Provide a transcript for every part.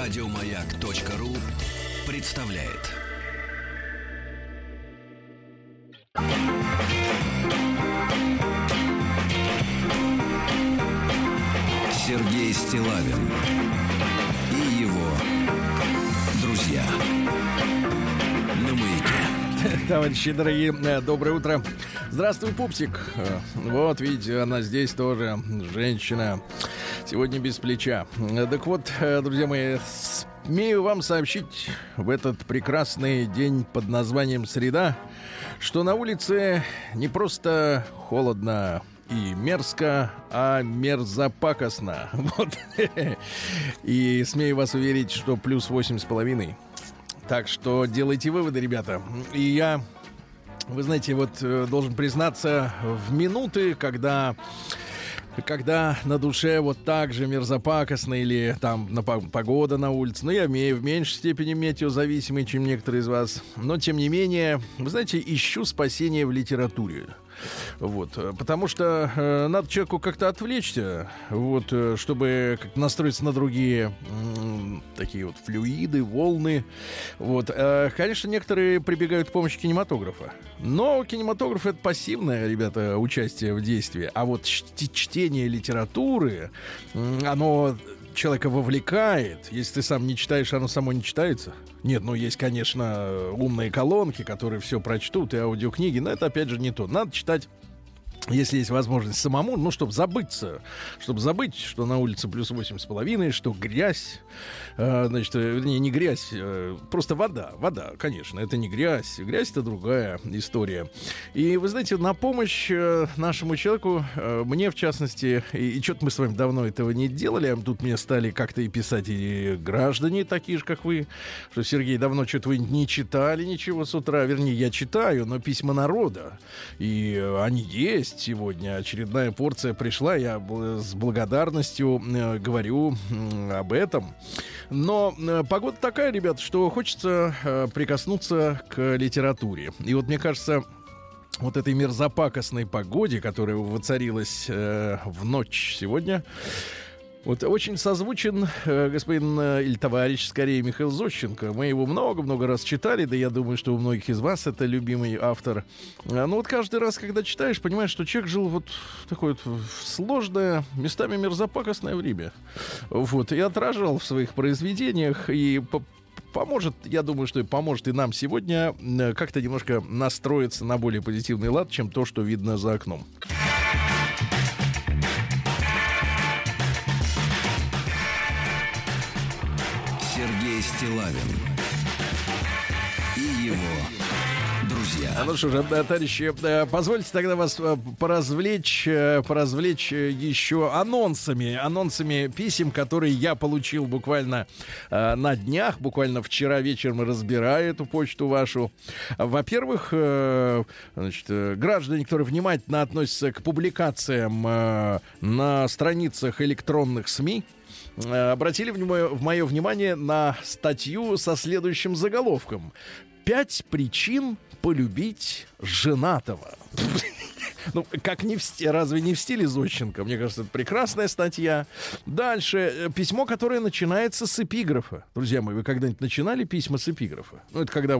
Радиомаяк.ру представляет. Сергей Стиллавин и его друзья на Маяке. Товарищи дорогие, доброе утро. Здравствуй, пупсик. Вот, видите, она здесь тоже, женщина. Сегодня без плеча. Так вот, друзья мои, смею вам сообщить в этот прекрасный день под названием «Среда», что на улице не просто холодно и мерзко, а мерзопакостно. Вот. И смею вас уверить, что плюс 8,5. Так что делайте выводы, ребята. И я, вы знаете, вот должен признаться, в минуты, когда на душе вот так же мерзопакостно или там погода на улице, я в меньшей степени метеозависимый, чем некоторые из вас, но тем не менее, вы знаете, ищу спасение в литературе. Вот, потому что надо человеку как-то отвлечься, вот, чтобы настроиться на другие такие вот флюиды, волны. Вот, конечно, некоторые прибегают к помощи кинематографа, но кинематограф — это пассивное, ребята, участие в действии, а вот чтение литературы, оно человека вовлекает. Если ты сам не читаешь, оно само не читается. Нет, есть, конечно, умные колонки, которые все прочтут, и аудиокниги, но это, опять же, не то. Надо читать, если есть возможность, самому, чтобы забыть, что на улице плюс 8,5, что грязь, вернее, не грязь, просто вода, конечно, это не грязь, грязь — это другая история. И, вы знаете, на помощь нашему человеку, мне, в частности, и что-то мы с вами давно этого не делали, а тут мне стали как-то и писать и граждане такие же, как вы, что, Сергей, давно что-то вы не читали ничего с утра, вернее, я читаю, но письма народа, и они есть. Сегодня очередная порция пришла, я с благодарностью говорю об этом. Но погода такая, ребят, что хочется прикоснуться к литературе. И вот мне кажется, вот этой мерзопакостной погоде, которая воцарилась в ночь сегодня, вот очень созвучен господин или товарищ, скорее, Михаил Зощенко. Мы его много-много раз читали, да я думаю, что у многих из вас это любимый автор. Но вот каждый раз, когда читаешь, понимаешь, что человек жил вот в такое вот сложное, местами мерзопакостное время. Вот, и отражал в своих произведениях, и поможет, я думаю, что поможет и нам сегодня как-то немножко настроиться на более позитивный лад, чем то, что видно за окном. Сергей Стиллавин и его друзья. Ну что же, товарищи, позвольте тогда вас поразвлечь еще анонсами писем, которые я получил буквально на днях, буквально вчера вечером, разбирая эту почту вашу. Во-первых, граждане, которые внимательно относятся к публикациям на страницах электронных СМИ, обратили мое внимание на статью со следующим заголовком: «5 причин полюбить женатого». Как разве не в стиле Зощенко? Мне кажется, это прекрасная статья. Дальше письмо, которое начинается с эпиграфа. Друзья мои, вы когда-нибудь начинали письма с эпиграфа? Это когда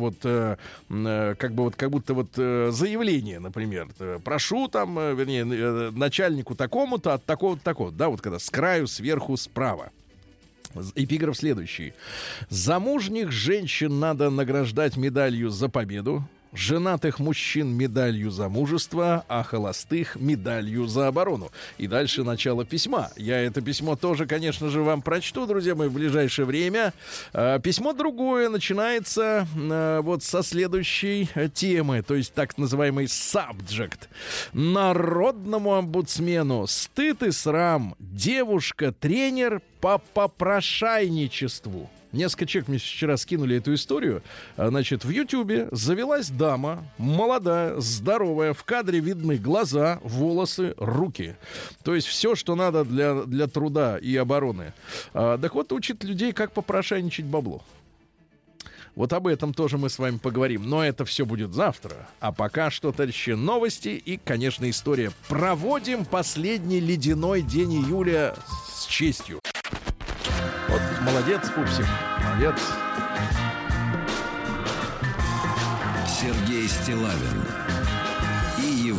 как будто заявление, например. Прошу начальнику такому-то от такого-то такого. Да, вот когда с краю, сверху, справа. Эпиграф следующий: «Замужних женщин надо награждать медалью за победу, женатых мужчин медалью за мужество, а холостых медалью за оборону». И дальше начало письма. Я это письмо тоже, конечно же, вам прочту, друзья мои, в ближайшее время. Письмо другое начинается вот со следующей темы, то есть так называемый subject. «Народному омбудсмену стыд и срам. Девушка-тренер по попрошайничеству». Несколько человек мне вчера скинули эту историю. Значит, в Ютьюбе завелась дама, молодая, здоровая, в кадре видны глаза, волосы, руки. То есть все, что надо для труда и обороны. Так вот, учит людей, как попрошайничать бабло. Вот об этом тоже мы с вами поговорим. Но это все будет завтра. А пока что, товарищи, новости и, конечно, история. Проводим последний ледяной день июля с честью. Вот молодец, Пупсик, молодец. Сергей Стиллавин и его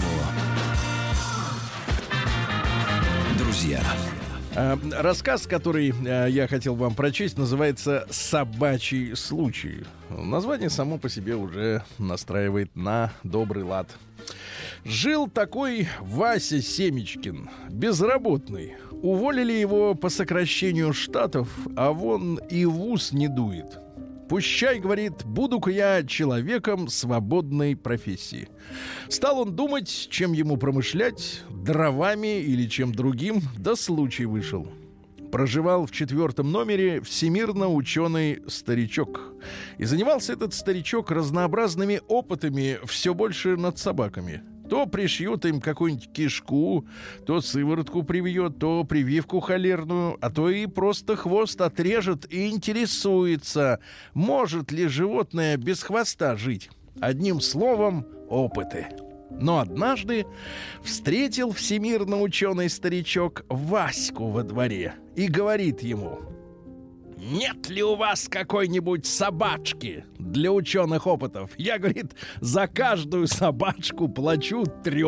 друзья. Рассказ, который я хотел вам прочесть, называется «Собачий случай». Название само по себе уже настраивает на добрый лад. Жил такой Вася Семечкин, безработный. Уволили его по сокращению штатов, а вон и в ус не дует. «Пущай, — говорит, — буду-ка я человеком свободной профессии». Стал он думать, чем ему промышлять, дровами или чем другим, да случай вышел. Проживал в 4 номере всемирно ученый старичок. И занимался этот старичок разнообразными опытами все больше над собаками. То пришьют им какую-нибудь кишку, то сыворотку привьет, то прививку холерную, а то и просто хвост отрежет и интересуется, может ли животное без хвоста жить. Одним словом, опыты. Но однажды встретил всемирно ученый старичок Ваську во дворе и говорит ему: «Нет ли у вас какой-нибудь собачки для ученых опытов? Я, говорит, за каждую собачку плачу 3».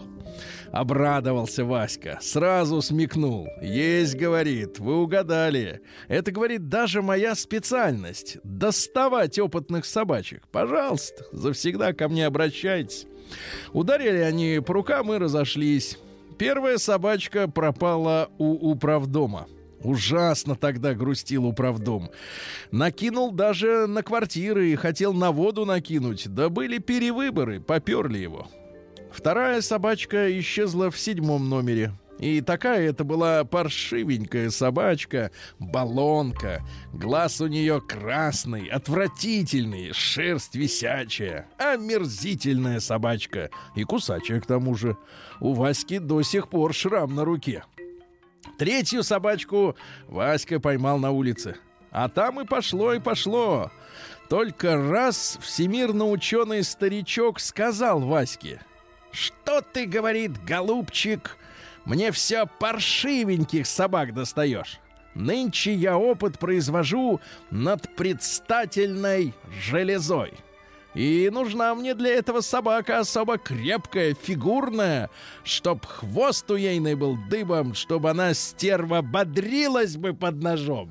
Обрадовался Васька, сразу смекнул. «Есть, — говорит, — вы угадали. Это, — говорит, — даже моя специальность — доставать опытных собачек. Пожалуйста, завсегда ко мне обращайтесь». Ударили они по рукам и разошлись. Первая собачка пропала у управдома. Ужасно тогда грустил управдом. Накинул даже на квартиры и хотел на воду накинуть. Да были перевыборы, поперли его. Вторая собачка исчезла в 7 номере. И такая это была паршивенькая собачка, баллонка. Глаз у нее красный, отвратительный, шерсть висячая. Омерзительная собачка. И кусачая к тому же. У Васьки до сих пор шрам на руке. Третью собачку Васька поймал на улице. А там и пошло, и пошло. Только раз всемирно ученый старичок сказал Ваське: «Что ты, — говорит, — голубчик, мне все паршивеньких собак достаешь. Нынче я опыт произвожу над предстательной железой. И нужна мне для этого собака особо крепкая, фигурная, чтоб хвост у ейной был дыбом, чтобы она, стерва, бодрилась бы под ножом».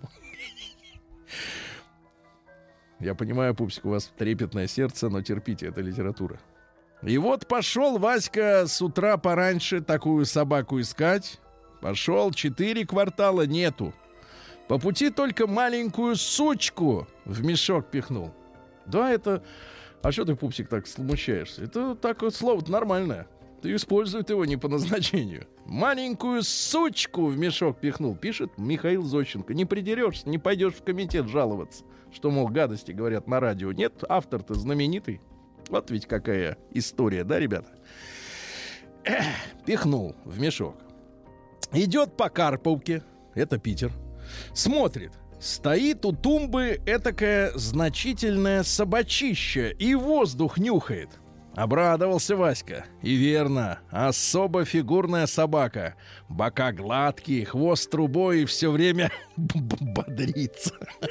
Я понимаю, Пупсик, у вас трепетное сердце, но терпите, это литература. И вот пошел Васька с утра пораньше такую собаку искать. Пошел 4 квартала, нету. По пути только маленькую сучку в мешок пихнул. Да, это... А что ты, Пупсик, так смущаешься? Это так вот слово-то нормальное. Ты используй его не по назначению. Маленькую сучку в мешок пихнул, пишет Михаил Зощенко. Не придерешься, не пойдешь в комитет жаловаться, что, мол, гадости говорят на радио. Нет, автор-то знаменитый. Вот ведь какая история, да, ребята? Пихнул в мешок. Идет по Карповке, это Питер, смотрит. Стоит у тумбы этакая значительная собачища и воздух нюхает. Обрадовался Васька. И верно, особо фигурная собака. Бока гладкие, хвост трубой и все время бодрится.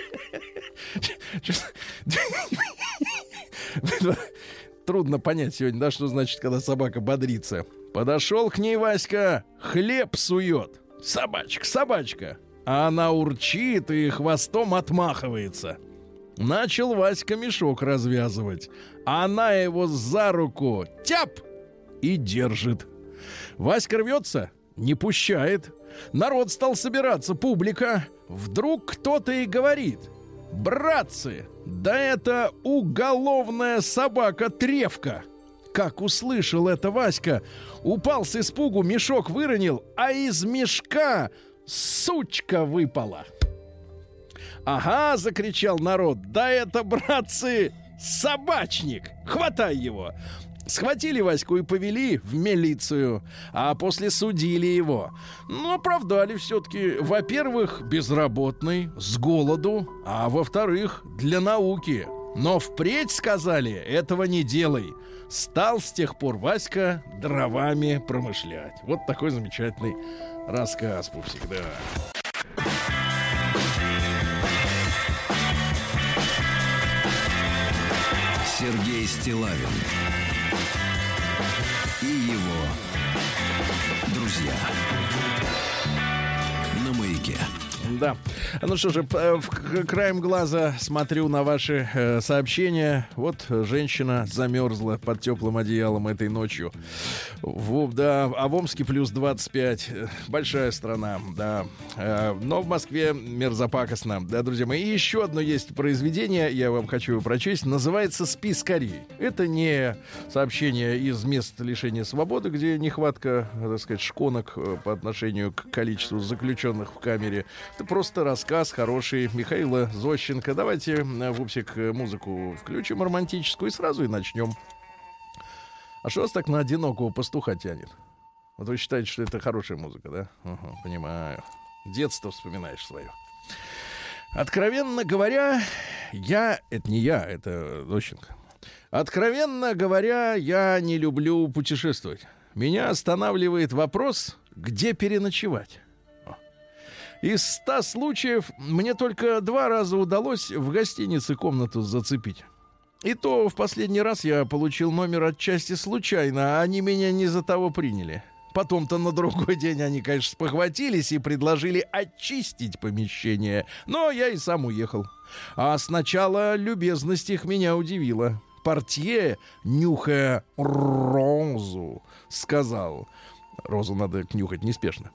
Трудно понять сегодня, да, что значит, когда собака бодрится. Подошел к ней Васька, хлеб сует. Собачка, собачка. А она урчит и хвостом отмахивается. Начал Васька мешок развязывать. Она его за руку тяп и держит. Васька рвется, не пущает. Народ стал собираться, публика. Вдруг кто-то и говорит: «Братцы, да это уголовная собака Тревка». Как услышал это Васька, упал с испугу, мешок выронил, а из мешка сучка выпала. «Ага!» — закричал народ. «Да это, братцы, собачник! Хватай его!» Схватили Ваську и повели в милицию, а после судили его. Но оправдали все-таки. Во-первых, безработный, с голоду, а во-вторых, для науки. Но впредь, сказали, этого не делай. Стал с тех пор Васька дровами промышлять. Вот такой замечательный рассказ, Пупсик, да. Сергей Стиллавин и его друзья на Маяке. Да. Ну что же, краем глаза смотрю на ваши сообщения. Вот женщина замерзла под теплым одеялом этой ночью. Да, а в Омске плюс 25. Большая страна, да. Но в Москве мерзопакостно. Да, друзья мои. И еще одно есть произведение, я вам хочу его прочесть. Называется «Спи скорей». Это не сообщение из мест лишения свободы, где нехватка, так сказать, шконок по отношению к количеству заключенных в камере. Это просто рассказ хороший Михаила Зощенко. Давайте, Вупсик, музыку включим романтическую и сразу и начнем. А что вас так на одинокого пастуха тянет? Вот вы считаете, что это хорошая музыка, да? Угу, понимаю. Детство вспоминаешь свое. Откровенно говоря, это не я, это Зощенко. Откровенно говоря, я не люблю путешествовать. Меня останавливает вопрос, где переночевать. Из 100 случаев мне только 2 раза удалось в гостинице комнату зацепить. И то в последний раз я получил номер отчасти случайно, а они меня не за того приняли. Потом-то на другой день они, конечно, спохватились и предложили очистить помещение. Но я и сам уехал. А сначала любезность их меня удивила. Портье, нюхая розу, сказал... Розу надо нюхать неспешно.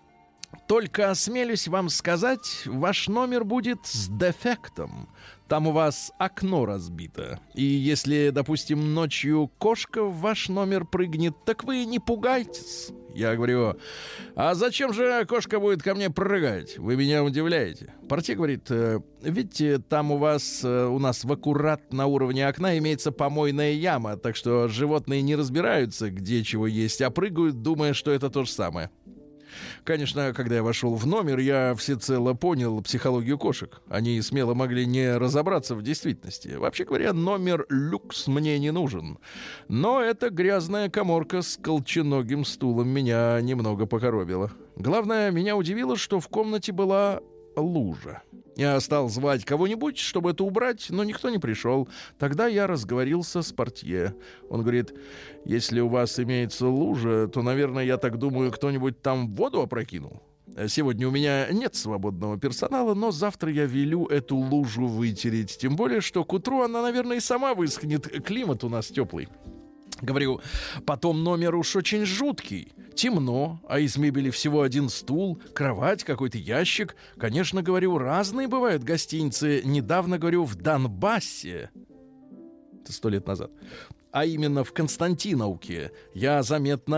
Только осмелюсь вам сказать, ваш номер будет с дефектом. Там у вас окно разбито. И если, допустим, ночью кошка в ваш номер прыгнет, так вы не пугайтесь. Я говорю, а зачем же кошка будет ко мне прыгать? Вы меня удивляете. Портье говорит, видите, там у нас в аккурат на уровне окна имеется помойная яма, так что животные не разбираются, где чего есть, а прыгают, думая, что это то же самое. Конечно, когда я вошел в номер, я всецело понял психологию кошек. Они смело могли не разобраться в действительности. Вообще говоря, номер люкс мне не нужен. Но эта грязная каморка с колченогим стулом меня немного покоробила. Главное, меня удивило, что в комнате была лужа. Я стал звать кого-нибудь, чтобы это убрать, но никто не пришел. Тогда я разговорился с портье. Он говорит, если у вас имеется лужа, то, наверное, я так думаю, кто-нибудь там воду опрокинул. Сегодня у меня нет свободного персонала, но завтра я велю эту лужу вытереть. Тем более, что к утру она, наверное, и сама высохнет. Климат у нас теплый. Говорю, потом номер уж очень жуткий. Темно, а из мебели всего один стул, кровать, какой-то ящик. Конечно, говорю, разные бывают гостиницы. Недавно, говорю, в Донбассе. Это 100 лет назад. А именно в Константиновке. Я заметно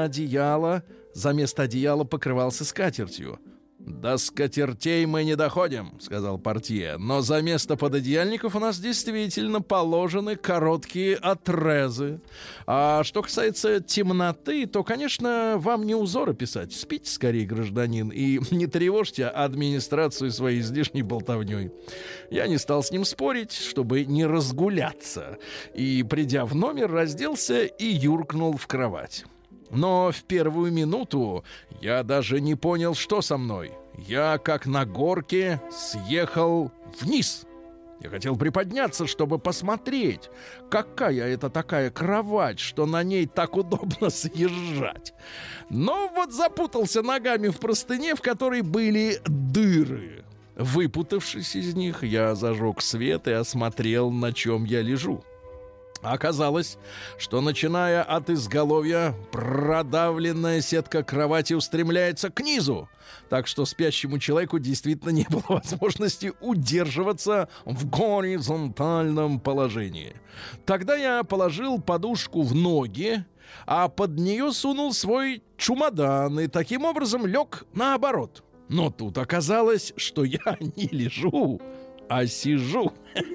заместо одеяла покрывался скатертью. «До скатертей мы не доходим», — сказал портье. «Но за место пододеяльников у нас действительно положены короткие отрезы. А что касается темноты, то, конечно, вам не узоры писать. Спите скорее, гражданин, и не тревожьте администрацию своей излишней болтовней». Я не стал с ним спорить, чтобы не разгуляться. И, придя в номер, разделся и юркнул в кровать. Но в первую минуту я даже не понял, что со мной. Я, как на горке, съехал вниз. Я хотел приподняться, чтобы посмотреть, какая это такая кровать, что на ней так удобно съезжать. Но вот запутался ногами в простыне, в которой были дыры. Выпутавшись из них, я зажег свет и осмотрел, на чем я лежу. Оказалось, что, начиная от изголовья, продавленная сетка кровати устремляется к низу, так что спящему человеку действительно не было возможности удерживаться в горизонтальном положении. Тогда я положил подушку в ноги, а под нее сунул свой чемодан и таким образом лег наоборот. Но тут оказалось, что я не лежу, а сижу.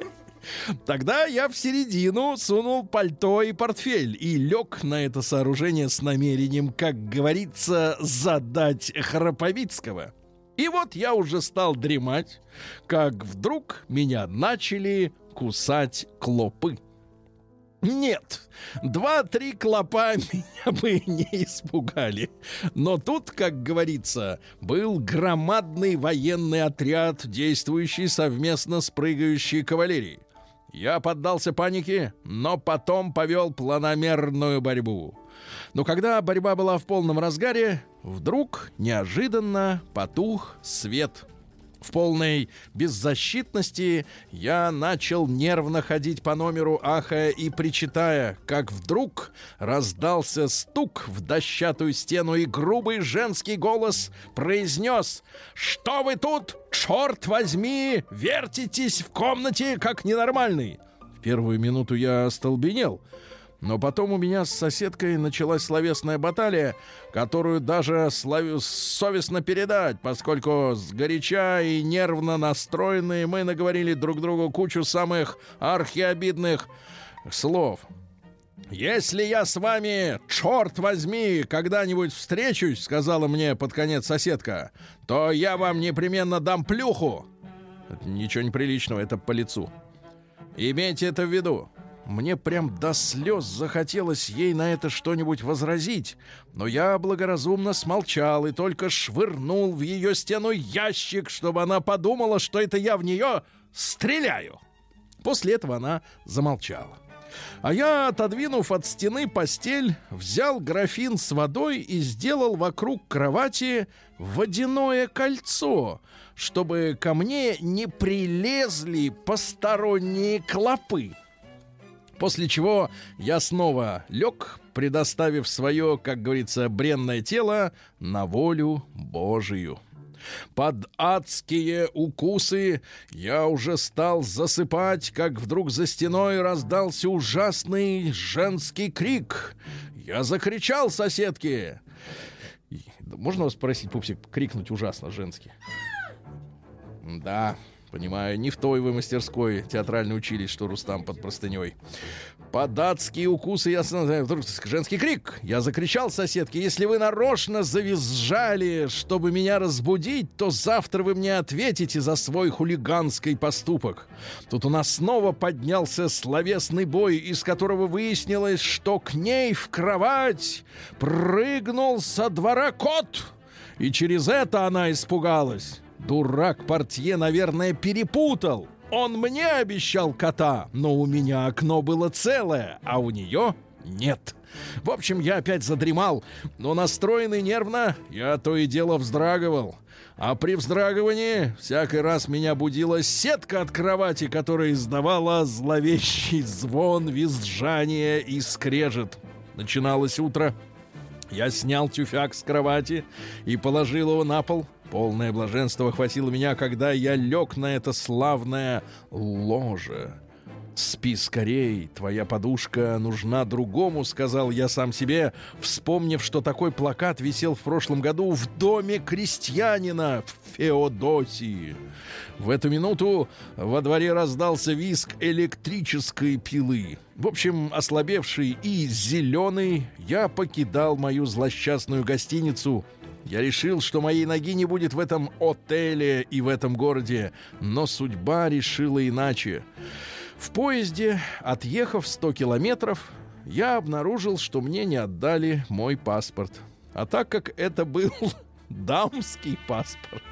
Тогда я в середину сунул пальто и портфель и лег на это сооружение с намерением, как говорится, задать Храповицкого. И вот я уже стал дремать, как вдруг меня начали кусать клопы. Нет, 2-3 клопа меня бы не испугали. Но тут, как говорится, был громадный военный отряд, действующий совместно с прыгающей кавалерией. Я поддался панике, но потом повел планомерную борьбу. Но когда борьба была в полном разгаре, вдруг неожиданно потух свет. В полной беззащитности я начал нервно ходить по номеру, ахая и причитая, как вдруг раздался стук в дощатую стену, и грубый женский голос произнес: «Что вы тут, черт возьми, вертитесь в комнате, как ненормальный?» В первую минуту я остолбенел. Но потом у меня с соседкой началась словесная баталия, которую даже совестно передать, поскольку сгоряча и нервно настроенные мы наговорили друг другу кучу самых архиобидных слов. «Если я с вами, черт возьми, когда-нибудь встречусь, — сказала мне под конец соседка, — то я вам непременно дам плюху». Это ничего неприличного, это по лицу. Имейте это в виду. Мне прям до слез захотелось ей на это что-нибудь возразить, но я благоразумно смолчал и только швырнул в ее стену ящик, чтобы она подумала, что это я в нее стреляю. После этого она замолчала. А я, отодвинув от стены постель, взял графин с водой и сделал вокруг кровати водяное кольцо, чтобы ко мне не прилезли посторонние клопы. После чего я снова лег, предоставив свое, как говорится, бренное тело на волю Божию. Под адские укусы я уже стал засыпать, как вдруг за стеной раздался ужасный женский крик. Я закричал соседке. Можно вас спросить, Пупсик, крикнуть ужасно женский? Да, понимаю, не в той вы мастерской театральной учились, что Рустам под простыней. Под адские укусы я... Вдруг женский крик. Я закричал соседке: если вы нарочно завизжали, чтобы меня разбудить, то завтра вы мне ответите за свой хулиганский поступок. Тут у нас снова поднялся словесный бой, из которого выяснилось, что к ней в кровать прыгнул со двора кот. И через это она испугалась. Дурак портье, наверное, перепутал. Он мне обещал кота, но у меня окно было целое, а у нее нет. В общем, я опять задремал, но настроенный нервно я то и дело вздрагивал. А при вздрагивании всякий раз меня будила сетка от кровати, которая издавала зловещий звон, визжание и скрежет. Начиналось утро. Я снял тюфяк с кровати и положил его на пол. Полное блаженство охватило меня, когда я лег на это славное ложе. «Спи скорей, твоя подушка нужна другому», — сказал я сам себе, вспомнив, что такой плакат висел в прошлом году в доме крестьянина в Феодосии. В эту минуту во дворе раздался визг электрической пилы. В общем, ослабевший и зеленый, я покидал мою злосчастную гостиницу. Я решил, что моей ноги не будет в этом отеле и в этом городе, но судьба решила иначе. В поезде, отъехав 100 километров, я обнаружил, что мне не отдали мой паспорт. А так как это был дамский паспорт,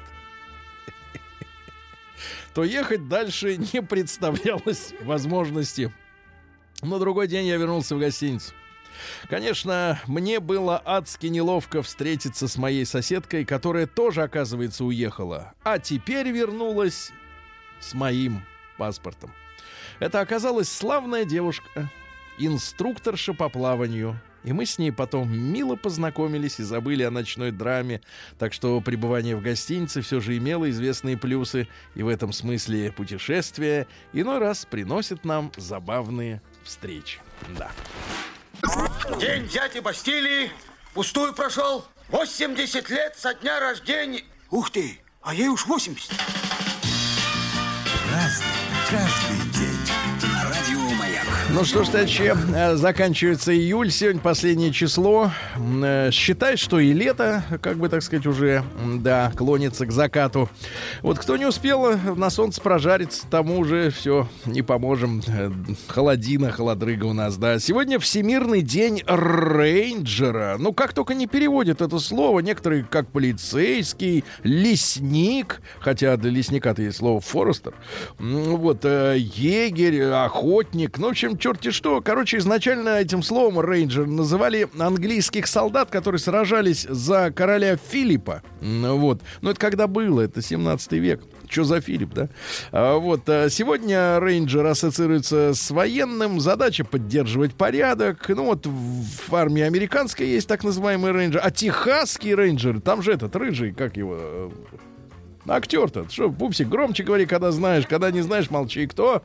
то ехать дальше не представлялось возможности. На другой день я вернулся в гостиницу. Конечно, мне было адски неловко встретиться с моей соседкой, которая тоже, оказывается, уехала, а теперь вернулась с моим паспортом. Это оказалась славная девушка, инструкторша по плаванию. И мы с ней потом мило познакомились и забыли о ночной драме. Так что пребывание в гостинице все же имело известные плюсы. И в этом смысле путешествия иной раз приносят нам забавные встречи. Да. День дяди Бастилии пустую прошел. 80 лет со дня рождения. Ух ты, а ей уж 80. Разный, каждый день. Радио Маяк. Ну что ж, товарищи, заканчивается июль, сегодня последнее число. Считай, что и лето, как бы так сказать, уже, да, клонится к закату. Вот кто не успел на солнце прожариться, тому уже все, не поможем. Холодина, холодрыга у нас, да. Сегодня Всемирный день рейнджера. Ну, как только не переводят это слово, некоторые как полицейский, лесник, хотя для лесника-то есть слово форестер, вот, егерь, охотник, ну, в общем, черти что. Короче, изначально этим словом рейнджер называли английских солдат, которые сражались за короля Филиппа. Вот. Но это когда было, это 17 век. Что за Филипп, да? Вот. Сегодня рейнджер ассоциируется с военным. Задача поддерживать порядок. Ну вот в армии американской есть так называемый рейнджер. А техасский рейнджер, там же этот рыжий, как его... Актер-то. Что, Пупсик, громче говори, когда знаешь. Когда не знаешь, молчи. Кто?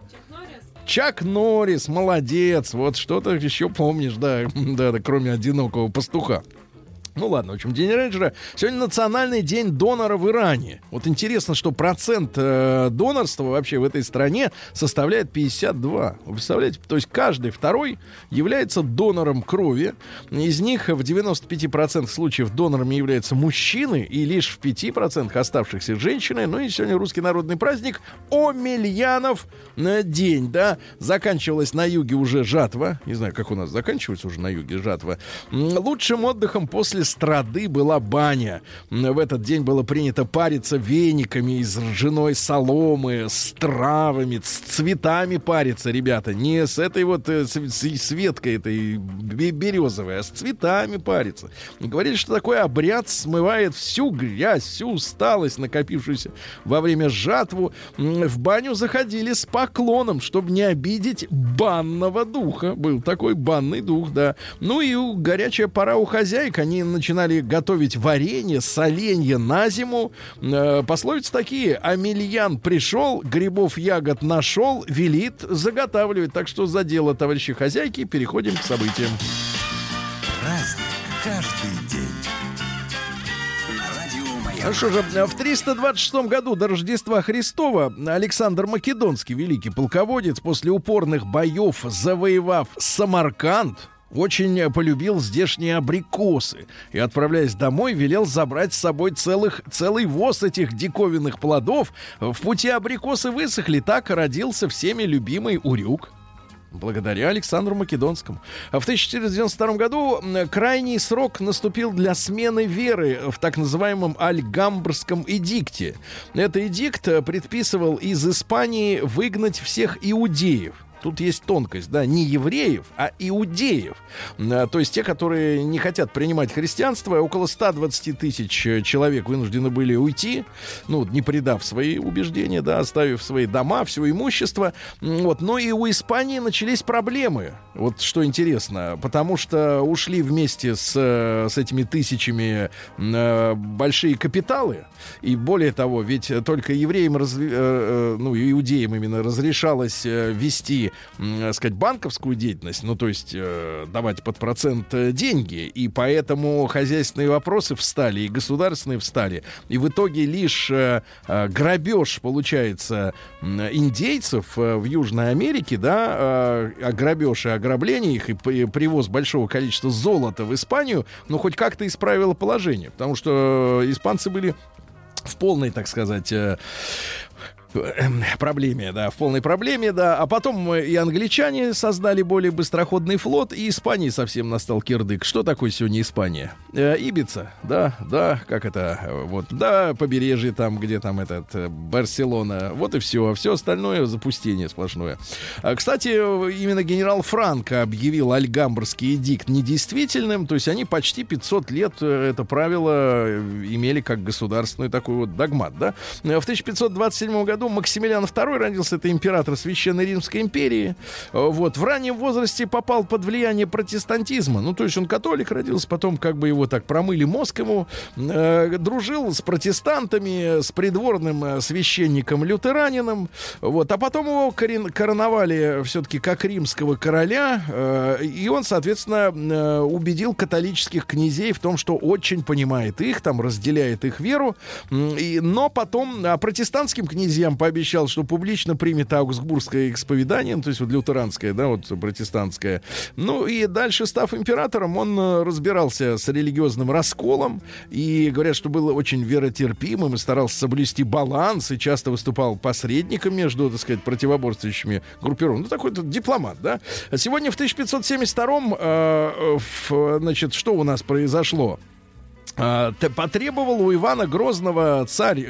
Чак Норрис, молодец. Вот что-то еще помнишь, да, да, кроме одинокого пастуха. Ну ладно, в общем, день рейнджера. Сегодня национальный день донора в Иране. Вот интересно, что процент донорства вообще в этой стране составляет 52. Вы представляете? То есть каждый второй является донором крови. Из них в 95% случаев донорами являются мужчины и лишь в 5% оставшихся женщины. Ну и сегодня русский народный праздник Омельянов день, да. Заканчивалась на юге уже жатва. Не знаю, как у нас заканчивается уже на юге жатва. Лучшим отдыхом после страды была баня. В этот день было принято париться вениками из ржаной соломы, с травами, с цветами париться, ребята. Не с этой вот с веткой этой березовой, а с цветами париться. Говорили, что такой обряд смывает всю грязь, всю усталость, накопившуюся во время жатву. В баню заходили с поклоном, чтобы не обидеть банного духа. Был такой банный дух, да. Ну и горячая пора у хозяек. Они начинали готовить варенье, соленье на зиму. Пословицы такие: Амельян пришел, грибов ягод нашел, велит заготавливать. Так что за дело, товарищи хозяйки, переходим к событиям. Праздник каждый день. Ну что же, в 326 году до Рождества Христова Александр Македонский, великий полководец, после упорных боев, завоевав Самарканд, очень полюбил здешние абрикосы и, отправляясь домой, велел забрать с собой целый воз этих диковинных плодов. В пути абрикосы высохли, так родился всеми любимый урюк. Благодаря Александру Македонскому. В 1492 году крайний срок наступил для смены веры в так называемом Альгамбрском эдикте. Этот эдикт предписывал из Испании выгнать всех иудеев. Тут есть тонкость, да, не евреев, а иудеев. То есть те, которые не хотят принимать христианство. Около 120 тысяч человек вынуждены были уйти, ну, не предав свои убеждения, да, оставив свои дома, все имущество. Вот. Но и у Испании начались проблемы. Вот что интересно, потому что ушли вместе с этими тысячами большие капиталы. И более того, ведь только евреям, иудеям именно разрешалось вести, сказать, банковскую деятельность, ну, то есть давать под процент деньги, и поэтому хозяйственные вопросы встали, и государственные встали, и в итоге лишь грабеж, получается, индейцев в Южной Америке, да, грабеж и ограбление их, и привоз большого количества золота в Испанию, ну, хоть как-то исправило положение, потому что испанцы были в полной, так сказать, проблеме, да, в полной проблеме, да. А потом и англичане создали более быстроходный флот, и Испании совсем настал кирдык. Что такое сегодня Испания? Ибица, да, как это, вот, да, побережье там, где там Барселона, вот и все. Все остальное запустение сплошное. Кстати, именно генерал Франко объявил Альгамбрский эдикт недействительным, то есть они почти 500 лет это правило имели как государственный такой вот догмат, да. В 1527 году Максимилиан II родился, это император Священной Римской империи. Вот, в раннем возрасте попал под влияние протестантизма. Ну, то есть он католик родился, потом как бы его так промыли мозг ему. Дружил с протестантами, с придворным священником-лютеранином. Вот, а потом его короновали все-таки как римского короля. И он, соответственно, убедил католических князей в том, что очень понимает их, там, разделяет их веру. Но потом протестантским князьям там пообещал, что публично примет аугсбургское исповедание, то есть вот лютеранское, да, вот протестантское. Ну и дальше, став императором, он разбирался с религиозным расколом и говорят, что был очень веротерпимым и старался соблюсти баланс и часто выступал посредником между, так сказать, противоборствующими группировками. Ну, такой дипломат, да. Сегодня в 1572-м, значит, что у нас произошло? Потребовал у Ивана Грозного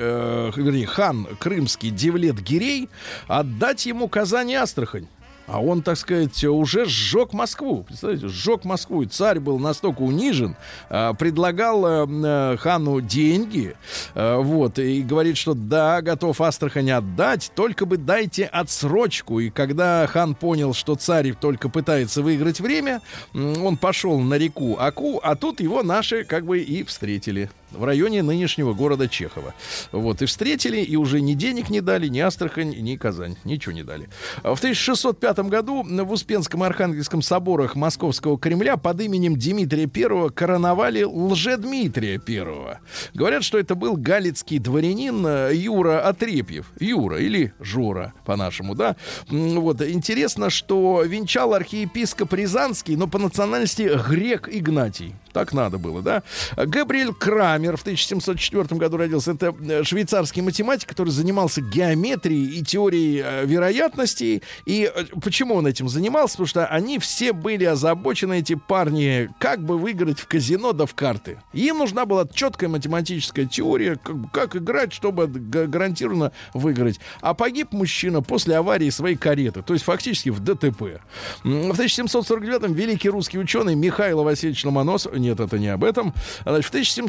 хан крымский Девлет-Гирей отдать ему Казань и Астрахань. А он, так сказать, уже сжег Москву. Представляете, сжег Москву. И царь был настолько унижен, предлагал хану деньги, вот, и говорит, что да, готов Астрахань отдать, только бы дайте отсрочку. И когда хан понял, что царь только пытается выиграть время, он пошел на реку Аку, а тут его наши как бы и встретили в районе нынешнего города Чехова. Вот, и встретили, и уже ни денег не дали, ни Астрахань, ни Казань. Ничего не дали. В 1605 году в Успенском и Архангельском соборах Московского Кремля под именем Дмитрия I короновали Лжедмитрия I. Говорят, что это был галицкий дворянин Юра Отрепьев. Юра или Жора, по-нашему, да? Вот, интересно, что венчал архиепископ Рязанский, но по национальности грек Игнатий. Так надо было, да? Габриэль Крамер в 1704 году родился. Это швейцарский математик, который занимался геометрией и теорией вероятностей. И почему он этим занимался? Потому что они все были озабочены, эти парни, как бы выиграть в казино да в карты. Им нужна была четкая математическая теория, как играть, чтобы гарантированно выиграть. А погиб мужчина после аварии своей кареты, то есть фактически в ДТП. В 1749-м великий русский ученый Михаил Васильевич Ломоносов, нет, это не об этом. Значит, в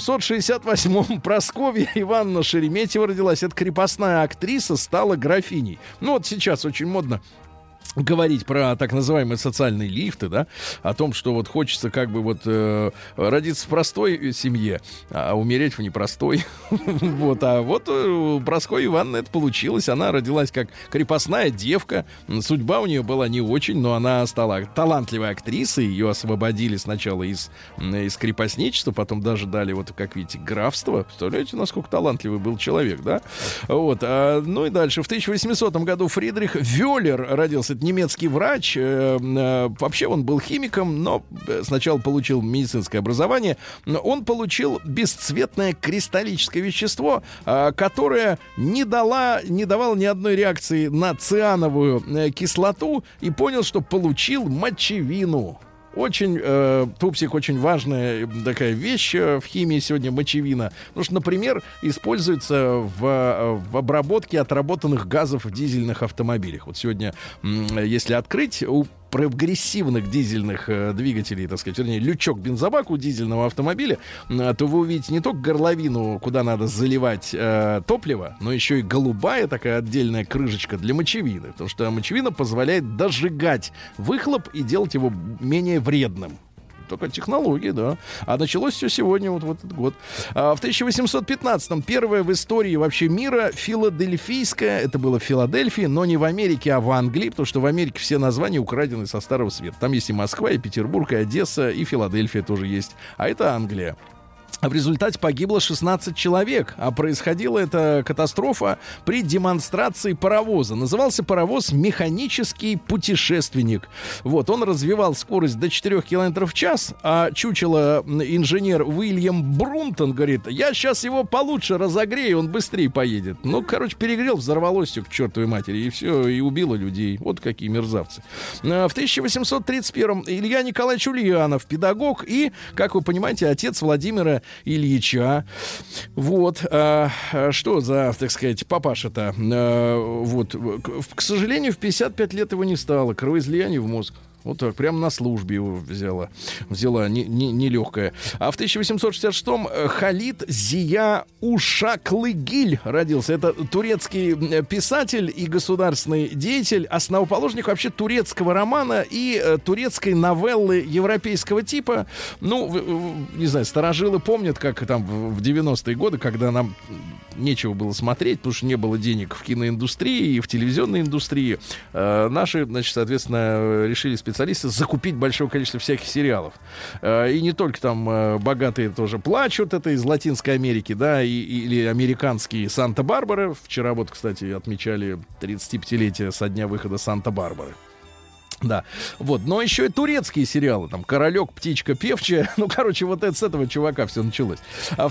1768-м Прасковья Ивановна Шереметьева родилась. Это крепостная актриса, стала графиней. Ну вот сейчас очень модно говорить про так называемые социальные лифты, да, о том, что вот хочется как бы вот родиться в простой семье, а умереть в непростой. Вот, а вот у Прасковьи Ивановны это получилось. Она родилась как крепостная девка. Судьба у нее была не очень, но она стала талантливой актрисой. Ее освободили сначала из крепостничества, потом даже дали, вот как видите, графство. Представляете, насколько талантливый был человек, да? Вот, ну и дальше. В 1800 году Фридрих Вёллер родился. Это немецкий врач. Вообще он был химиком, но сначала получил медицинское образование. Он получил бесцветное кристаллическое вещество, которое не давало ни одной реакции на циановую кислоту, и понял, что получил мочевину. Очень, пупсик, очень важная такая вещь в химии сегодня, мочевина. Потому что, например, используется в обработке отработанных газов в дизельных автомобилях. Вот сегодня, если открыть у прогрессивных дизельных двигателей, так сказать, вернее, лючок бензобака у дизельного автомобиля, то вы увидите не только горловину, куда надо заливать топливо, но еще и голубая такая отдельная крышечка для мочевины. Потому что мочевина позволяет дожигать выхлоп и делать его менее вредным. Только технологии, да. А началось все сегодня, вот в этот год. В 1815-м первая в истории вообще мира филадельфийская, это было в Филадельфии, но не в Америке, а в Англии, потому что в Америке все названия украдены со Старого Света. Там есть и Москва, и Петербург, и Одесса, и Филадельфия тоже есть. А это Англия. В результате погибло 16 человек, а происходила эта катастрофа при демонстрации паровоза. Назывался паровоз «Механический путешественник». Вот, он развивал скорость до 4 км в час, а чучело инженер Уильям Брунтон говорит: я сейчас его получше разогрею, он быстрее поедет. Ну, короче, перегрел, взорвалось все к чертовой матери, и все, и убило людей. Вот какие мерзавцы. В 1831-м Илья Николаевич Ульянов, педагог и, как вы понимаете, отец Владимира Ильича. Вот. Что за, так сказать, папаша-то? Вот. К сожалению, в 55 лет его не стало. Кровоизлияние в мозг. Вот так, прямо на службе его взяла нелегкая. А в 1866-м Халид Зия Ушаклыгиль родился. Это турецкий писатель и государственный деятель, основоположник вообще турецкого романа и турецкой новеллы европейского типа. Ну, не знаю, старожилы помнят, как там в 90-е годы, когда нам нечего было смотреть, потому что не было денег в киноиндустрии и в телевизионной индустрии. Наши, значит, соответственно, решили специально специалисты, закупить большое количество всяких сериалов. И не только там богатые тоже плачут, это из Латинской Америки, да, или американские «Санта-Барбара». Вчера вот, кстати, отмечали 35-летие со дня выхода «Санта-Барбары». Да, вот, но еще и турецкие сериалы, там, «Королек, птичка певчая», ну, короче, вот это с этого чувака все началось. А в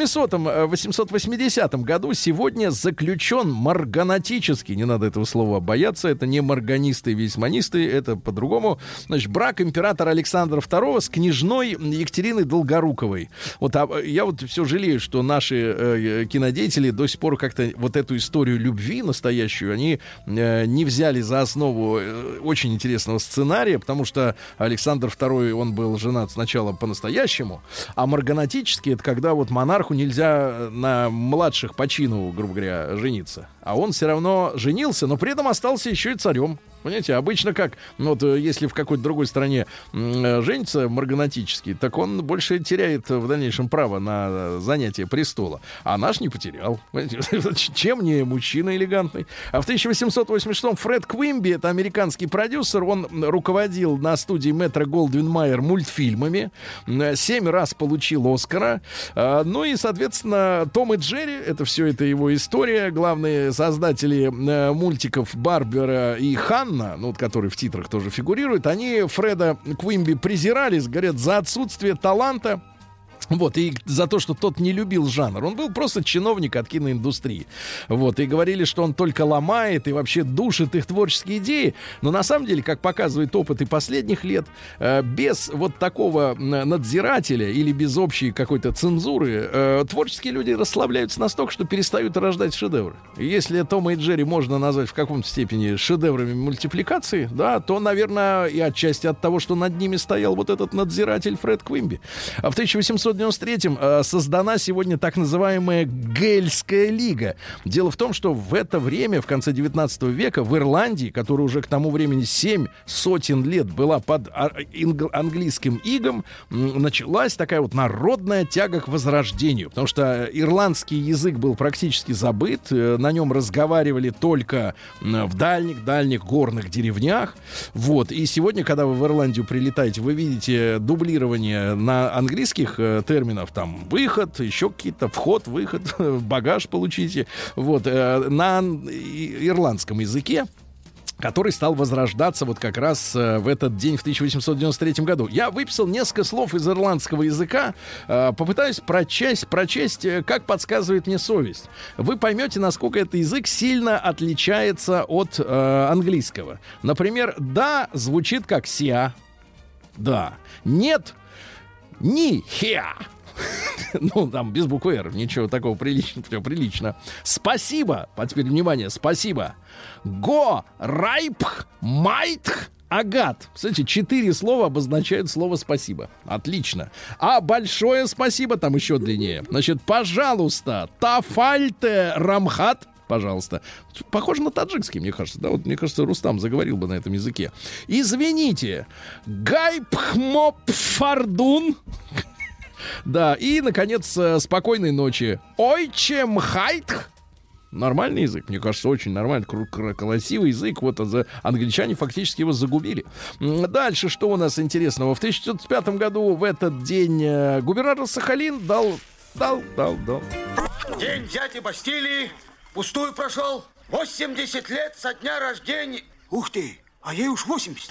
1880 году сегодня заключен марганатический, не надо этого слова бояться, это не марганисты и весьманисты, это по-другому, значит, брак императора Александра II с княжной Екатериной Долгоруковой. Вот, я вот все жалею, что наши кинодеятели до сих пор как-то вот эту историю любви настоящую, они не взяли за основу очень интересного сценария, потому что Александр II, он был женат сначала по-настоящему, а марганатически это когда вот монарху нельзя на младших по чину, грубо говоря, жениться. А он все равно женился, но при этом остался еще и царем. Понимаете, обычно как, ну, вот если в какой-то другой стране женится марганатически, так он больше теряет в дальнейшем право на занятие престола. А наш не потерял. Чем не мужчина элегантный? А в 1886-м Фред Квимби, это американский продюсер, он руководил на студии Метро-Голдвин-Майер мультфильмами, 7 раз получил Оскара. Ну и, соответственно, Том и Джерри, это все это его история, главные создатели мультиков Барбера и Ханна, ну, вот, который в титрах тоже фигурирует, они Фреда Квимби презирали, говорят, за отсутствие таланта. Вот, и за то, что тот не любил жанр. Он был просто чиновник от киноиндустрии. Вот, и говорили, что он только ломает и вообще душит их творческие идеи. Но на самом деле, как показывает опыт и последних лет, без вот такого надзирателя или без общей какой-то цензуры творческие люди расслабляются настолько, что перестают рождать шедевры. И если Тома и Джерри можно назвать в каком-то степени шедеврами мультипликации, да, то, наверное, и отчасти от того, что над ними стоял вот этот надзиратель Фред Квимби. А в 1893-м создана сегодня так называемая Гельская лига. Дело в том, что в это время, в конце 19 века, в Ирландии, которая уже к тому времени 7 сотен лет была под английским игом, началась такая вот народная тяга к возрождению. Потому что ирландский язык был практически забыт, на нем разговаривали только в дальних горных деревнях. Вот. И сегодня, когда вы в Ирландию прилетаете, вы видите дублирование на английских терминов, там, выход, еще какие-то, вход, выход, багаж получите, вот, на ирландском языке, который стал возрождаться вот как раз в этот день в 1893 году. Я выписал несколько слов из ирландского языка, попытаюсь прочесть, как подсказывает мне совесть. Вы поймете, насколько этот язык сильно отличается от английского. Например, «да» звучит как «ся», «да», «нет» ни хя. Ну, там, без буквы «Р», ничего такого прилично. Спасибо, а теперь внимание, спасибо. Го, райпх, майтх, агат. Кстати, 4 слова обозначают слово «спасибо». Отлично. А большое спасибо, там еще длиннее. Значит, пожалуйста, тафальте рамхат. Пожалуйста. Похоже на таджикский, мне кажется. Да, вот, мне кажется, Рустам заговорил бы на этом языке. Извините. Гайпхмопфардун. Да, и, наконец, спокойной ночи. Ойчем хайтх. Нормальный язык, мне кажется, очень нормальный, красивый язык. Вот англичане фактически его загубили. Дальше, что у нас интересного? В 1905 году в этот день губернатор Сахалин дал. День дяди Бастилии пустую прошел. 80 лет со дня рождения. Ух ты, а ей уж 80.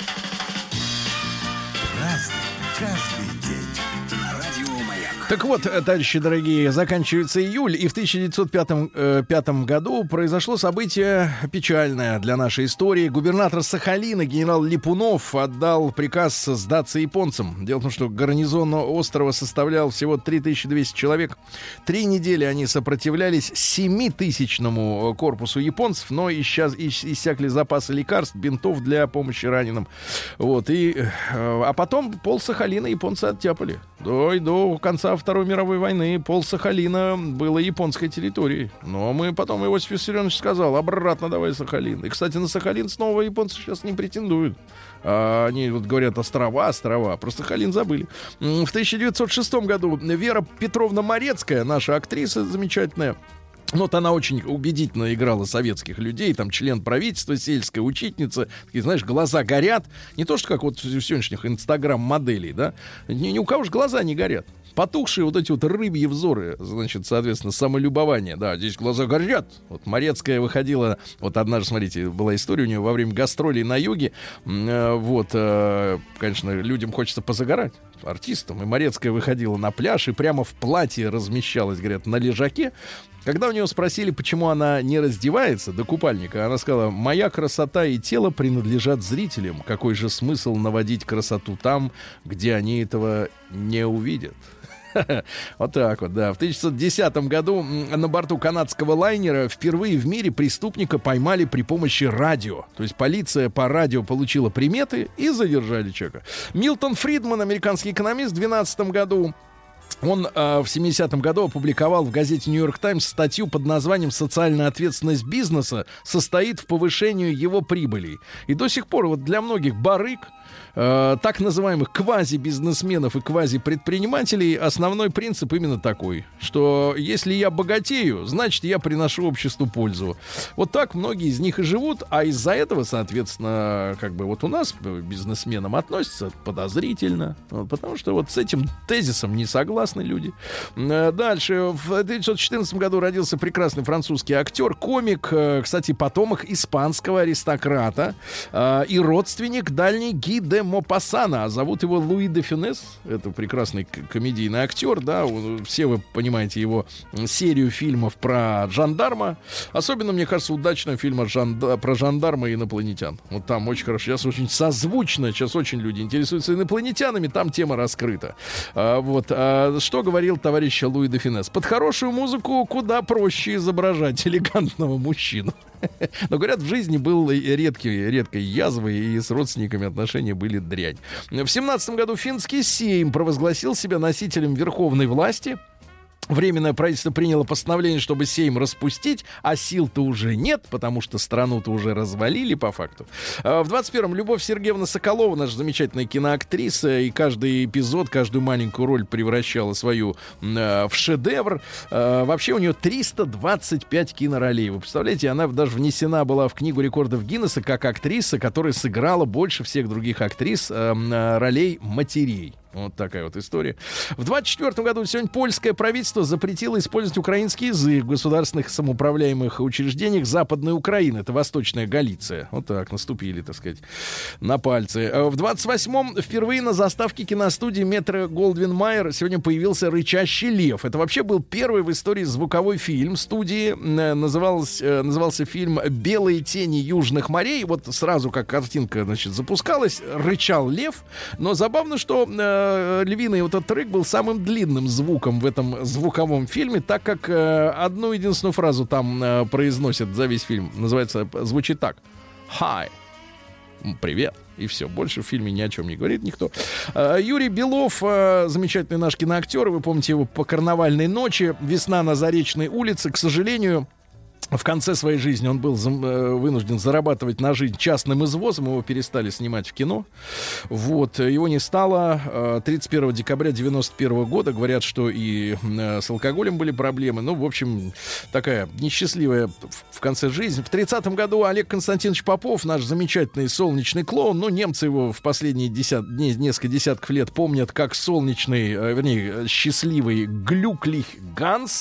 Разный, каждый день. Так вот, товарищи дорогие, заканчивается июль, и в 1905 году произошло событие печальное для нашей истории. Губернатор Сахалина, генерал Липунов, отдал приказ сдаться японцам. Дело в том, что гарнизон острова составлял всего 3200 человек. 3 недели они сопротивлялись 7000-ному корпусу японцев, но иссякли запасы лекарств, бинтов для помощи раненым. Вот, а потом пол Сахалина японцы оттяпали. До конца Второй мировой войны пол Сахалина было японской территорией. Но потом Иосиф Виссарионович сказал: обратно давай Сахалин. И, кстати, на Сахалин снова японцы сейчас не претендуют. Они вот говорят острова. Про Сахалин забыли. В 1906 году Вера Петровна Морецкая, наша актриса замечательная, Вот она очень убедительно играла советских людей, там член правительства, сельская учительница, такие, знаешь, глаза горят, не то что как вот у сегодняшних инстаграм-моделей, да, ни у кого же глаза не горят. Потухшие вот эти вот рыбьи взоры, значит, соответственно, самолюбование. Да, здесь глаза горят. Вот Морецкая выходила, вот однажды, смотрите, была история у нее во время гастролей на юге. Вот, конечно, людям хочется позагорать, артистам. И Морецкая выходила на пляж и прямо в платье размещалась, говорят, на лежаке. Когда у нее спросили, почему она не раздевается до купальника, она сказала: «Моя красота и тело принадлежат зрителям. Какой же смысл наводить красоту там, где они этого не увидят?» Вот так вот, да. В 1910 году на борту канадского лайнера впервые в мире преступника поймали при помощи радио. То есть полиция по радио получила приметы и задержали человека. Милтон Фридман, американский экономист, в 2012 году. Он в 70-м году опубликовал в газете «Нью-Йорк Таймс» статью под названием «Социальная ответственность бизнеса состоит в повышении его прибылей». И до сих пор вот для многих барыг, так называемых квази-бизнесменов и квази-предпринимателей основной принцип именно такой, что если я богатею, значит, я приношу обществу пользу. Вот так многие из них и живут, а из-за этого, соответственно, как бы вот у нас к бизнесменам относятся подозрительно, вот, потому что вот с этим тезисом не согласны люди. Дальше. В 1914 году родился прекрасный французский актер, комик, кстати, потомок испанского аристократа и родственник дальний Ги де Мопассана, а зовут его Луи де Фюнес. Это прекрасный комедийный актер, да, все вы понимаете его серию фильмов про жандарма. Особенно, мне кажется, удачного фильма про жандарма и инопланетян. Вот там очень хорошо, сейчас очень созвучно, сейчас очень люди интересуются инопланетянами, там тема раскрыта. Вот, что говорил товарищ Луи де Фюнес? Под хорошую музыку куда проще изображать элегантного мужчину. Но, говорят, в жизни был редкой язвой, и с родственниками отношения были дрянь. В 17 году финский Сейм провозгласил себя носителем верховной власти. Временное правительство приняло постановление, чтобы Сейм распустить, а сил-то уже нет, потому что страну-то уже развалили по факту. В 21-м Любовь Сергеевна Соколова, наша замечательная киноактриса, и каждый эпизод, каждую маленькую роль превращала свою в шедевр. Вообще у нее 325 киноролей. Вы представляете, она даже внесена была в Книгу рекордов Гиннесса как актриса, которая сыграла больше всех других актрис ролей матерей. Вот такая вот история. В 24 году сегодня польское правительство запретило использовать украинский язык в государственных самоуправляемых учреждениях Западной Украины. Это Восточная Галиция. Вот так наступили, так сказать, на пальцы. В 28-м впервые на заставке киностудии Метро-Голдвин-Майер сегодня появился «Рычащий лев». Это вообще был первый в истории звуковой фильм студии. Назывался фильм «Белые тени южных морей». Вот сразу, как картинка, значит, запускалась, рычал лев. Но забавно, что львиный вот этот трек был самым длинным звуком в этом звуковом фильме, так как одну единственную фразу там произносит за весь фильм. Называется, звучит так: «Hi», «Привет», и все. Больше в фильме ни о чем не говорит никто. Юрий Белов, замечательный наш киноактер, вы помните его по «Карнавальной ночи», «Весна на Заречной улице». К сожалению, в конце своей жизни он был вынужден зарабатывать на жизнь частным извозом. Его перестали снимать в кино. Вот. Его не стало 31 декабря 1991 года. Говорят, что и с алкоголем были проблемы. Ну, в общем, такая несчастливая в конце жизни. В 30-м году Олег Константинович Попов, наш замечательный солнечный клоун. Ну, немцы его в последние несколько десятков лет помнят как солнечный, вернее, счастливый Глюклих Ганс.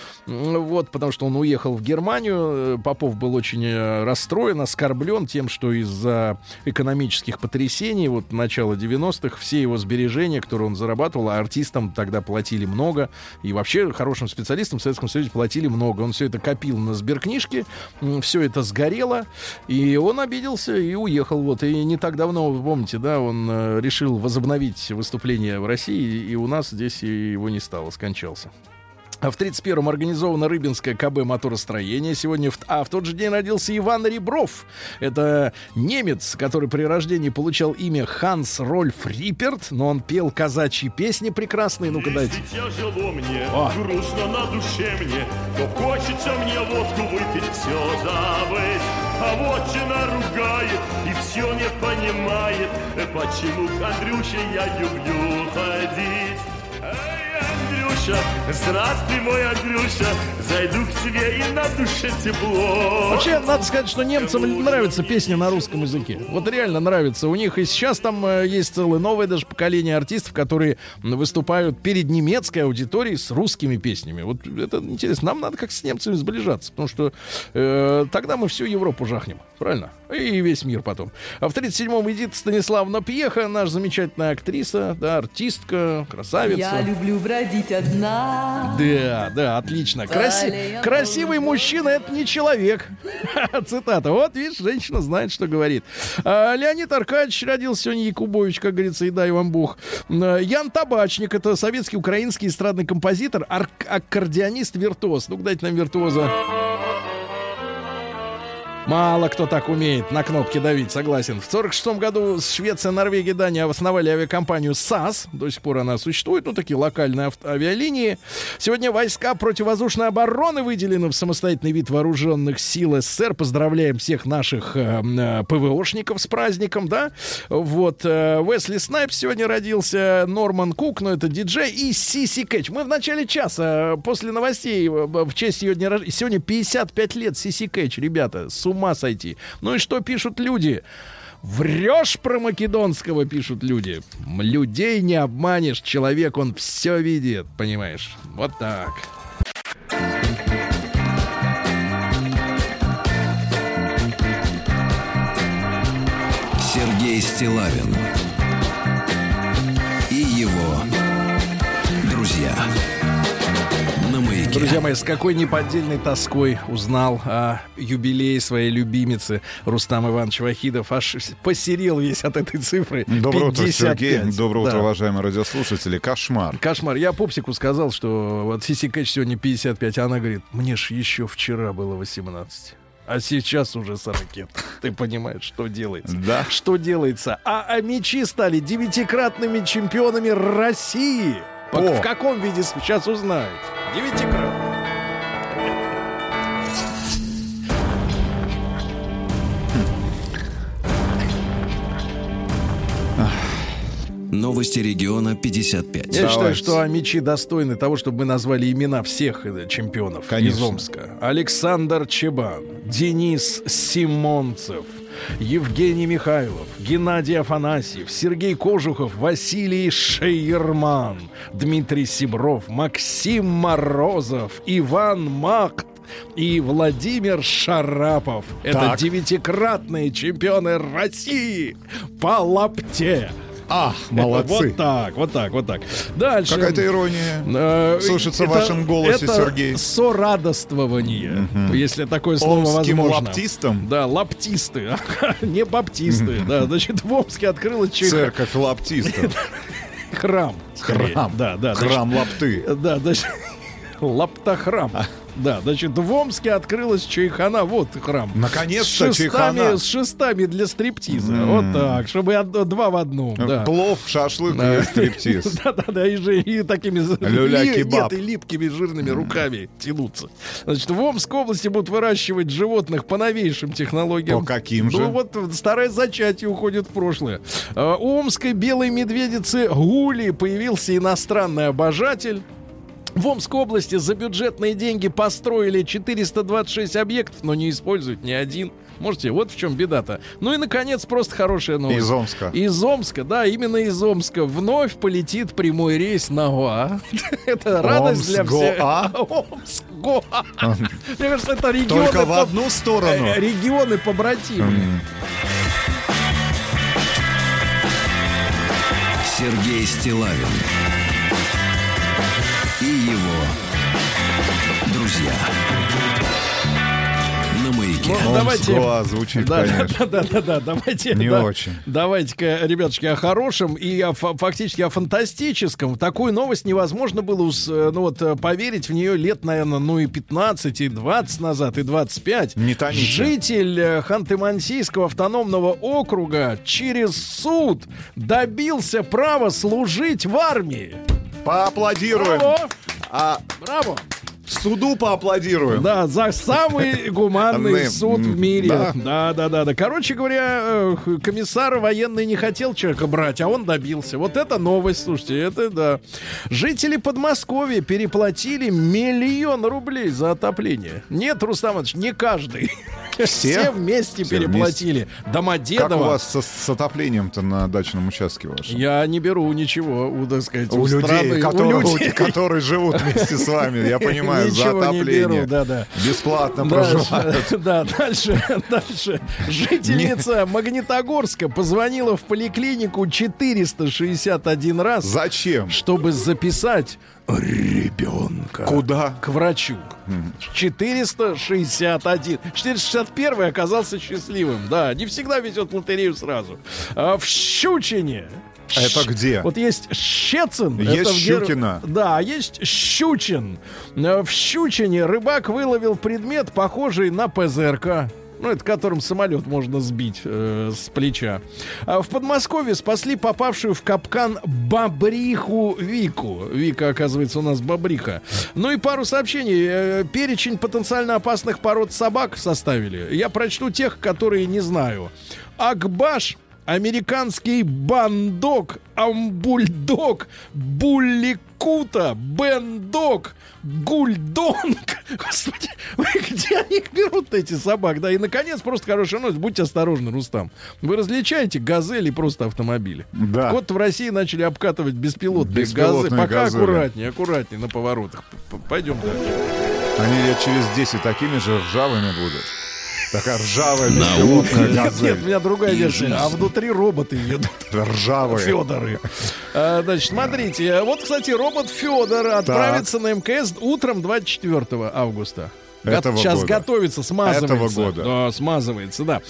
Вот, потому что он уехал в Германию. Попов был очень расстроен, оскорблен тем, что из-за экономических потрясений вот начала 90-х все его сбережения, которые он зарабатывал, а артистам тогда платили много, и вообще хорошим специалистам в Советском Союзе платили много. Он все это копил на сберкнижке, все это сгорело, и он обиделся и уехал. Вот. И не так давно, вы помните, да, он решил возобновить выступление в России, и у нас здесь его не стало, скончался. В 1931-м организовано Рыбинское КБ моторостроения. Сегодня в тот же день родился Иван Ребров. Это немец, который при рождении получал имя Ханс Рольф Рипперт, но он пел казачьи песни прекрасные. Ну-ка дайте. Тяжело мне, грустно на душе мне, то хочется мне водку выпить, все забыть. А вотчина ругает и все не понимает, почему к Андрюше я люблю ходить. Эй, Андрюша! Андрюша, здравствуй, мой Андрюша, зайду к тебе и на душе тепло. Вообще, надо сказать, что немцам нравится песня на русском языке. Вот реально нравится. У них и сейчас там есть целое новое даже поколение артистов, которые выступают перед немецкой аудиторией с русскими песнями. Вот это интересно. Нам надо как с немцами сближаться, потому что тогда мы всю Европу жахнем. Правильно? И весь мир потом. А в 37-м Эдита Станиславовна Пьеха, наша замечательная актриса, да, артистка, красавица. Я люблю бродить одна. Да, отлично. Красивый мужчина — это не человек. Цитата. Вот, видишь, женщина знает, что говорит. Леонид Аркадьевич родился сегодня, Якубович, как говорится, и дай вам Бог. Ян Табачник — это советский украинский эстрадный композитор, аккордеонист-виртуоз. Ну-ка, дайте нам виртуоза. Мало кто так умеет на кнопки давить, согласен. В 1946 году Швеция, Норвегия, Дания основали авиакомпанию САС. До сих пор она существует, ну, такие локальные авиалинии. Сегодня войска противовоздушной обороны выделены в самостоятельный вид вооруженных сил СССР. Поздравляем всех наших ПВОшников с праздником, да? Вот, Уэсли Снайпс сегодня родился, Норман Кук, ну, это диджей, и Сиси Кэтч. Мы в начале часа, после новостей, в честь ее дня рождения, сегодня 55 лет Сиси Кэтч, ребята, с ума сойти. Ну и что пишут люди? Врешь про Македонского, пишут люди. Людей не обманешь, человек, он все видит, понимаешь? Вот так. Сергей Стиллавин и его друзья. Друзья мои, с какой неподдельной тоской узнал о юбилее своей любимицы Рустам Иванович Вахидов. Аж посерел весь от этой цифры. Доброе утро, 55. Сергей. Доброе утро, Да. уважаемые радиослушатели. Кошмар. Кошмар. Я Пупсику сказал, что вот Сиси Кэтч сегодня 55, а она говорит, мне ж еще вчера было 18. А сейчас уже 40. Ты понимаешь, что делается? Да. Что делается? А мячи стали 9-кратными чемпионами России. О. В каком виде сейчас узнаете? 9-кратно. Новости региона 55. Я считаю, что мячи достойны того, чтобы мы назвали имена всех чемпионов Конечно. из Омска. Александр Чебан, Денис Симонцев, Евгений Михайлов, Геннадий Афанасьев, Сергей Кожухов, Василий Шейерман, Дмитрий Сибров, Максим Морозов, Иван Макт и Владимир Шарапов. Это Так. 9-кратные чемпионы России по лапте. Молодцы. Вот так. Дальше. Какая-то ирония слышится в вашем голосе, это Сергей. сорадоствование, если такое слово Омским возможно. лаптистам? Да, лаптисты, не баптисты. Да, значит, в Омске открылась Церковь лаптистов. храм. скорее. Храм. Да. Храм лапты. Да, значит, лаптохрам. Да, значит, в Омске открылась чайхана. Вот храм. Наконец-то чайхана. С шестами для стриптиза. Вот так, чтобы два в одном. Да. Плов, шашлык и стриптиз. Да, и такими Люля-кебаб. и липкими жирными руками тянуться. Значит, в Омской области будут выращивать животных по новейшим технологиям. По каким же? Ну вот старое зачатие уходит в прошлое. У омской белой медведицы Гули появился иностранный обожатель. В Омской области за бюджетные деньги построили 426 объектов, но не используют ни один. Можете, вот в чем беда-то. Ну и, наконец, просто хорошая новость. Из Омска. Из Омска, да, именно из Омска. Вновь полетит прямой рейс на Гоа. Это радость для всех. Омск-Гоа. Мне кажется, это регионы... Только в одну сторону. Регионы побратимы. Сергей Стиллавин и его друзья. На маяке. Ну, давайте... Омск-Гоа звучит, конечно. Да, давайте. Не очень. Давайте-ка, ребятушки, о хорошем и фактически о фантастическом. Такую новость невозможно было поверить в нее лет, наверное, и 15, и 20 назад, и 25. Не тоните. Житель Ханты-Мансийского автономного округа через суд добился права служить в армии. Поаплодируем. Браво! Браво! Суду поаплодируем. Да, за самый гуманный суд в мире. Да. Да. Короче говоря, комиссар военный не хотел человека брать, а он добился. Вот это новость, слушайте, это да. Жители Подмосковья переплатили 1 000 000 рублей за отопление. Нет, Рустам Иванович, не каждый. Все вместе переплатили. Домодедово. Как у вас с отоплением-то на дачном участке вашем? Я не беру ничего, так сказать, у людей, людей, которые живут вместе с вами. Я понимаю, за ничего не отопление. беру, да. Бесплатно проживают. Да, дальше. Жительница Магнитогорска позвонила в поликлинику 461 раз. Зачем? Чтобы записать ребенка. Куда? К врачу. 461. 461 оказался счастливым. Да, не всегда везет в лотерею сразу. В Щучине. Это где? Вот есть Щецин. Есть Щукино. Да, есть Щучин. В Щучине рыбак выловил предмет, похожий на ПЗРК. Ну, это которым самолет можно сбить с плеча. А в Подмосковье спасли попавшую в капкан бобриху Вику. Вика, оказывается, у нас бобриха. Ну и пару сообщений. Перечень потенциально опасных пород собак составили. Я прочту тех, которые не знаю. Акбаш, американский бандок, амбульдог, булликута, бендог, гульдонг. Господи, где они их берут, эти собак? Да, и, наконец, просто хорошая новость. Будьте осторожны, Рустам. Вы различаете газели и просто автомобили? Да. Вот в России начали обкатывать беспилотные газели. Пока аккуратнее на поворотах. Пойдем дальше. Они лет через 10 такими же ржавыми будут. Такая ржавая беспилотная газель. Нет, у меня другая версия. А внутри роботы едут. Ржавые. Федоры. Значит, смотрите. Вот, кстати, робот Федор отправится на МКС утром 24 августа. Сейчас готовится, смазывается. Этого года. Да, смазывается, да.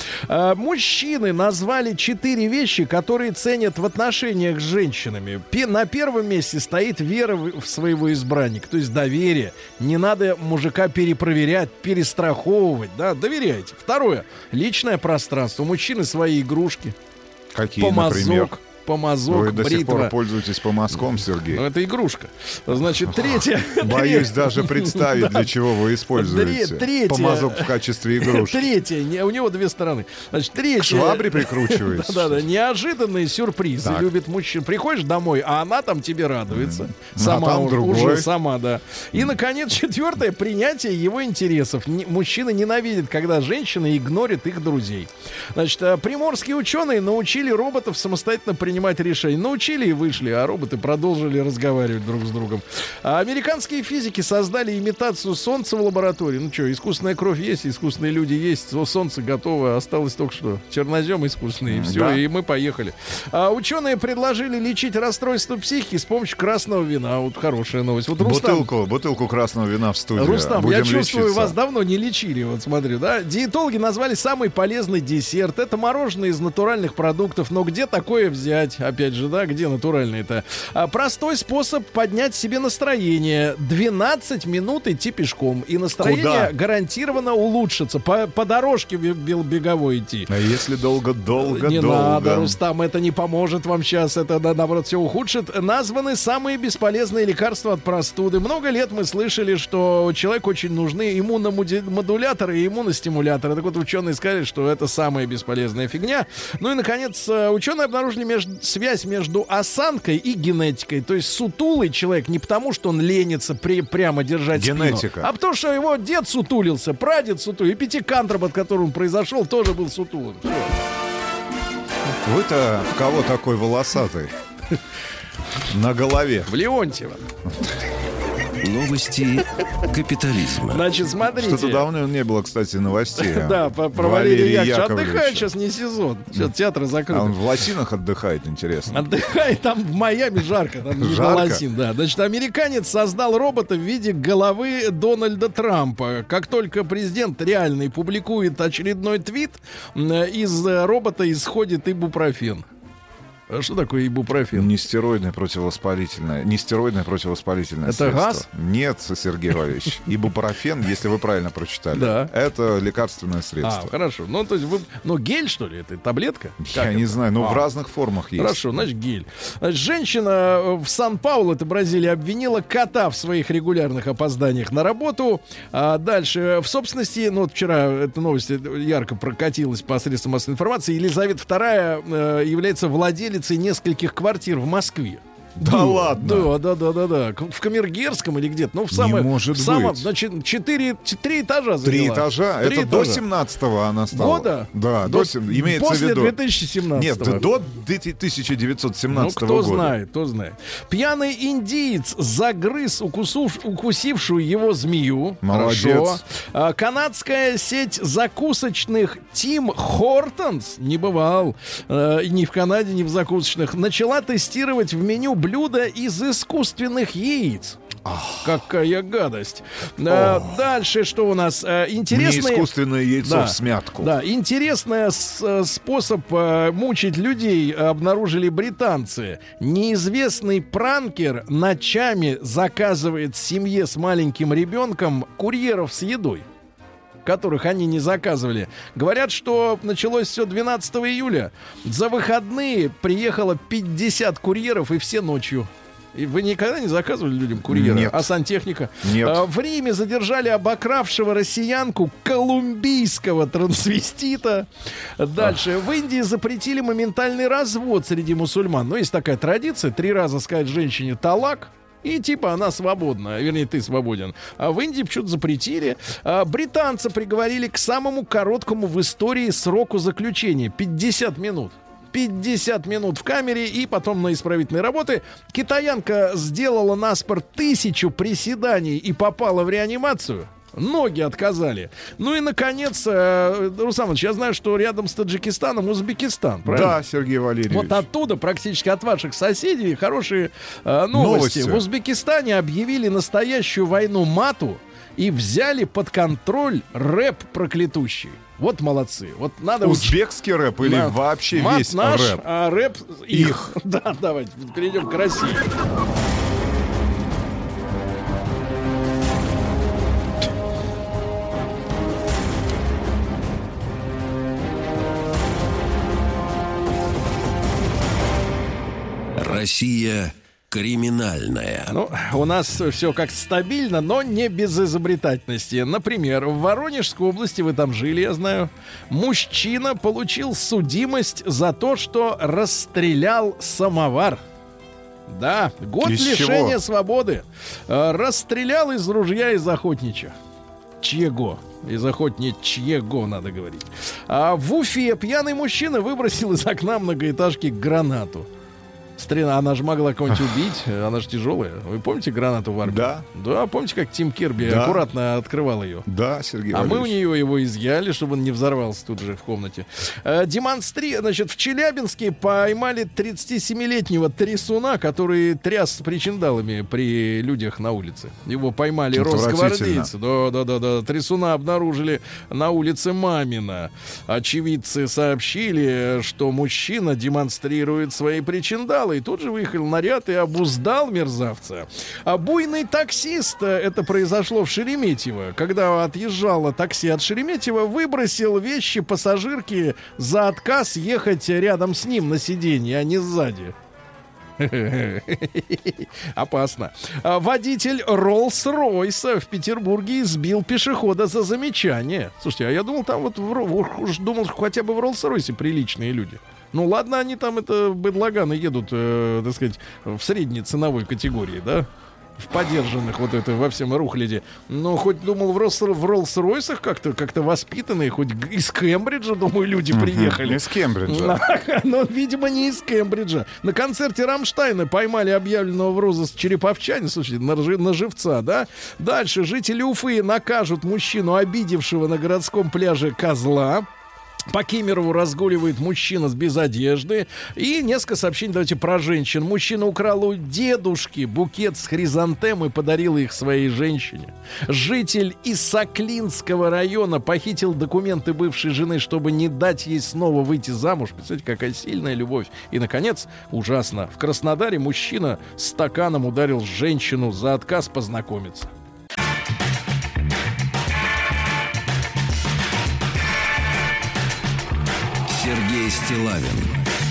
Мужчины назвали 4 вещи, которые ценят в отношениях с женщинами. На первом месте стоит вера в своего избранника, то есть доверие. Не надо мужика перепроверять, перестраховывать, да, доверяйте. Второе. Личное пространство. У мужчины свои игрушки. Какие, например? Помазок, вы до сих пор бритва. Пользуетесь помазком, Сергей? Ну, это игрушка. Значит, третье. Боюсь даже представить, для чего вы используете помазок в качестве игрушки. Третье. У него 2 стороны. Значит, третье. К швабре прикручивается. Да. Неожиданные сюрпризы любит мужчин. Приходишь домой, а она там тебе радуется. Сама уже сама, да. И, наконец, 4. Принятие его интересов. Мужчины ненавидят, когда женщины игнорят их друзей. Значит, приморские ученые научили роботов самостоятельно принимать решения. Научили и вышли, а роботы продолжили разговаривать друг с другом. А американские физики создали имитацию Солнца в лаборатории. Ну что, искусственная кровь есть, искусственные люди есть, Солнце готово, осталось только что чернозем искусственный, и все, да. И мы поехали. Ученые предложили лечить расстройство психики с помощью красного вина. Вот хорошая новость. Вот, Рустам, бутылку красного вина в студии. Рустам, будем я чувствую, лечиться. Вас давно не лечили, вот смотрю, да? Диетологи назвали самый полезный десерт. Это мороженое из натуральных продуктов, но где такое взять? Опять же, да, где натуральные-то? Простой способ поднять себе настроение. 12 минут идти пешком. И настроение гарантированно улучшится. По дорожке беговой идти. А если долго-долго? Не надо, Рустам, это не поможет вам сейчас. Это, наоборот, все ухудшит. Названы самые бесполезные лекарства от простуды. Много лет мы слышали, что человеку очень нужны иммуномодуляторы и иммуностимуляторы. Так вот, ученые сказали, что это самая бесполезная фигня. Ну и, наконец, ученые обнаружили связь между осанкой и генетикой. То есть сутулый человек не потому, что он ленится прямо держать генетика. Спину, а потому, что его дед сутулился, прадед сутулился, и Пятикантроп, от которого он произошел, тоже был сутулым. Все. Вы-то в кого такой волосатый? На голове. В Леонтьева. Новости капитализма. Значит, смотрите. Что-то давно не было, кстати, новостей. Да, про Валерия Яковлевича. Отдыхает сейчас не сезон. Сейчас театры закрыты. А он в лосинах отдыхает, интересно. Отдыхает, там в Майами жарко. Там не лосин, да. Значит, американец создал робота в виде головы Дональда Трампа. Как только президент реальный публикует очередной твит, из робота исходит ибупрофен. А что такое ибупрофен? Нестероидное противовоспалительное Это средство. газ? Нет, Сергей Валерьевич. Ибупрофен, если вы правильно прочитали, Да. это лекарственное средство. Хорошо. Ну, то есть гель, что ли, это таблетка? Я не знаю, но в разных формах есть. Хорошо, значит, гель. Значит, женщина в Сан-Паулу, это Бразилия, обвинила кота в своих регулярных опозданиях на работу. А дальше, в собственности, вот вчера эта новость ярко прокатилась по средствам массовой информации, Елизавета II является владелицей нескольких квартир в Москве. Да ладно? Да. В Камергерском или где-то. Ну, Не может быть. Значит, 3 этажа заняла. 3 этажа? Три Это до этажа. 17-го она стала? Года? Да, имеется после в виду. 2017-го. Нет, до 1917 кто года. кто знает. Пьяный индиец загрыз укусившую его змею. Молодец. Хорошо. Канадская сеть закусочных Тим Хортонс, не бывал ни в Канаде, ни в закусочных, начала тестировать в меню блюда из искусственных яиц. Какая гадость. Дальше что у нас? Интересный... Не искусственное яйцо в смятку. Да, интересный способ мучить людей обнаружили британцы. Неизвестный пранкер ночами заказывает семье с маленьким ребенком курьеров с едой, которых они не заказывали. Говорят, что началось все 12 июля. За выходные приехало 50 курьеров, и все ночью. И вы никогда не заказывали людям курьера? Нет. А сантехника? Нет. В Риме задержали обокравшего россиянку колумбийского трансвестита. Дальше. В Индии запретили моментальный развод среди мусульман. Но есть такая традиция: 3 раза сказать женщине талак, и типа она свободна, вернее, ты свободен. А в Индии почему-то запретили. Британца приговорили к самому короткому в истории сроку заключения. 50 минут. 50 минут в камере и потом на исправительные работы. Китаянка сделала наспор 1000 приседаний и попала в реанимацию. Ноги отказали. Ну и, наконец, Руслан Ильич, я знаю, что рядом с Таджикистаном Узбекистан, правильно? Да, Сергей Валерьевич. Вот оттуда, практически от ваших соседей, хорошие новости. В Узбекистане объявили настоящую войну мату и взяли под контроль рэп проклятущий. Вот молодцы. Вот надо узбекский рэп или вообще мат весь наш, рэп? А рэп их. Да, давайте перейдем к России. Россия криминальная. Ну, у нас все как стабильно, но не без изобретательности. Например, в Воронежской области, вы там жили, я знаю, мужчина получил судимость за то, что расстрелял самовар. Да, год лишения свободы. Расстрелял из ружья из охотничьего. Чьего? Из охотничьего, надо говорить. А в Уфе пьяный мужчина выбросил из окна многоэтажки гранату. Она же могла кого-нибудь убить, она же тяжелая. Вы помните гранату в армии? Да. Да, помните, как Тим Кирби аккуратно открывал ее? Да, Сергей А Валерьевич. мы у нее его изъяли, чтобы он не взорвался тут же в комнате. Значит, в Челябинске поймали 37-летнего трясуна, который тряс причиндалами при людях на улице. Его поймали росгвардейцы. Да. Трясуна обнаружили на улице Мамина. Очевидцы сообщили, что мужчина демонстрирует свои причиндалы. И тут же выехал наряд и обуздал мерзавца. А буйный таксист, это произошло в Шереметьево, когда отъезжало такси от Шереметьево, выбросил вещи пассажирки за отказ ехать рядом с ним на сиденье, а не сзади. Опасно. Водитель Роллс-Ройса в Петербурге избил пешехода за замечание. Слушайте, а я думал, там думал, хотя бы в Роллс-Ройсе приличные люди. Ну ладно, они там быдлаганы едут, так сказать, в средней ценовой категории, да? В подержанных вот это во всем рухляде. Но хоть думал в Роллс-Ройсах как-то воспитанные, хоть из Кембриджа, думаю, люди приехали. Из Кембриджа. Но, видимо, не из Кембриджа. На концерте Рамштайна поймали объявленного в розыск череповчанина, слушайте, на живца, да? Дальше жители Уфы накажут мужчину, обидевшего на городском пляже козла. По Кемерову разгуливает мужчина без одежды. И несколько сообщений, давайте, про женщин. Мужчина украл у дедушки букет с хризантем и подарил их своей женщине. Житель из Соклинского района похитил документы бывшей жены, чтобы не дать ей снова выйти замуж. Представляете, какая сильная любовь. И, наконец, ужасно, в Краснодаре мужчина стаканом ударил женщину за отказ познакомиться. Сергей Стиллавин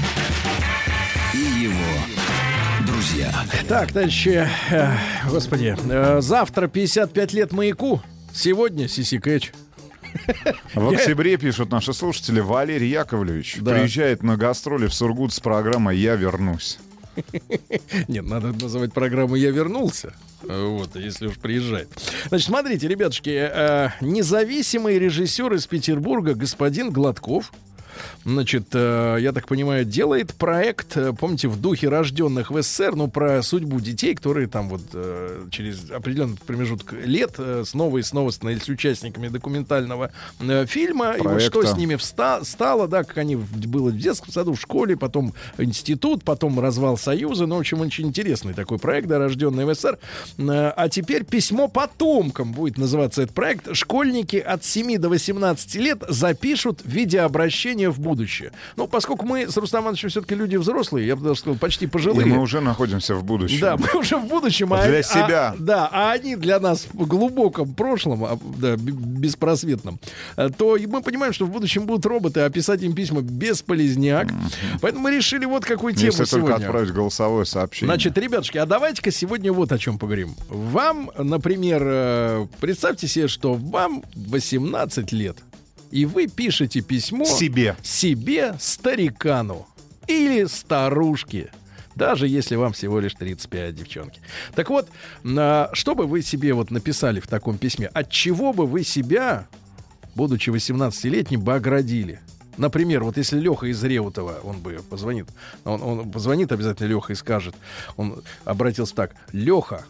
и его друзья. Так, товарищи, господи, завтра 55 лет «Маяку», сегодня Сиси Кэтч. В октябре, пишут наши слушатели, Валерий Яковлевич приезжает на гастроли в Сургут с программой «Я вернусь». Нет, надо называть программу «Я вернулся». Вот, если уж приезжает. Значит, смотрите, ребятушки, независимый режиссер из Петербурга господин Гладков, значит, я так понимаю, делает проект, помните, в духе рожденных в СССР, ну, про судьбу детей, которые там вот через определенный промежуток лет снова и снова становились участниками документального фильма. Проекта. И вот что с ними стало, да, как они было в детском саду, в школе, потом институт, потом развал Союза. Ну, в общем, очень интересный такой проект, да, рожденный в СССР. А теперь «Письмо потомкам» будет называться этот проект. Школьники от 7 до 18 лет запишут видеообращение в будущее. Ну, поскольку мы с Рустамом Ивановичем все-таки люди взрослые, я бы даже сказал, почти пожилые. И мы уже находимся в будущем. Да, мы уже в будущем. Для себя. А они для нас в глубоком прошлом, да, беспросветном, то мы понимаем, что в будущем будут роботы, а писать им письма бесполезняк. Поэтому мы решили вот какую тему Если сегодня. только отправить голосовое сообщение. Значит, ребятушки, а давайте-ка сегодня вот о чем поговорим. Вам, например, представьте себе, что вам 18 лет, и вы пишете письмо себе, старикану или старушке, даже если вам всего лишь 35, девчонки. Так вот, что бы вы себе вот написали в таком письме? От чего бы вы себя, будучи 18-летним, бы оградили? Например, вот если Леха из Реутова, он бы позвонит, он позвонит обязательно, Леха, и скажет, он обратился так: Леха,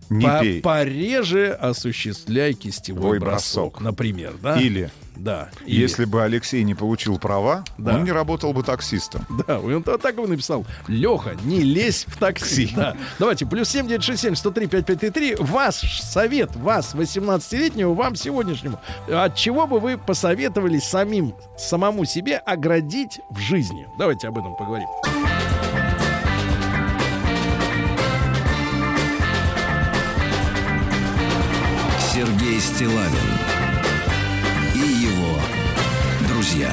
пореже осуществляй кистевой бросок, например, да? Или, да, если бы Алексей не получил права, он не работал бы таксистом. Да, он так бы написал: Леха, не лезь в такси. Да. Давайте, +7 967 103 5533. Ваш совет, вас, 18-летнего, вам сегодняшнему. От чего бы вы посоветовали самому себе оградить в жизни? Давайте об этом поговорим. Сергей Стиллавин и его друзья.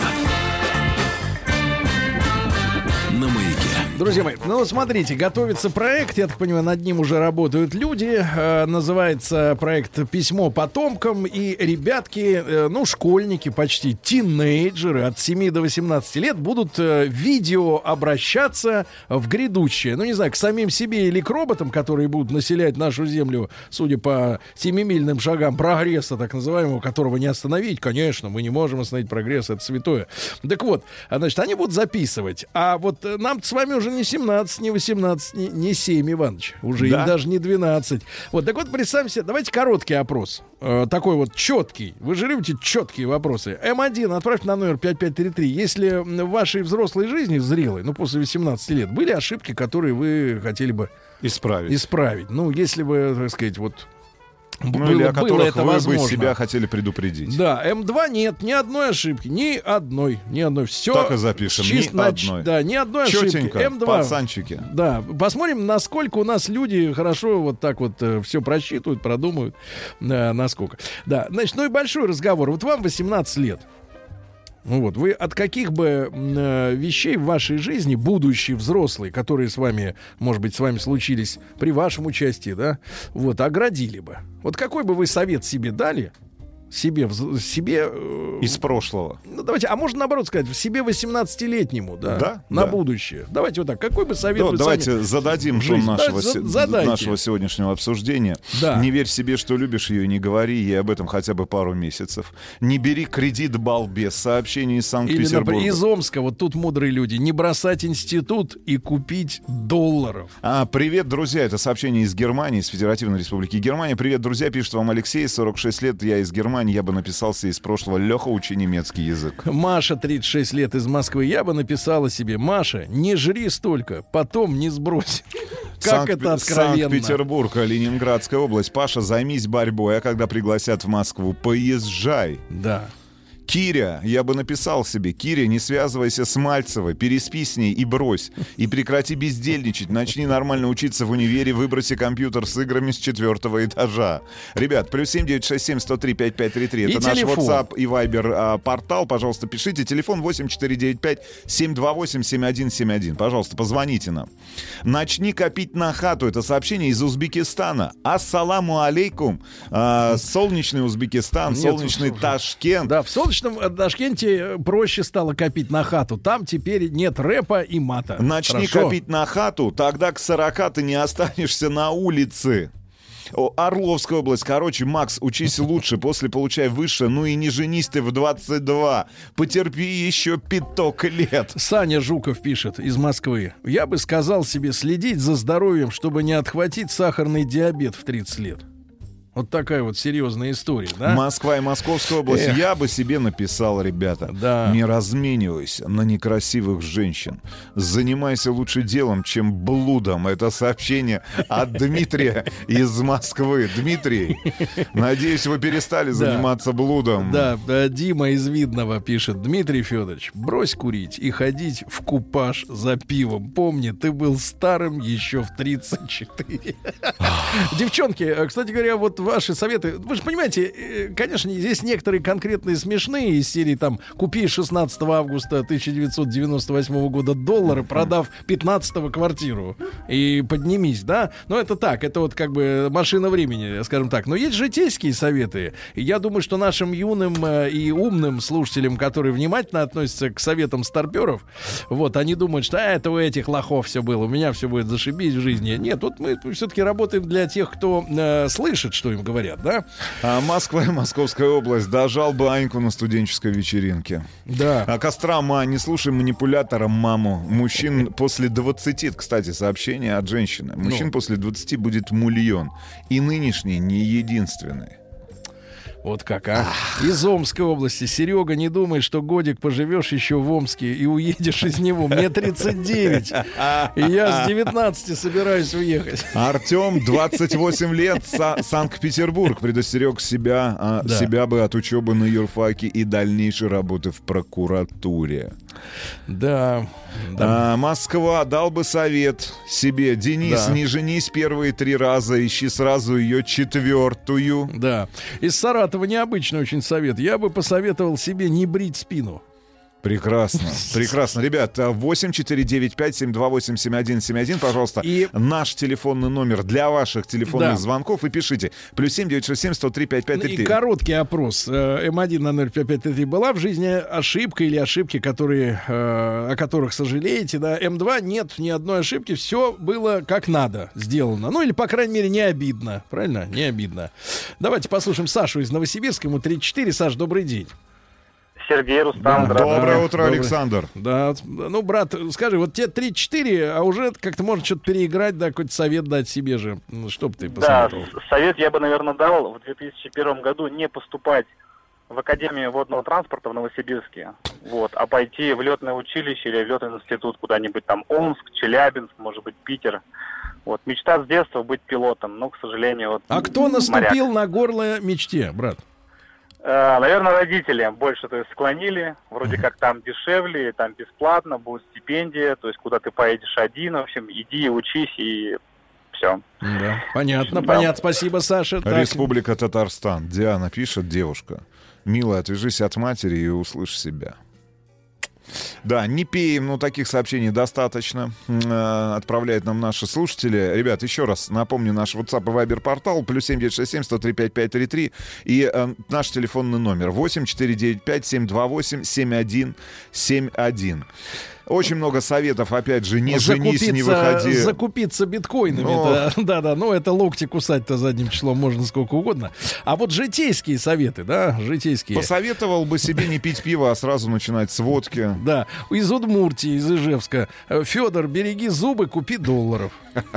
На Маяке. Друзья мои, ну смотрите, готовится проект, я так понимаю, над ним уже работают люди. Называется проект «Письмо потомкам». И ребятки, ну, школьники, почти тинейджеры от 7 до 18 лет будут видео обращаться в грядущее. Ну, не знаю, к самим себе или к роботам, которые будут населять нашу землю, судя по 7-мильным шагам прогресса, так называемого, которого не остановить. Конечно, мы не можем остановить прогресс, это святое. Так вот, значит, они будут записывать. А вот нам с вами уже не 17, не 18, не 7, Иванович. Уже им даже не 12. Вот, так вот, представьте себе, давайте короткий опрос. Такой вот четкий. Вы же любите четкие вопросы. М1 отправьте на номер 5533. Если в вашей взрослой жизни, зрелой, ну, после 18 лет, были ошибки, которые вы хотели бы исправить. Ну, если бы, так сказать, вот... Ну, или о которых это вы возможно. бы себя хотели предупредить. Да, М2 нет, ни одной ошибки. Ни одной. Все. Так и запишем, ни одной. Да, ни одной Чётенько, ошибки. М2. пацанчики. Да, посмотрим, насколько у нас люди хорошо вот так вот все просчитывают, продумают. Насколько. Да, значит, ну и большой разговор. Вот вам 18 лет. Ну вот, вы от каких бы вещей в вашей жизни, будущие взрослые, которые с вами, может быть, с вами случились при вашем участии, да, вот, оградили бы? Вот какой бы вы совет себе дали? Себе из прошлого. Ну, давайте, а можно наоборот сказать, себе 18-летнему, да, на будущее. Давайте вот так. Какой бы совет вы давайте зададим тон нашего нашего сегодняшнего обсуждения. Да. Не верь себе, что любишь ее, не говори ей об этом хотя бы пару месяцев. Не бери кредит, балбес. Сообщение из Санкт-Петербурга. Или, например, из Омска, вот тут мудрые люди. Не бросать институт и купить долларов. Привет, друзья. Это сообщение из Германии, из Федеративной Республики Германия. Привет, друзья. Пишет вам Алексей, 46 лет, я из Германии. внимание, я бы написал себе из прошлого: Леха, учи немецкий язык. Маша, 36 лет, из Москвы. Я бы написала себе: Маша, не жри столько, потом не сбрось. Как это откровенно. Санкт-Петербург, Ленинградская область. Паша, займись борьбой, а когда пригласят в Москву, поезжай. Да. Киря, я бы написал себе: Киря, не связывайся с Мальцевой, переспи с ней и брось. И прекрати бездельничать, начни нормально учиться в универе, выброси компьютер с играми с 4-го этажа. Ребят, +7 967 103 5533. Это наш телефон. WhatsApp и Viber портал. Пожалуйста, пишите. Телефон 8495 728 7171. Пожалуйста, позвоните нам. Начни копить на хату. Это сообщение из Узбекистана. Ассаламу алейкум. Солнечный Узбекистан, солнечный Ташкент. Да, в солнечном Ташкенте проще стало копить на хату. Там теперь нет рэпа и мата. Начни копить на хату, тогда к 40 ты не останешься на улице. Орловская область. Короче, Макс, учись лучше, после получай выше, ну и не женись ты в 22. Потерпи еще 5 лет. Саня Жуков пишет из Москвы. Я бы сказал себе следить за здоровьем, чтобы не отхватить сахарный диабет в 30 лет. Вот такая вот серьезная история, да? Москва и Московская область. Я бы себе написал, ребята, не разменивайся на некрасивых женщин. Занимайся лучше делом, чем блудом. Это сообщение от Дмитрия из Москвы. Дмитрий, надеюсь, вы перестали заниматься блудом. Да, Дима из Видного пишет. Дмитрий Федорович, брось курить и ходить в купаж за пивом. Помни, ты был старым еще в 34. Девчонки, кстати говоря, вот ваши советы, вы же понимаете, конечно, здесь некоторые конкретные смешные из серии там «Купи 16 августа 1998 года доллары, продав 15-го квартиру и поднимись», да? Но это так, это вот как бы машина времени, скажем так. Но есть житейские советы. И я думаю, что нашим юным и умным слушателям, которые внимательно относятся к советам старперов, вот, они думают, что это у этих лохов все было, у меня все будет зашибись в жизни. Нет, вот мы все-таки работаем для тех, кто слышит, что им говорят, да? Москва и Московская область. Дожал бы Аньку на студенческой вечеринке. Да. Кострома, не слушай манипулятора маму. Мужчин после 20, кстати, сообщение от женщины. Мужчин после 20 будет миллион. И нынешний не единственный. Вот как, а? Из Омской области. Серега, не думай, что годик поживешь еще в Омске и уедешь из него. Мне 39. И я с 19 собираюсь уехать. Артем, 28 лет, Санкт-Петербург. Предостерег себя бы от учебы на юрфаке и дальнейшей работы в прокуратуре. Да. Москва, дал бы совет себе: Денис, не женись первые 3 раза, ищи сразу ее 4-ю. Да. Из Саратова необычный очень совет. Я бы посоветовал себе не брить спину. Прекрасно, прекрасно. Ребят, 8495-728-7171, пожалуйста, и наш телефонный номер для ваших телефонных звонков. И пишите. +7 967 103 5533. И короткий опрос. М1 на 0553. Была в жизни ошибка или ошибки, о которых сожалеете? Да? М2 нет ни одной ошибки. Все было как надо сделано. Ну или, по крайней мере, не обидно. Правильно? Не обидно. Давайте послушаем Сашу из Новосибирска. Ему 34. Саш, добрый день. Сергей, Рустам, Доброе утро, Александр. Да, ну, брат, скажи, вот тебе 34, а уже как-то можно что-то переиграть, да, какой-то совет дать себе же. Что бы ты посоветовал? Да, совет я бы, наверное, дал в 2001 году не поступать в Академию водного транспорта в Новосибирске, вот, а пойти в летное училище или в летный институт куда-нибудь там, Омск, Челябинск, может быть, Питер. Вот, мечта с детства быть пилотом, но, к сожалению, вот... А кто наступил на горло мечте, брат? Наверное, родители больше, то есть, склонили. Вроде как там дешевле, там бесплатно, будет стипендия. То есть, куда ты поедешь один, в общем, иди, учись и все. Да, понятно, понятно. Спасибо, Саша. Республика Татарстан. Диана пишет, девушка: милая, отвяжись от матери и услышь себя. Да, не пеем, но таких сообщений достаточно. Отправляют нам наши слушатели. Ребят, еще раз напомню, наш WhatsApp и Viber портал +7 967 103 5533 и наш телефонный номер 8495 728 7171. Очень много советов, опять же, не женись, не выходи. Закупиться биткоинами. Да, ну это локти кусать-то задним числом можно сколько угодно. А вот житейские советы, да, житейские. Посоветовал бы себе не пить пиво, а сразу начинать с водки. Да, из Удмуртии, из Ижевска. Федор, береги зубы, купи долларов.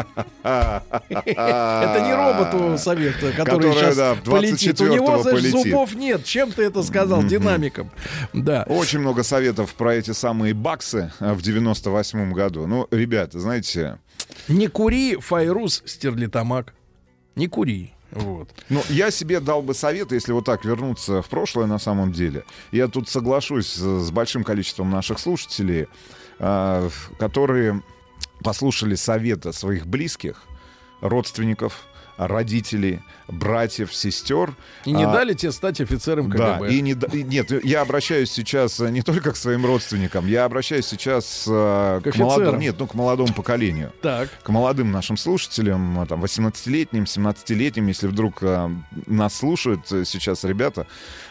Это не роботу совет, который сейчас полетит. У него, значит, зубов нет. Чем ты это сказал? Динамиком. Да. Очень много советов про эти самые баксы в 98-м году. Ну, ребята, знаете... Не кури, Файрус, стерлитамак. Не кури. Вот. Ну, я себе дал бы совет, если вот так вернуться в прошлое на самом деле. Я тут соглашусь с большим количеством наших слушателей, которые послушали совета своих близких, родственников, родителей, братьев, сестер. И не дали тебе стать офицером КГБ. Да, нет, я обращаюсь сейчас не только к своим родственникам, я обращаюсь сейчас к молодому поколению. Так. К молодым нашим слушателям, там, 18-летним, 17-летним, если вдруг нас слушают сейчас ребята.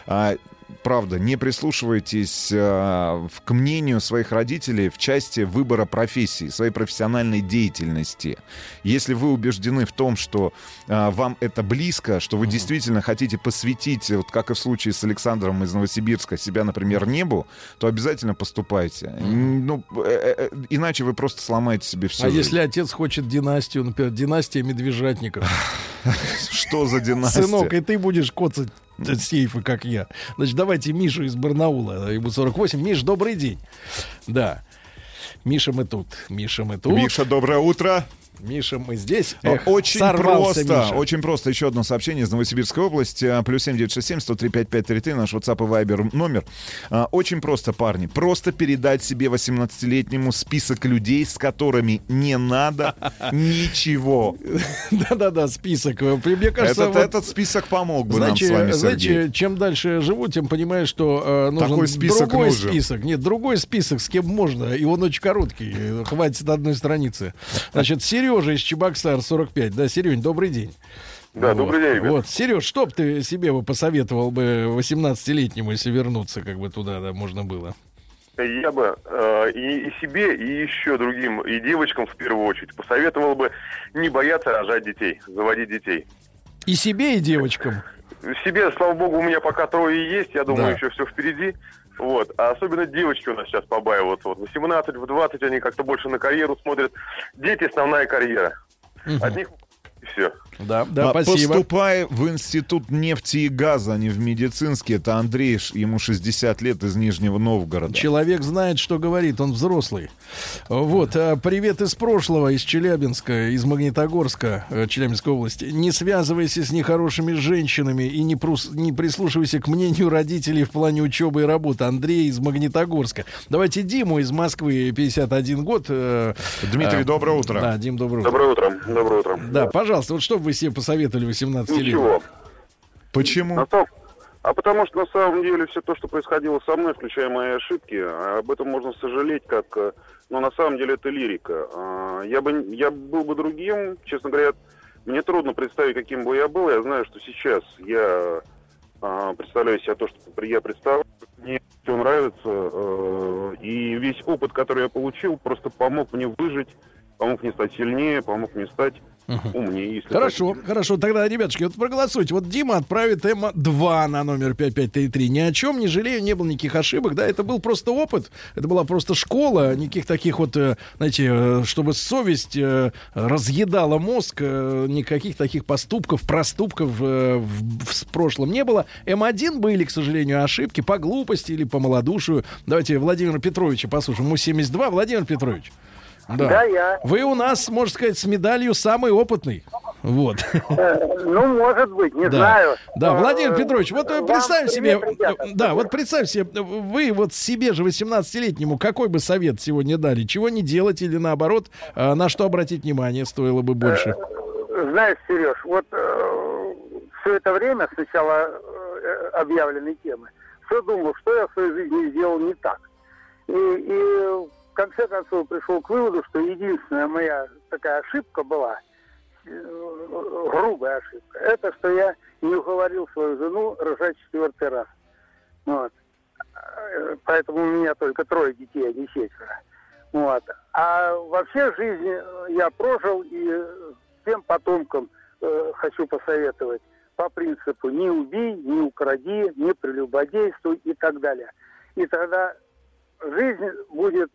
Правда, не прислушивайтесь к мнению своих родителей в части выбора профессии, своей профессиональной деятельности. Если вы убеждены в том, что вам это близко, что вы действительно хотите посвятить, вот как и в случае с Александром из Новосибирска, себя, например, небу, то обязательно поступайте. Ну, иначе вы просто сломаете себе всю жизнь. Если отец хочет династию, например, династия медвежатников? Что за династия? Сынок, и ты будешь коцать сейфы, как я. Значит, давайте Мишу из Барнаула, ему 48. Миш, добрый день. Да. Миша, мы тут. Миша, доброе утро. Миша, мы здесь. Очень просто. Еще одно сообщение из Новосибирской области. +7 967 103 5533, наш WhatsApp и Viber номер. Очень просто, парни. Просто передать себе 18-летнему список людей, с которыми не надо ничего. Да-да-да, список. Мне кажется, этот список помог бы нам с вами, Сергей. Значит, чем дальше я живу, тем понимаю, что нужен другой список. Нет, другой список, с кем можно. И он очень короткий. Хватит одной страницы. Значит, Сережа из Чебоксар, 45. Да, Серёнь, добрый день. Да, добрый день, ребят. Вот, Сереж, что бы ты себе посоветовал бы 18-летнему, если вернуться как бы туда, да, можно было? Я бы и себе, и еще другим, и девочкам в первую очередь посоветовал бы не бояться рожать детей, заводить детей. И себе, и девочкам? Себе, слава богу, у меня пока 3 есть, я думаю, еще все впереди. Вот. А особенно девочки у нас сейчас побаиваются. Вот 18, в 20 они как-то больше на карьеру смотрят. Дети — основная карьера. От них и все. Да, спасибо. Поступай в институт нефти и газа, а не в медицинский. Это Андрей, ему 60 лет, из Нижнего Новгорода. Человек знает, что говорит, он взрослый. Вот, привет из прошлого, из Челябинска, из Магнитогорска, Челябинской области. Не связывайся с нехорошими женщинами и не прислушивайся к мнению родителей в плане учебы и работы. Андрей из Магнитогорска. Давайте Диму из Москвы, 51 год. Дмитрий, доброе утро. Да, Дим, доброе утро. Доброе утро. Да, пожалуйста, вот что бы вы себе посоветовали 18-летним? Ничего. Почему? Потому что на самом деле все то, что происходило со мной, включая мои ошибки, об этом можно сожалеть, но на самом деле это лирика. Я был бы другим, честно говоря, мне трудно представить, каким бы я был. Я знаю, что сейчас я представляю себе то, что я представляю. Мне все нравится, и весь опыт, который я получил, просто помог мне выжить, помог мне стать сильнее, помог мне стать умнее. Хорошо. Тогда, ребятушки, вот проголосуйте. Вот Дима отправит М2 на номер 5533. Ни о чем не жалею, не было никаких ошибок. Да, это был просто опыт. Это была просто школа. Никаких таких вот, знаете, чтобы совесть разъедала мозг. Никаких таких проступков в прошлом не было. М1 были, к сожалению, ошибки по глупости или по малодушию. Давайте Владимира Петровича послушаем. Ему 72. Владимир Петрович. Да, я. Вы у нас, можно сказать, с медалью самый опытный. Вот. Ну, может быть, не знаю. Да, Владимир Петрович, вот представь себе, представь себе, вы вот себе же 18-летнему какой бы совет сегодня дали? Чего не делать или наоборот, на что обратить внимание стоило бы больше? Знаешь, Сереж, вот все это время, с начала объявленной темы, все думал, что я в своей жизни сделал не так. И в конце концов пришел к выводу, что единственная моя такая ошибка была, грубая ошибка, это что я не уговорил свою жену рожать 4-й раз. Вот. Поэтому у меня только 3 детей, а не 7. Вот. А вообще жизнь я прожил, и всем потомкам хочу посоветовать по принципу «не убей, не укради, не прелюбодействуй» и так далее. И тогда жизнь будет,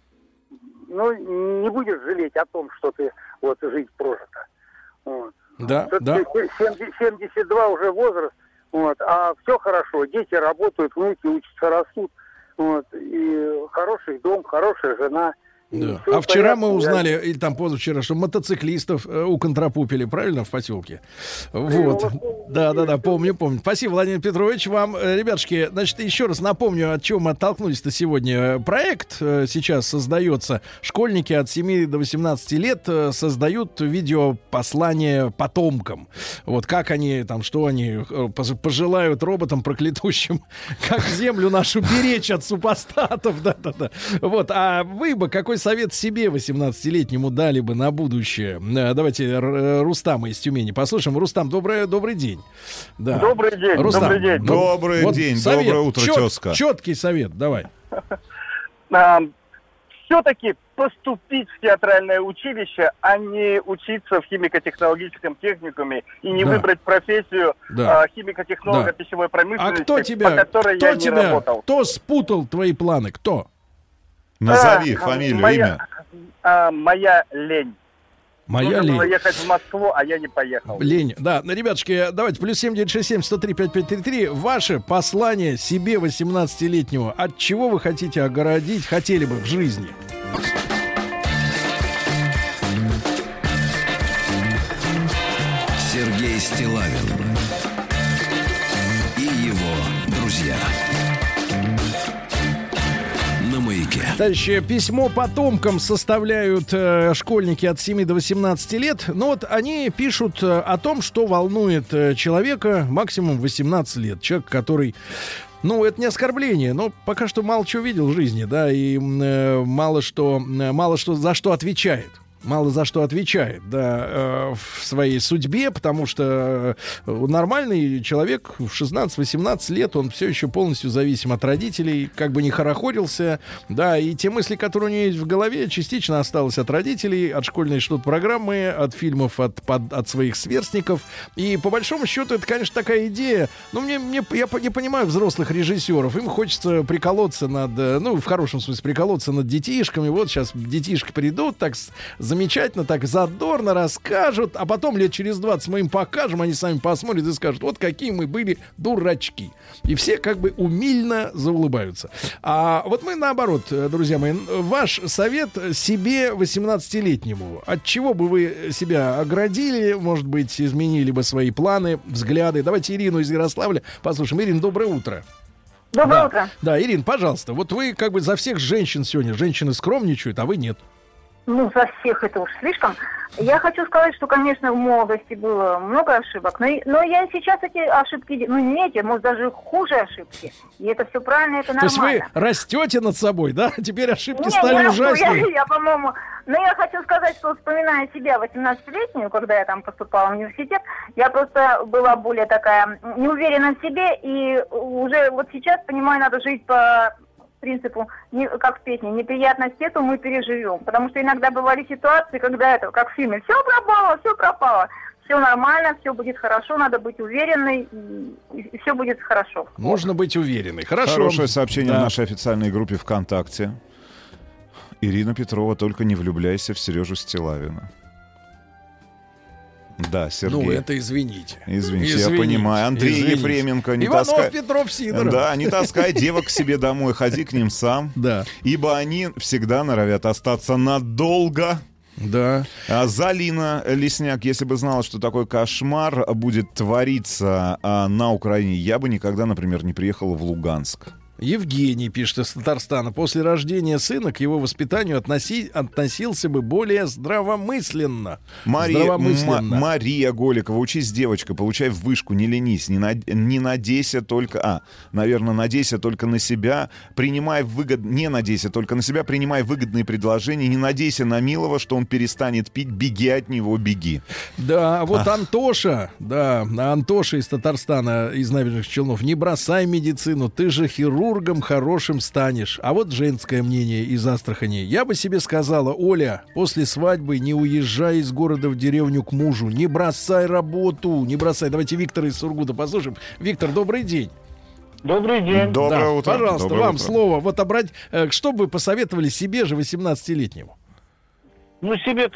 не будешь жалеть о том, что ты жизнь прожита. Вот. Да. 72 уже возраст, а все хорошо, дети работают, внуки учатся, растут, и хороший дом, хорошая жена. Да. А вчера мы узнали, или там позавчера, что мотоциклистов уконтропупили, правильно, в поселке? Вот. Да, помню. Спасибо, Владимир Петрович, вам. Ребятушки, значит, еще раз напомню, от чего мы оттолкнулись-то сегодня. Проект сейчас создается. Школьники от 7 до 18 лет создают видеопослание потомкам. Вот как они, там, что они пожелают роботам проклятущим, как землю нашу беречь от супостатов. Да. Вот, а вы бы какой совет себе 18-летнему дали бы на будущее? Давайте Рустама из Тюмени послушаем. Рустам, добрый день. Да. Добрый день. Рустам, добрый день. Добрый день. Совет, доброе утро, тезка. Четкий совет, давай. Все-таки поступить в театральное училище, а не учиться в химико-технологическом техникуме и не выбрать профессию химико-технолога пищевой промышленности, по которой я не работал. Кто спутал твои планы? Кто? Назови фамилию, имя. Моя лень. Моя лень. Нужно было ехать в Москву, а я не поехал. Лень. Да, ребятушки, давайте, +7 967 103 5533. Ваше послание себе 18-летнему. От чего вы хотите огородить, хотели бы в жизни? Сергей Стиллавин и его друзья. Товарищи, письмо потомкам составляют школьники от 7 до 18 лет. Но вот они пишут о том, что волнует человека максимум 18 лет. Человек, который... это не оскорбление, но пока что мало чего видел в жизни, да, и мало за что отвечает. Мало за что отвечает, да, в своей судьбе, потому что нормальный человек в 16-18 лет, он все еще полностью зависим от родителей, как бы не хорохорился, да, и те мысли, которые у него есть в голове, частично осталось от родителей, от школьной что-то программы, от фильмов, от своих сверстников, и по большому счету это, конечно, такая идея, но я не понимаю взрослых режиссеров, им хочется приколоться в хорошем смысле приколоться над детишками, вот сейчас детишки придут, так замечательно, так задорно расскажут, а потом лет через 20 мы им покажем, они сами посмотрят и скажут, вот какие мы были дурачки. И все как бы умильно заулыбаются. А вот мы наоборот, друзья мои, ваш совет себе 18-летнему. От чего бы вы себя оградили, может быть, изменили бы свои планы, взгляды? Давайте Ирину из Ярославля послушаем. Ирина, доброе утро. Доброе утро. Да, Ирина, пожалуйста, вот вы как бы за всех женщин сегодня, женщины скромничают, а вы нет. За всех это уж слишком. Я хочу сказать, что, конечно, в молодости было много ошибок, но я сейчас эти ошибки, не эти, может, даже хуже ошибки. И это все правильно, это нормально. То есть вы растете над собой, да? Теперь ошибки стали ужаснее. Я, по-моему... Но я хочу сказать, что, вспоминая себя 18-летнюю, когда я там поступала в университет, я просто была более такая неуверена в себе, и уже вот сейчас, понимаю, надо жить по... принципу, как в песне, неприятность эту мы переживем. Потому что иногда бывали ситуации, когда это, как в фильме, все пропало, все нормально, все будет хорошо, надо быть уверенной, и все будет хорошо. Нужно быть уверенной. Хорошо. Хорошее сообщение в нашей официальной группе ВКонтакте. Ирина Петрова, только не влюбляйся в Сережу Стиллавина. Да, Сергей. Это извините. Извините, я понимаю. Андрей Ефременко, не таскай... Петров, Сидоров. Да, не таскай девок к себе домой, ходи к ним сам. Да. Ибо они всегда норовят остаться надолго. Да. Залина Лесняк, если бы знала, что такой кошмар будет твориться на Украине, я бы никогда, например, не приехала в Луганск. Евгений пишет из Татарстана. После рождения сына к его воспитанию относился бы более здравомысленно. Мария Голикова. Учись, девочка, получай вышку, не ленись. Не надейся только... наверное, надейся только на себя. Не надейся только на себя. Принимай выгодные предложения. Не надейся на милого, что он перестанет пить. Беги от него, беги. Да, вот Антоша. Да, Антоша из Татарстана, из Набережных Челнов. Не бросай медицину. Ты же хирург. хирургом хорошим станешь. А вот женское мнение из Астрахани. Я бы себе сказала: Оля, после свадьбы не уезжай из города в деревню к мужу. Не бросай работу, не бросай. Давайте Виктора из Сургута послушаем. Виктор, добрый день. Добрый день. Доброе утро. Пожалуйста, Доброе вам утро. слово. Вот что бы вы посоветовали себе же 18-летнему? Ну, себе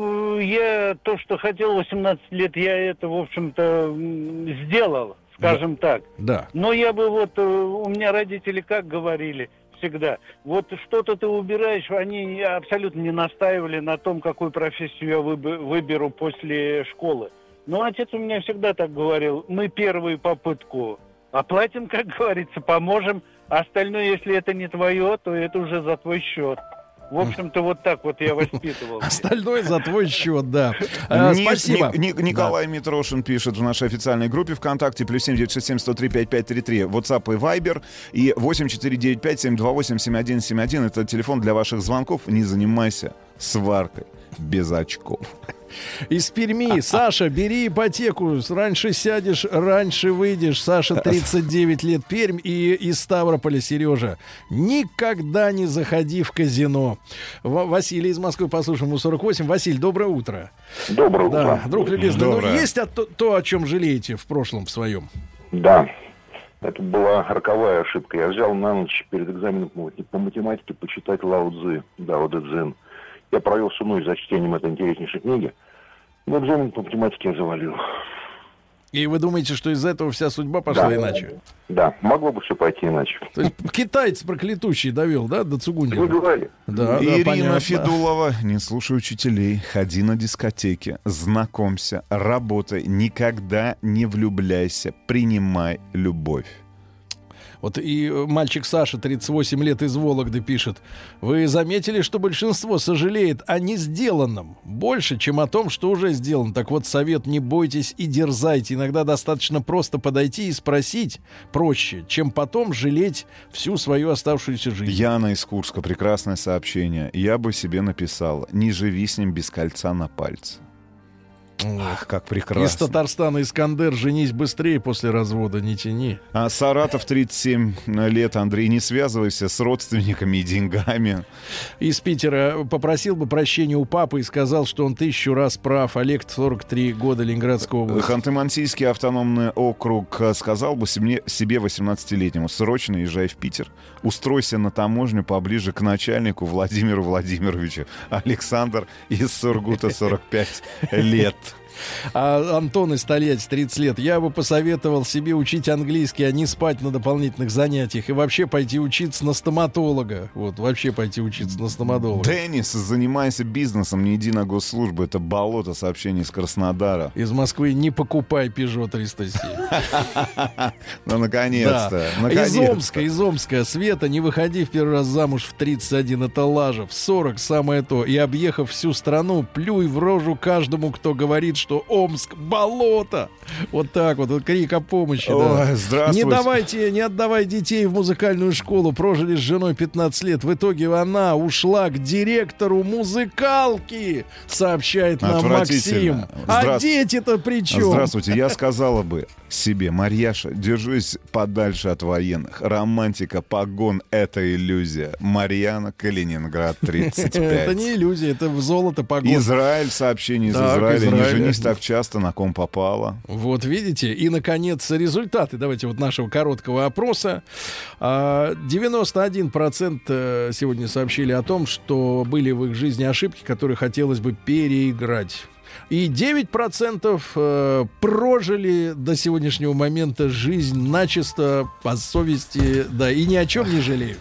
я то, что хотел 18 лет, я это, в общем-то, сделал, скажем так. Да. Но я бы у меня родители как говорили всегда, вот что-то ты убираешь, они абсолютно не настаивали на том, какую профессию я выберу после школы. Но отец у меня всегда так говорил: мы первую попытку оплатим, как говорится, поможем, а остальное, если это не твое, то это уже за твой счет. В общем-то, вот так вот я воспитывал. Остальное за твой счет, да. Спасибо. Николай Митрошин пишет в нашей официальной группе ВКонтакте: +7 967 103 5533, WhatsApp и Viber, и 8495 728 7171. Это телефон для ваших звонков. Не занимайся сваркой без очков. Из Перми. Саша, бери ипотеку. Раньше сядешь, раньше выйдешь. Саша, 39 лет, Пермь. И из Ставрополя Сережа. Никогда не заходи в казино. Василий из Москвы, послушаем, ему 48. Василий, доброе утро. Доброе утро. Да, друг любезный. Доброе. Ну, есть то, о чем жалеете в прошлом в своем? Да. Это была роковая ошибка. Я взял на ночь перед экзаменом по математике почитать Лао Цзы, Дао Дэ Цзин. Я провел всю ночь за чтением этой интереснейшей книги. Но экзамен по математике я завалил. И вы думаете, что из-за этого вся судьба пошла иначе? Да, могло бы все пойти иначе. То есть китаец проклятущий довел, да, до Цугундина? Вы говорили. Да, Ирина понятно. Федулова: не слушай учителей, ходи на дискотеки, знакомься, работай, никогда не влюбляйся, принимай любовь. Вот и мальчик Саша, 38 лет, из Вологды пишет: вы заметили, что большинство сожалеет о не сделанном больше, чем о том, что уже сделано? Так вот, совет: не бойтесь и дерзайте. Иногда достаточно просто подойти и спросить проще, чем потом жалеть всю свою оставшуюся жизнь. Яна из Курска, прекрасное сообщение. Я бы себе написала: не живи с ним без кольца на пальце. Ах, как прекрасно. Из Татарстана Искандер: женись быстрее после развода, не тяни. А Саратов, 37 лет, Андрей: не связывайся с родственниками и деньгами. Из Питера: попросил бы прощения у папы и сказал, что он 1000 раз прав. Олег, 43 года, Ленинградская область. Ханты-Мансийский автономный округ: сказал бы себе 18-летнему: срочно езжай в Питер, устройся на таможню поближе к начальнику Владимиру Владимировичу. Александр из Сургута, 45 лет. А Антон из Тольятти, 30 лет: я бы посоветовал себе учить английский, а не спать на дополнительных занятиях, и вообще пойти учиться на стоматолога. Вот, вообще пойти учиться на стоматолога. Деннис: занимайся бизнесом, не иди на госслужбу, это болото. Сообщение из Краснодара. Из Москвы: не покупай Peugeot 307. Ну, наконец-то. Из Омска: Света, не выходи в первый раз замуж в 31, это лажа. В 40 самое то. И объехав всю страну, плюй в рожу каждому, кто говорит, что Омск — болото. Вот так вот, крик о помощи. Ой, да. здравствуйте. Не отдавай детей в музыкальную школу. Прожили с женой 15 лет. В итоге она ушла к директору музыкалки, сообщает нам Максим. А дети-то при чем? Здравствуйте. Я сказала бы себе: Марьяша, держись подальше от военных. Романтика, погон — это иллюзия. Марьяна, Калининград, 35. Это не иллюзия, это золото, погон. Израиль, сообщение из Израиля: не женись так часто, на ком попало. Вот видите. И, наконец, результаты. Давайте вот нашего короткого опроса. 91% сегодня сообщили о том, что были в их жизни ошибки, которые хотелось бы переиграть. И 9% прожили до сегодняшнего момента жизнь начисто, по совести, да, и ни о чем не жалеют.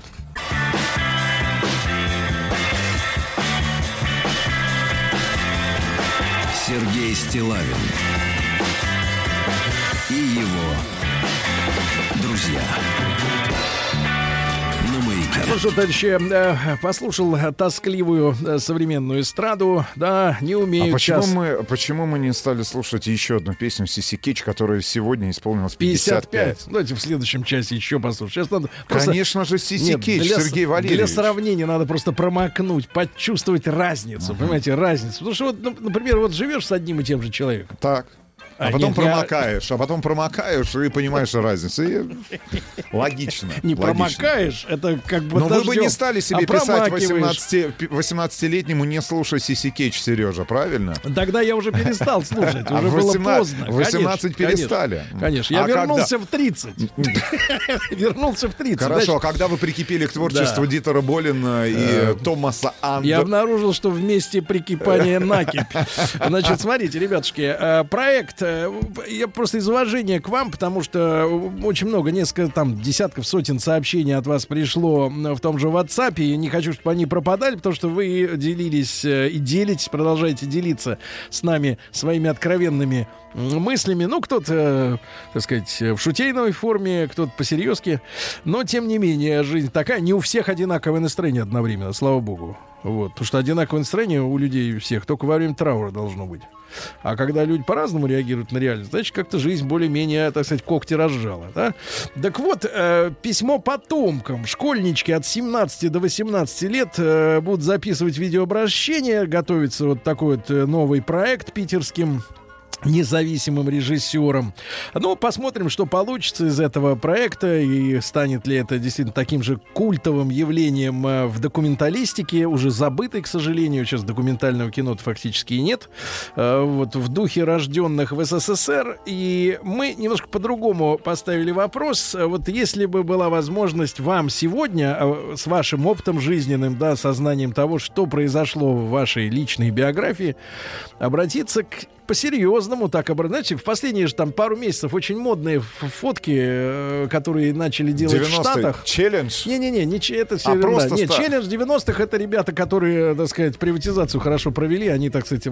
Сергей Стиллавин и его друзья. Ну что, товарищи, послушал тоскливую современную эстраду, да, не умею почему мы не стали слушать еще одну песню Сиси Кетч, которая сегодня исполнилась 55? Давайте в следующем часе еще послушаем. Сейчас надо Конечно же, Сиси Кетч, Сергей Валерьевич. Для сравнения надо просто промокнуть, почувствовать разницу, понимаете, разницу. Потому что, вот, например, вот живешь с одним и тем же человеком. Так. А потом промокаешь и понимаешь разницу. И логично. Не промокаешь, это как бы Но дождем, вы бы не стали себе писать промакиваешь. 18-летнему «Не слушай Сиси Кетч», Сережа, правильно? Тогда я уже перестал слушать, уже было поздно. 18 перестали. Конечно, я вернулся в 30. Вернулся в 30. Хорошо, а когда вы прикипели к творчеству Дитера Болина и Томаса Андерса? Я обнаружил, что вместе прикипания накипь. Значит, смотрите, ребятушки, проект, я просто из уважения к вам, потому что очень много, несколько там десятков, сотен сообщений от вас пришло в том же WhatsApp, и не хочу, чтобы они пропадали, потому что вы делились и делитесь, продолжаете делиться с нами своими откровенными мыслями. Ну, кто-то, так сказать, в шутейной форме, кто-то по-серьезки. Но, тем не менее, жизнь такая. Не у всех одинаковое настроение одновременно, слава богу. Вот. Потому что одинаковое настроение у людей всех только во время траура должно быть. А когда люди по-разному реагируют на реальность, значит, как-то жизнь более-менее, так сказать, когти разжала. Да? Так вот, письмо потомкам. Школьнички от 17 до 18 лет будут записывать видеообращение. Готовится вот такой вот новый проект питерским независимым режиссером. Ну, посмотрим, что получится из этого проекта, и станет ли это действительно таким же культовым явлением в документалистике, уже забытой, к сожалению. Сейчас документального кино фактически и нет. Вот в духе рожденных в СССР. И мы немножко по-другому поставили вопрос. Вот если бы была возможность вам сегодня, с вашим опытом жизненным, да, сознанием того, что произошло в вашей личной биографии, обратиться к по-серьезному так знаете, в последние же там пару месяцев очень модные фотки, которые начали делать в Штатах. Челлендж? Не это все ерунда. Нет, челлендж 90-х — это ребята, которые, так сказать, приватизацию хорошо провели, они, так сказать,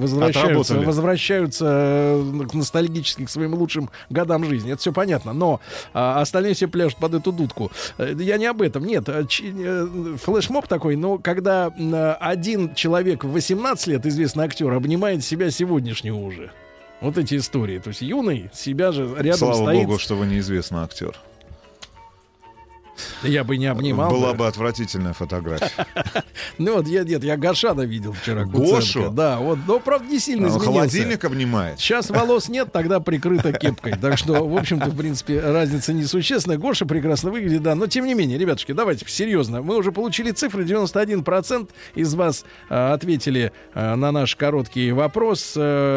возвращаются ностальгически к своим лучшим годам жизни. Это все понятно, но остальные все пляшут под эту дудку. Я не об этом, нет. Флешмоб такой, но когда один человек в 18 лет, известный актер, обнимает себя сегодняшнего уже. Вот эти истории. То есть юный себя же рядом Слава стоит. Слава богу, что вы неизвестный актер. Я бы не обнимал. Была бы отвратительная фотография. Ну вот я Гошана видел вчера. Гошу? Да, вот, но правда не сильно изменился. Холодильник обнимает. Сейчас волос нет, тогда прикрыто кепкой. Так что, в общем-то, в принципе, разница несущественная. Гоша прекрасно выглядит, да. Но тем не менее, ребятушки, давайте серьезно. Мы уже получили цифры. 91% из вас ответили на наш короткий вопрос.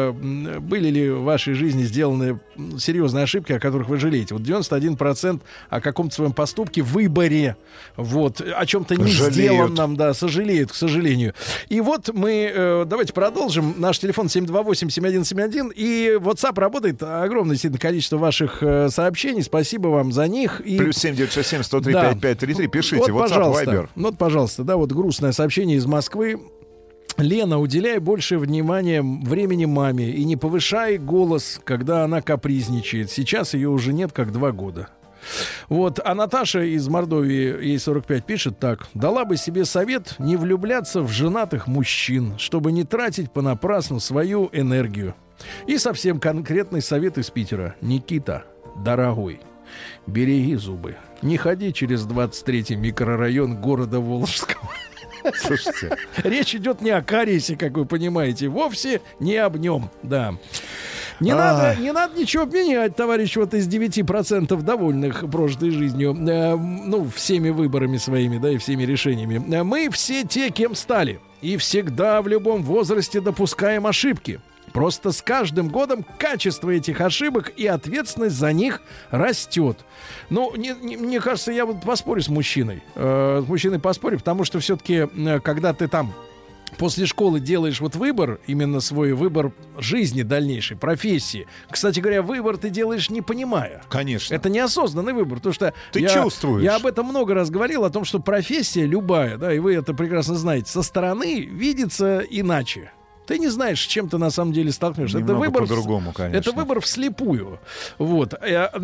Были ли в вашей жизни сделаны серьезные ошибки, о которых вы жалеете? Вот 91% о каком-то своем поступке, выборе, вот, о чем-то не сделанном, да, сожалеют, к сожалению. И вот мы, давайте продолжим. Наш телефон 728-7171, и WhatsApp работает. Огромное действительно количество ваших сообщений. Спасибо вам за них. И... Плюс 7967-103-5533. Пишите, вот, WhatsApp, Viber. Вот, пожалуйста, да, вот грустное сообщение из Москвы. Лена, уделяй больше внимания времени маме и не повышай голос, когда она капризничает. Сейчас ее уже нет, как 2 года. Вот, а Наташа из Мордовии, ей 45, пишет так: дала бы себе совет не влюбляться в женатых мужчин, чтобы не тратить понапрасну свою энергию. И совсем конкретный совет из Питера. Никита, дорогой, береги зубы. Не ходи через 23-й микрорайон города Волжского. Слушайте. Речь идет не о кариесе, как вы понимаете, вовсе не об нем, да. Не надо ничего менять, товарищ, вот из 9% довольных прожитой жизнью, ну, всеми выборами своими, да, и всеми решениями. Мы все те, кем стали, и всегда в любом возрасте допускаем ошибки. Просто с каждым годом качество этих ошибок и ответственность за них растет. Ну, мне кажется, я вот поспорю с мужчиной. С мужчиной поспорю, потому что все-таки, когда ты там после школы делаешь вот выбор, именно свой выбор жизни дальнейшей, профессии. Кстати говоря, выбор ты делаешь не понимая. Конечно. Это неосознанный выбор, потому что ты чувствуешь. Я об этом много раз говорил, о том, что профессия любая, да, и вы это прекрасно знаете, со стороны видится иначе. Ты не знаешь, с чем ты на самом деле столкнешься. Это выбор по-другому, конечно. Это выбор вслепую. Вот.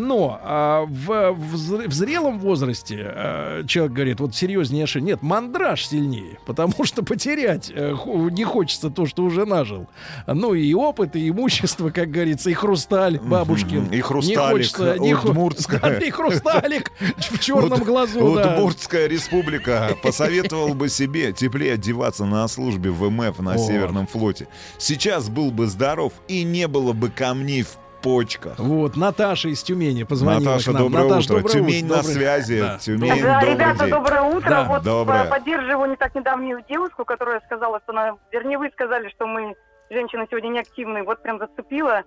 Но в зрелом возрасте человек говорит, вот серьезнее ошибка. Нет, мандраж сильнее, потому что потерять не хочется то, что уже нажил. Ну и опыт, и имущество, как говорится, и хрусталь бабушкин. И хрусталик удмуртская. И хрусталик в черном глазу. Удмуртская республика. Посоветовал бы себе теплее одеваться на службе в ВМФ на Северном флоте. Сейчас был бы здоров и не было бы камней в почках. Вот, Наташа из Тюмени позвонила Наташа, к нам. доброе Наташа, утро. Тюмень на связи. Да. Тюмень, Да, добрый ребята, день. доброе утро. Да. Вот Доброе. поддерживаю не так недавнюю девушку, которая сказала, что она... Вернее, вы сказали, что мы, женщины, сегодня не активны. Вот прям зацепила.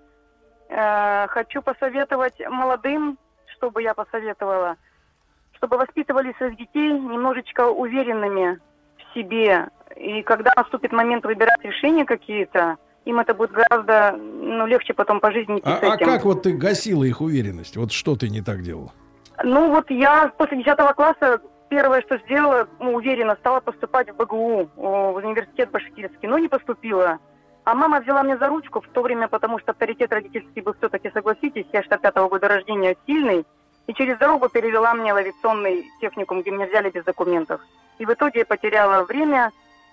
Хочу посоветовать молодым, чтобы я посоветовала, чтобы воспитывали своих детей немножечко уверенными в себе. И когда наступит момент выбирать решения какие-то, им это будет гораздо легче потом по жизни идти с этим. А как вот ты гасила их уверенность? Вот что ты не так делала? Ну вот я после 10 класса первое, что сделала, уверенно, стала поступать в БГУ, в университет башкирский, но не поступила. А мама взяла меня за ручку в то время, потому что авторитет родительский был все-таки, согласитесь, я 65-го года рождения, сильный, и через дорогу перевела мне в авиационный техникум, где меня взяли без документов. И в итоге я потеряла время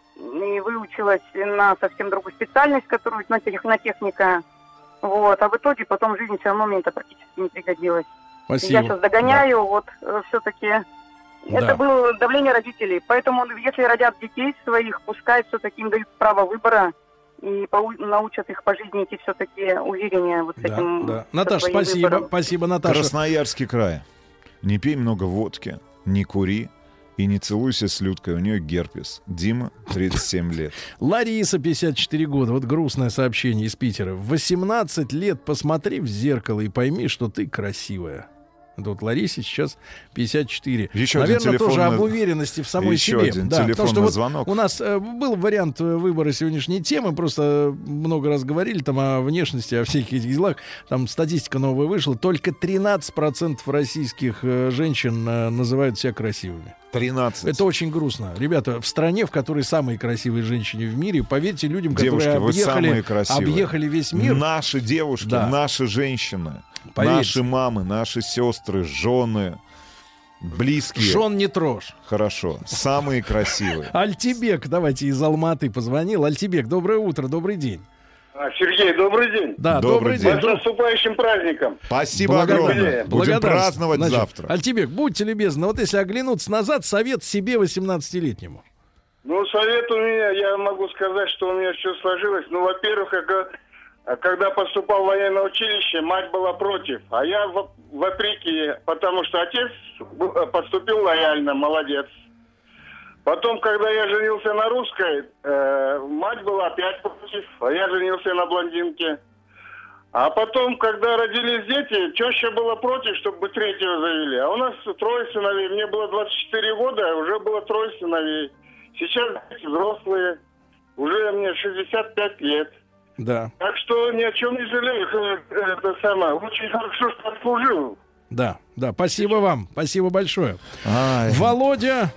и выучилась на совсем другую специальность, которую на техника. Вот. А в итоге потом жизнь все равно мне это практически не пригодилось. Спасибо. Я сейчас догоняю, вот все-таки это было давление родителей. Поэтому, если родят детей своих, пускай все-таки им дают право выбора и научат их по жизни идти все-таки увереннее вот с этим. Да. Наташа, спасибо. Выбором. Спасибо, Наташа. Красноярский край. Не пей много водки, не кури и не целуйся с Людкой. У нее герпес. Дима, 37 лет. Лариса, 54 года. Вот грустное сообщение из Питера. В 18 лет посмотри в зеркало и пойми, что ты красивая. Это вот Ларисе сейчас 54. Еще наверное, один тоже об уверенности в самой еще себе. один да, потому что вот звонок. у нас был вариант выбора сегодняшней темы. Просто много раз говорили там о внешности, о всяких этих делах. Там статистика новая вышла. Только 13% российских женщин называют себя красивыми. 13. Это очень грустно. Ребята, в стране, в которой самые красивые женщины в мире, поверьте людям, девушки, которые вы объехали весь мир. Наши девушки, наши женщины, Поверьте. наши мамы, наши сестры, жены, близкие. Жен не трожь. Хорошо. Самые красивые. Альтибек, давайте, из Алматы позвонил. Альтибек, доброе утро, добрый день. Сергей, добрый день. Да, добрый день. С наступающим праздником. Спасибо огромное. Будем праздновать завтра. Альтибек, будьте любезны, вот если оглянуться назад, совет себе 18-летнему. Ну, совет у меня, я могу сказать, что у меня все сложилось. Ну, во-первых, когда поступал в военное училище, мать была против, а я вопреки, потому что отец поступил лояльно, молодец. Потом, когда я женился на русской, мать была опять против, а я женился на блондинке. А потом, когда родились дети, теща была против, чтобы третьего завели. А у нас 3 сыновей. Мне было 24 года, а уже было 3 сыновей. Сейчас дети взрослые, уже мне 65 лет. Да. Так что ни о чем не жалею. Это самое. Очень хорошо, что отслужил. Да, спасибо вам, спасибо большое. Володя,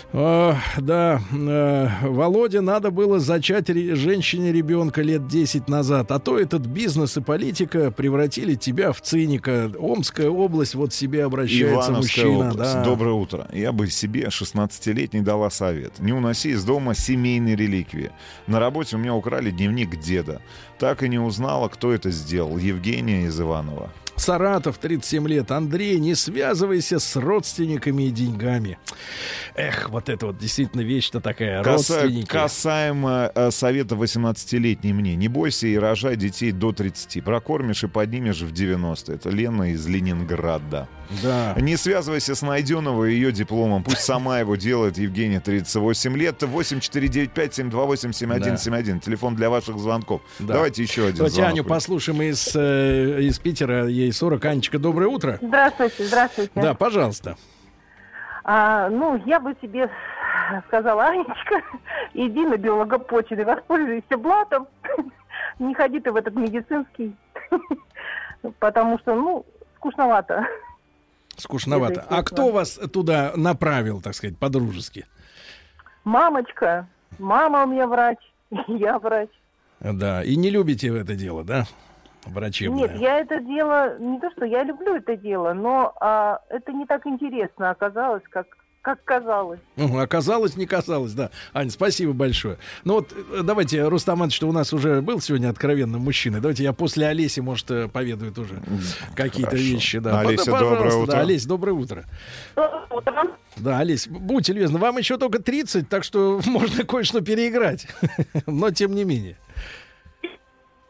Володя, надо было зачать женщине ребенка лет 10 назад, а то этот бизнес и политика превратили тебя в циника. Омская область, вот себе обращается Ивановская мужчина. область. Да. Доброе утро. Я бы себе 16-летней дала совет. Не уноси из дома семейные реликвии. На работе у меня украли дневник деда. Так и не узнала, кто это сделал. Евгения из Иванова. Саратов, 37 лет. Андрей, не связывайся с родственниками и деньгами. Эх, вот это вот действительно вещь-то такая. Родственники. Касаемо совета 18-летней мне. Не бойся и рожай детей до 30. Прокормишь и поднимешь в 90. Это Лена из Ленинграда. Да. Не связывайся с найденного и ее дипломом. Пусть сама его делает. Евгения, 38 лет. 8495-728-7171. Телефон для ваших звонков. Да. Давайте еще один Давайте звонок. Аню послушаем из Питера. Ей 40. Анечка, доброе утро. Здравствуйте, здравствуйте. Да, пожалуйста. Ну, я бы себе сказала, Анечка, иди на биологопочве, воспользуйся блатом, не ходи ты в этот медицинский, потому что, скучновато. Скучновато. А кто вас туда направил, так сказать, по-дружески? Мамочка. Мама у меня врач, я врач. Да, и не любите это дело, да? Врачебное. Нет, я это дело, не то что я люблю это дело, но это не так интересно оказалось, как казалось. Оказалось, не казалось, да. Ань, спасибо большое. Ну вот, давайте, Рустам Иванович, что у нас уже был сегодня откровенным мужчиной. Давайте я после Олеси, может, поведаю тоже какие-то вещи. Да. Олеся, доброе утро. Да, Олесь, доброе утро. Доброе утро. Да, Олесь, будьте любезны, вам еще только 30, так что можно кое-что переиграть. Но тем не менее.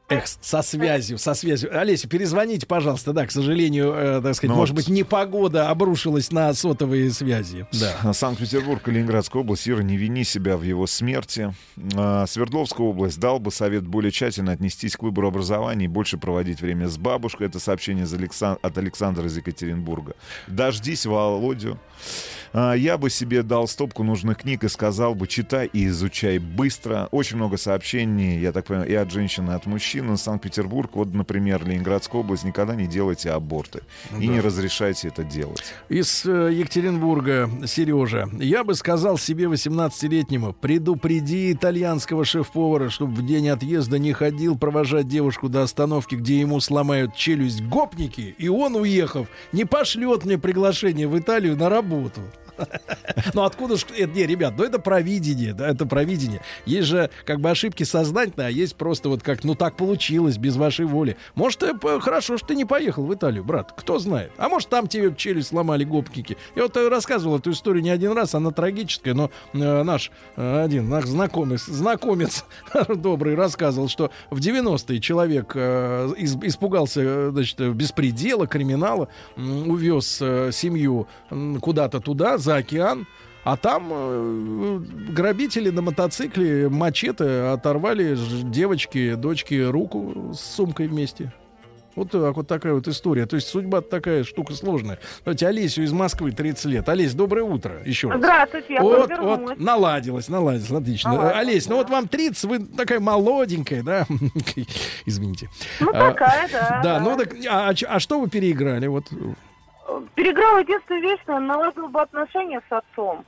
Эх, со связью. Олеся, перезвоните, пожалуйста. Да, к сожалению, так сказать, может быть, непогода обрушилась на сотовые связи. Да. Санкт-Петербург, Калининградская область. Ира, не вини себя в его смерти. Свердловская область. Дал бы совет более тщательно отнестись к выбору образования и больше проводить время с бабушкой. Это сообщение от Александра из Екатеринбурга. Дождись Володю. Я бы себе дал стопку нужных книг и сказал бы: читай и изучай быстро. Очень много сообщений, я так понимаю, и от женщин, и от мужчин. Санкт-Петербург, вот, например, Ленинградская область. Никогда не делайте аборты. И не разрешайте это делать. Из Екатеринбурга Сережа. Я бы сказал себе 18-летнему: предупреди итальянского шеф-повара, чтобы в день отъезда не ходил провожать девушку до остановки, где ему сломают челюсть гопники, и он, уехав, не пошлет мне приглашение в Италию на работу. Ну откуда ж... Не, ребят, ну это провидение, да, это провидение. Есть же как бы ошибки сознательные, а есть просто вот как, ну так получилось, без вашей воли. Может, хорошо, что ты не поехал в Италию, брат, кто знает. А может, там тебе челюсть сломали гопники. Я вот рассказывал эту историю не один раз, она трагическая, но наш знакомец добрый рассказывал, что в 90-е человек испугался, значит, беспредела, криминала, увез семью куда-то туда, за океан, а там грабители на мотоцикле мачете оторвали девочке, дочке руку с сумкой вместе. Вот так, вот такая вот история. То есть судьба такая штука сложная. Давайте Олесю из Москвы, 30 лет. Олесь, доброе утро еще раз. Здравствуйте, я вот наладилась, отлично. Олесь, ну вот вам 30, вы такая молоденькая, да? Извините. Ну такая, да. Да, ну так, а что вы переиграли? Вот. Переиграла единственную вещь, наладила бы отношения с отцом.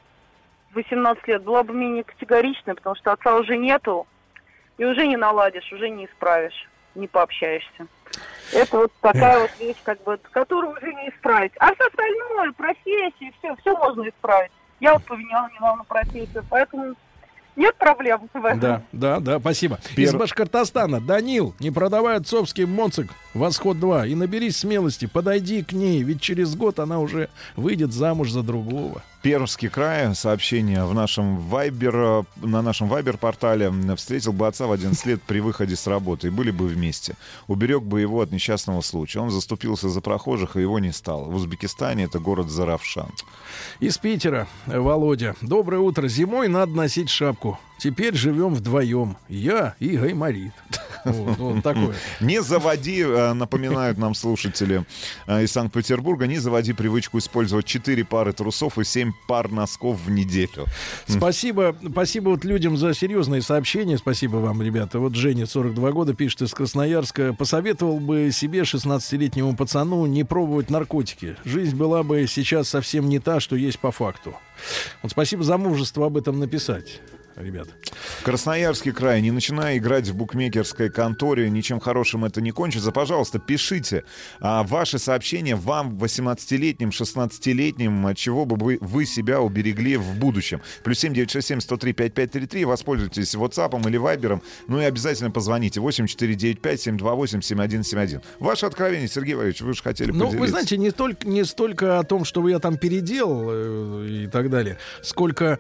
18 лет была бы менее категоричной, потому что отца уже нету, и уже не наладишь, уже не исправишь, не пообщаешься. Это вот такая вот вещь, как бы, которую уже не исправить. А все остальное, профессии, все можно исправить. Я вот поменяла недавно профессию, поэтому нет проблем в этом. Да, спасибо. Из Башкортостана. Данил, не продавай отцовский моцик «Восход-2» и наберись смелости, подойди к ней, ведь через год она уже выйдет замуж за другого. Пермский край. Сообщение в нашем Вайбер, на нашем Вайбер-портале. Встретил бы отца в 11 лет при выходе с работы, и были бы вместе. Уберег бы его от несчастного случая. Он заступился за прохожих, и его не стало. В Узбекистане это город Заравшан. Из Питера. Володя. Доброе утро. Зимой надо носить шапку. Теперь живем вдвоем. Я и Гайморит. Вот такое. Не заводи, напоминают нам слушатели из Санкт-Петербурга, не заводи привычку использовать 4 пары трусов и 7 пар носков в неделю. Спасибо вот людям за серьезные сообщения. Спасибо вам, ребята. Вот Женя, 42 года, пишет из Красноярска. Посоветовал бы себе, 16-летнему пацану, не пробовать наркотики. Жизнь была бы сейчас совсем не та, что есть по факту. Вот спасибо за мужество об этом написать. Ребят. Красноярский край. Не начинай играть в букмекерской конторе. Ничем хорошим это не кончится. Пожалуйста, пишите ваши сообщения вам, 18-летним, 16-летним, от чего бы вы себя уберегли в будущем. +7 967 103 5533. Воспользуйтесь WhatsApp или Viber. Ну и обязательно позвоните. 8495 728 7171. Ваше откровение, Сергей Валерьевич, вы же хотели поделиться. Ну, вы знаете, не столько о том, что я там переделал и так далее, сколько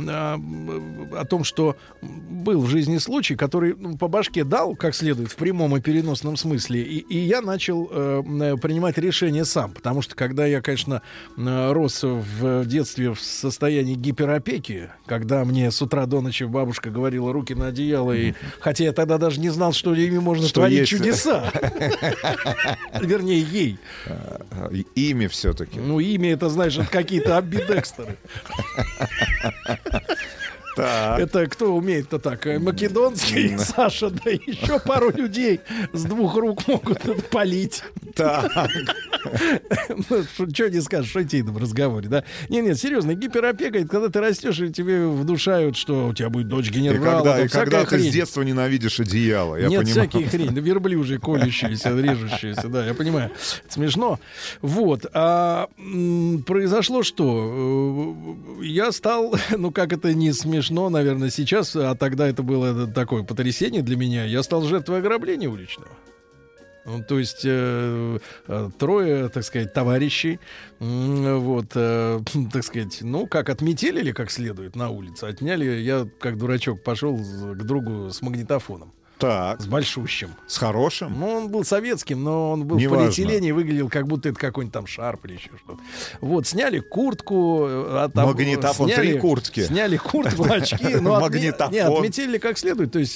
о том, что был в жизни случай, который по башке дал, как следует, в прямом и переносном смысле, и я начал принимать решения сам, потому что когда я, конечно, рос в детстве в состоянии гиперопеки, когда мне с утра до ночи бабушка говорила руки на одеяло, и хотя я тогда даже не знал, что ими можно творить чудеса. Вернее, ей. Имя все-таки. Ну, имя, это, знаешь, это какие-то амбидекстеры. Так. Это кто умеет-то так? Македонский, Саша, да еще пару людей с 2 рук могут полить. Так. Что не скажешь в шутейном разговоре, да? Нет, серьезно, гиперопека, это когда ты растешь, и тебе внушают, что у тебя будет дочь генерала. И когда ты с детства ненавидишь одеяло, я понимаю. Нет, всякие хрень, да верблюжьи, колющиеся, режущиеся, да, я понимаю. Это смешно. Вот. Произошло что? Я стал, ну как это не смешно, наверное, сейчас, а тогда это было такое потрясение для меня, я стал жертвой ограбления уличного. То есть 3, так сказать, товарищей, вот, так сказать, ну, как отметелили как следует на улице, отняли, я как дурачок пошел к другу с магнитофоном. Так. С большущим. С хорошим? Ну, он был советским, но он был в полиэтилене и выглядел, как будто это какой-нибудь там шарп или еще что-то. Вот, сняли куртку. Магнитофон, 3 куртки. Сняли куртку, очки. Магнитофон. Не, отметили как следует. То есть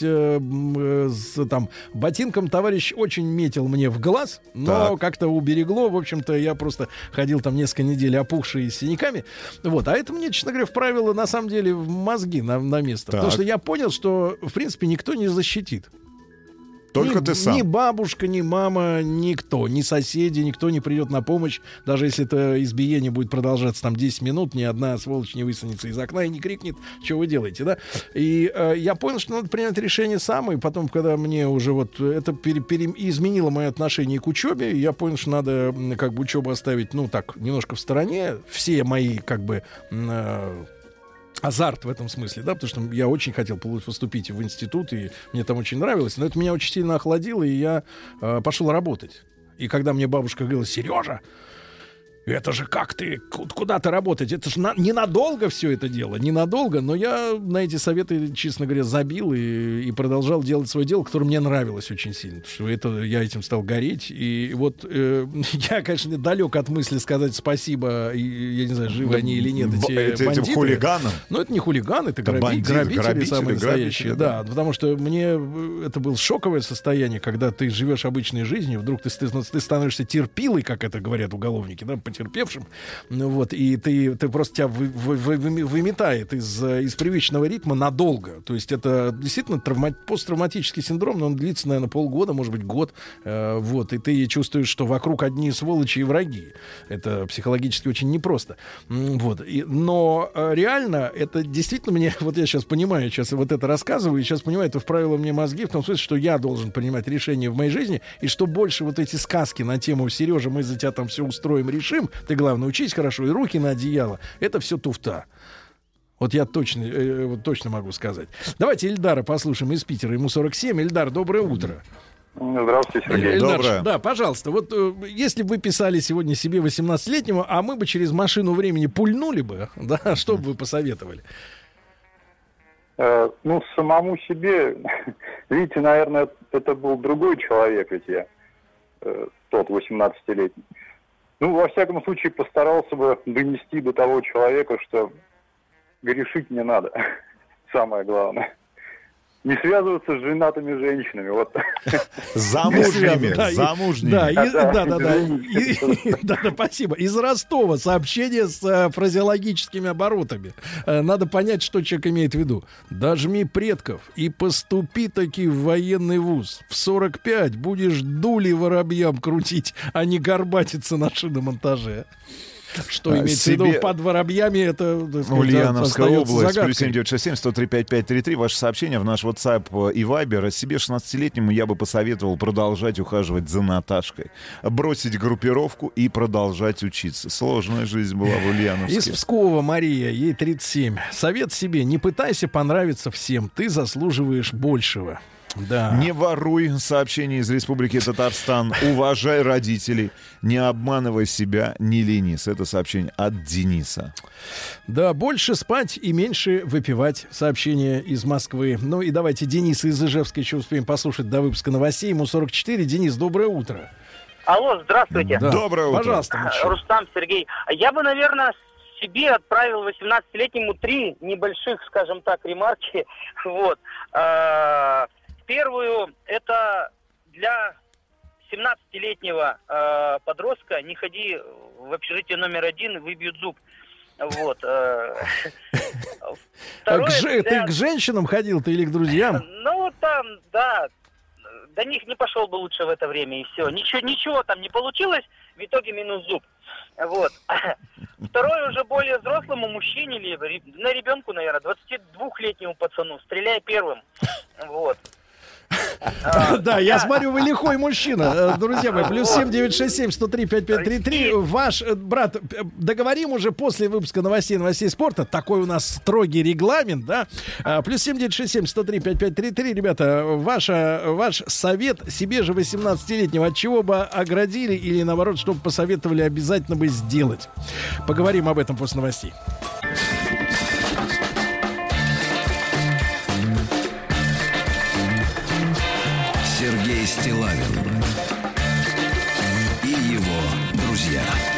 там ботинком товарищ очень метил мне в глаз, но как-то уберегло. В общем-то, я просто ходил там несколько недель опухший с синяками. Вот. А это мне, честно говоря, вправило, на самом деле, в мозги на место. Потому что я понял, что, в принципе, никто не защитит. Только ты сам. Ни бабушка, ни мама, никто, ни соседи, никто не придет на помощь. Даже если это избиение будет продолжаться там 10 минут, ни одна сволочь не высунется из окна и не крикнет, что вы делаете, да? И я понял, что надо принять решение сам, и потом, когда мне уже вот это изменило мое отношение к учебе, я понял, что надо как бы учебу оставить, ну так, немножко в стороне. Все мои как бы... азарт в этом смысле, да, потому что я очень хотел поступить в институт, и мне там очень нравилось, но это меня очень сильно охладило, и я пошел работать. И когда мне бабушка говорила: Сережа, это же как ты, куда ты работать? Это же ненадолго все это дело, ненадолго. Но я на эти советы, честно говоря, забил и продолжал делать свое дело, которое мне нравилось очень сильно. Потому что я этим стал гореть. И вот я, конечно, далек от мысли сказать спасибо, я не знаю, живы они или нет, эти бандиты. Этим хулиганам? Но это не хулиганы, это грабители самые настоящие. Да, потому что мне это было шоковое состояние, когда ты живешь обычной жизнью, вдруг ты становишься терпилой, как это говорят уголовники, да, потерпевшим, ну вот, и ты просто тебя выметает из привычного ритма надолго. То есть это действительно посттравматический синдром, но он длится, наверное, полгода, может быть, год. Вот, и ты чувствуешь, что вокруг одни сволочи и враги. Это психологически очень непросто. Вот. Но реально это действительно мне, вот я сейчас понимаю, сейчас вот это рассказываю, и сейчас понимаю, это вправило мне мозги в том смысле, что я должен принимать решения в моей жизни, и что больше вот эти сказки на тему «Сережа, мы за тебя там все устроим, решим, ты, главное, учись хорошо, и руки на одеяло», это все туфта. Вот я точно могу сказать. Давайте Ильдара послушаем из Питера, ему 47. Ильдар, доброе утро. Здравствуйте, Сергей. Ильдар, доброе. Да, пожалуйста, вот если бы вы писали сегодня себе 18-летнему, а мы бы через машину времени пульнули бы, да, что бы вы посоветовали? Ну, самому себе, видите, наверное, это был другой человек, ведь я, тот 18-летний. Ну, во всяком случае, постарался бы донести до того человека, что грешить не надо. Самое главное. Не связываться с женатыми женщинами. Вот. Замужними. Да, спасибо. Из Ростова сообщение с фразеологическими оборотами. Надо понять, что человек имеет в виду. Дожми предков и поступи таки в военный вуз. В 45 будешь дули воробьям крутить, а не горбатиться на шиномонтаже. Что имеется в виду под воробьями, это, так сказать, Ульяновская область, загадкой. плюс 7967-103-5533, ваш сообщение в наш WhatsApp и Viber. Себе 16-летнему я бы посоветовал продолжать ухаживать за Наташкой, бросить группировку и продолжать учиться. Сложная жизнь была в Ульяновске. Из Пскова Мария, ей 37. Совет себе: не пытайся понравиться всем, ты заслуживаешь большего. Да. Не воруй, сообщение из Республики Татарстан. Уважай родителей, не обманывай себя, не ленись. Это сообщение от Дениса. Да, больше спать и меньше выпивать. Сообщение из Москвы. Ну и давайте Дениса из Ижевска еще успеем послушать до выпуска новостей. Ему 44. Денис, доброе утро. Алло, здравствуйте. Да. Доброе утро. Пожалуйста, мужчина. Рустам, Сергей. Я бы, наверное, себе отправил 18-летнему 3 небольших, скажем так, ремарки. Вот. Первую, это для 17-летнего подростка: не ходи в общежитие номер 1, выбьют зуб. Вот. Ты к женщинам ходил-то или к друзьям? Ну, там, да. До них не пошел бы лучше в это время, и все. Ничего там не получилось, в итоге минус зуб. Вот. Второе, уже более взрослому мужчине, или на ребенку, наверное, 22-летнему пацану: стреляй первым. Вот. Да, я смотрю, вы лихой мужчина. Друзья мои, плюс 7967-103-5533. Ваш брат, договорим уже после выпуска новостей спорта. Такой у нас строгий регламент, да? Плюс 7967-103-5533. Ребята, ваш совет себе же 18-летнего: от чего бы оградили или, наоборот, что бы посоветовали обязательно бы сделать? Поговорим об этом после новостей. Сергей Стиллавин и его друзья.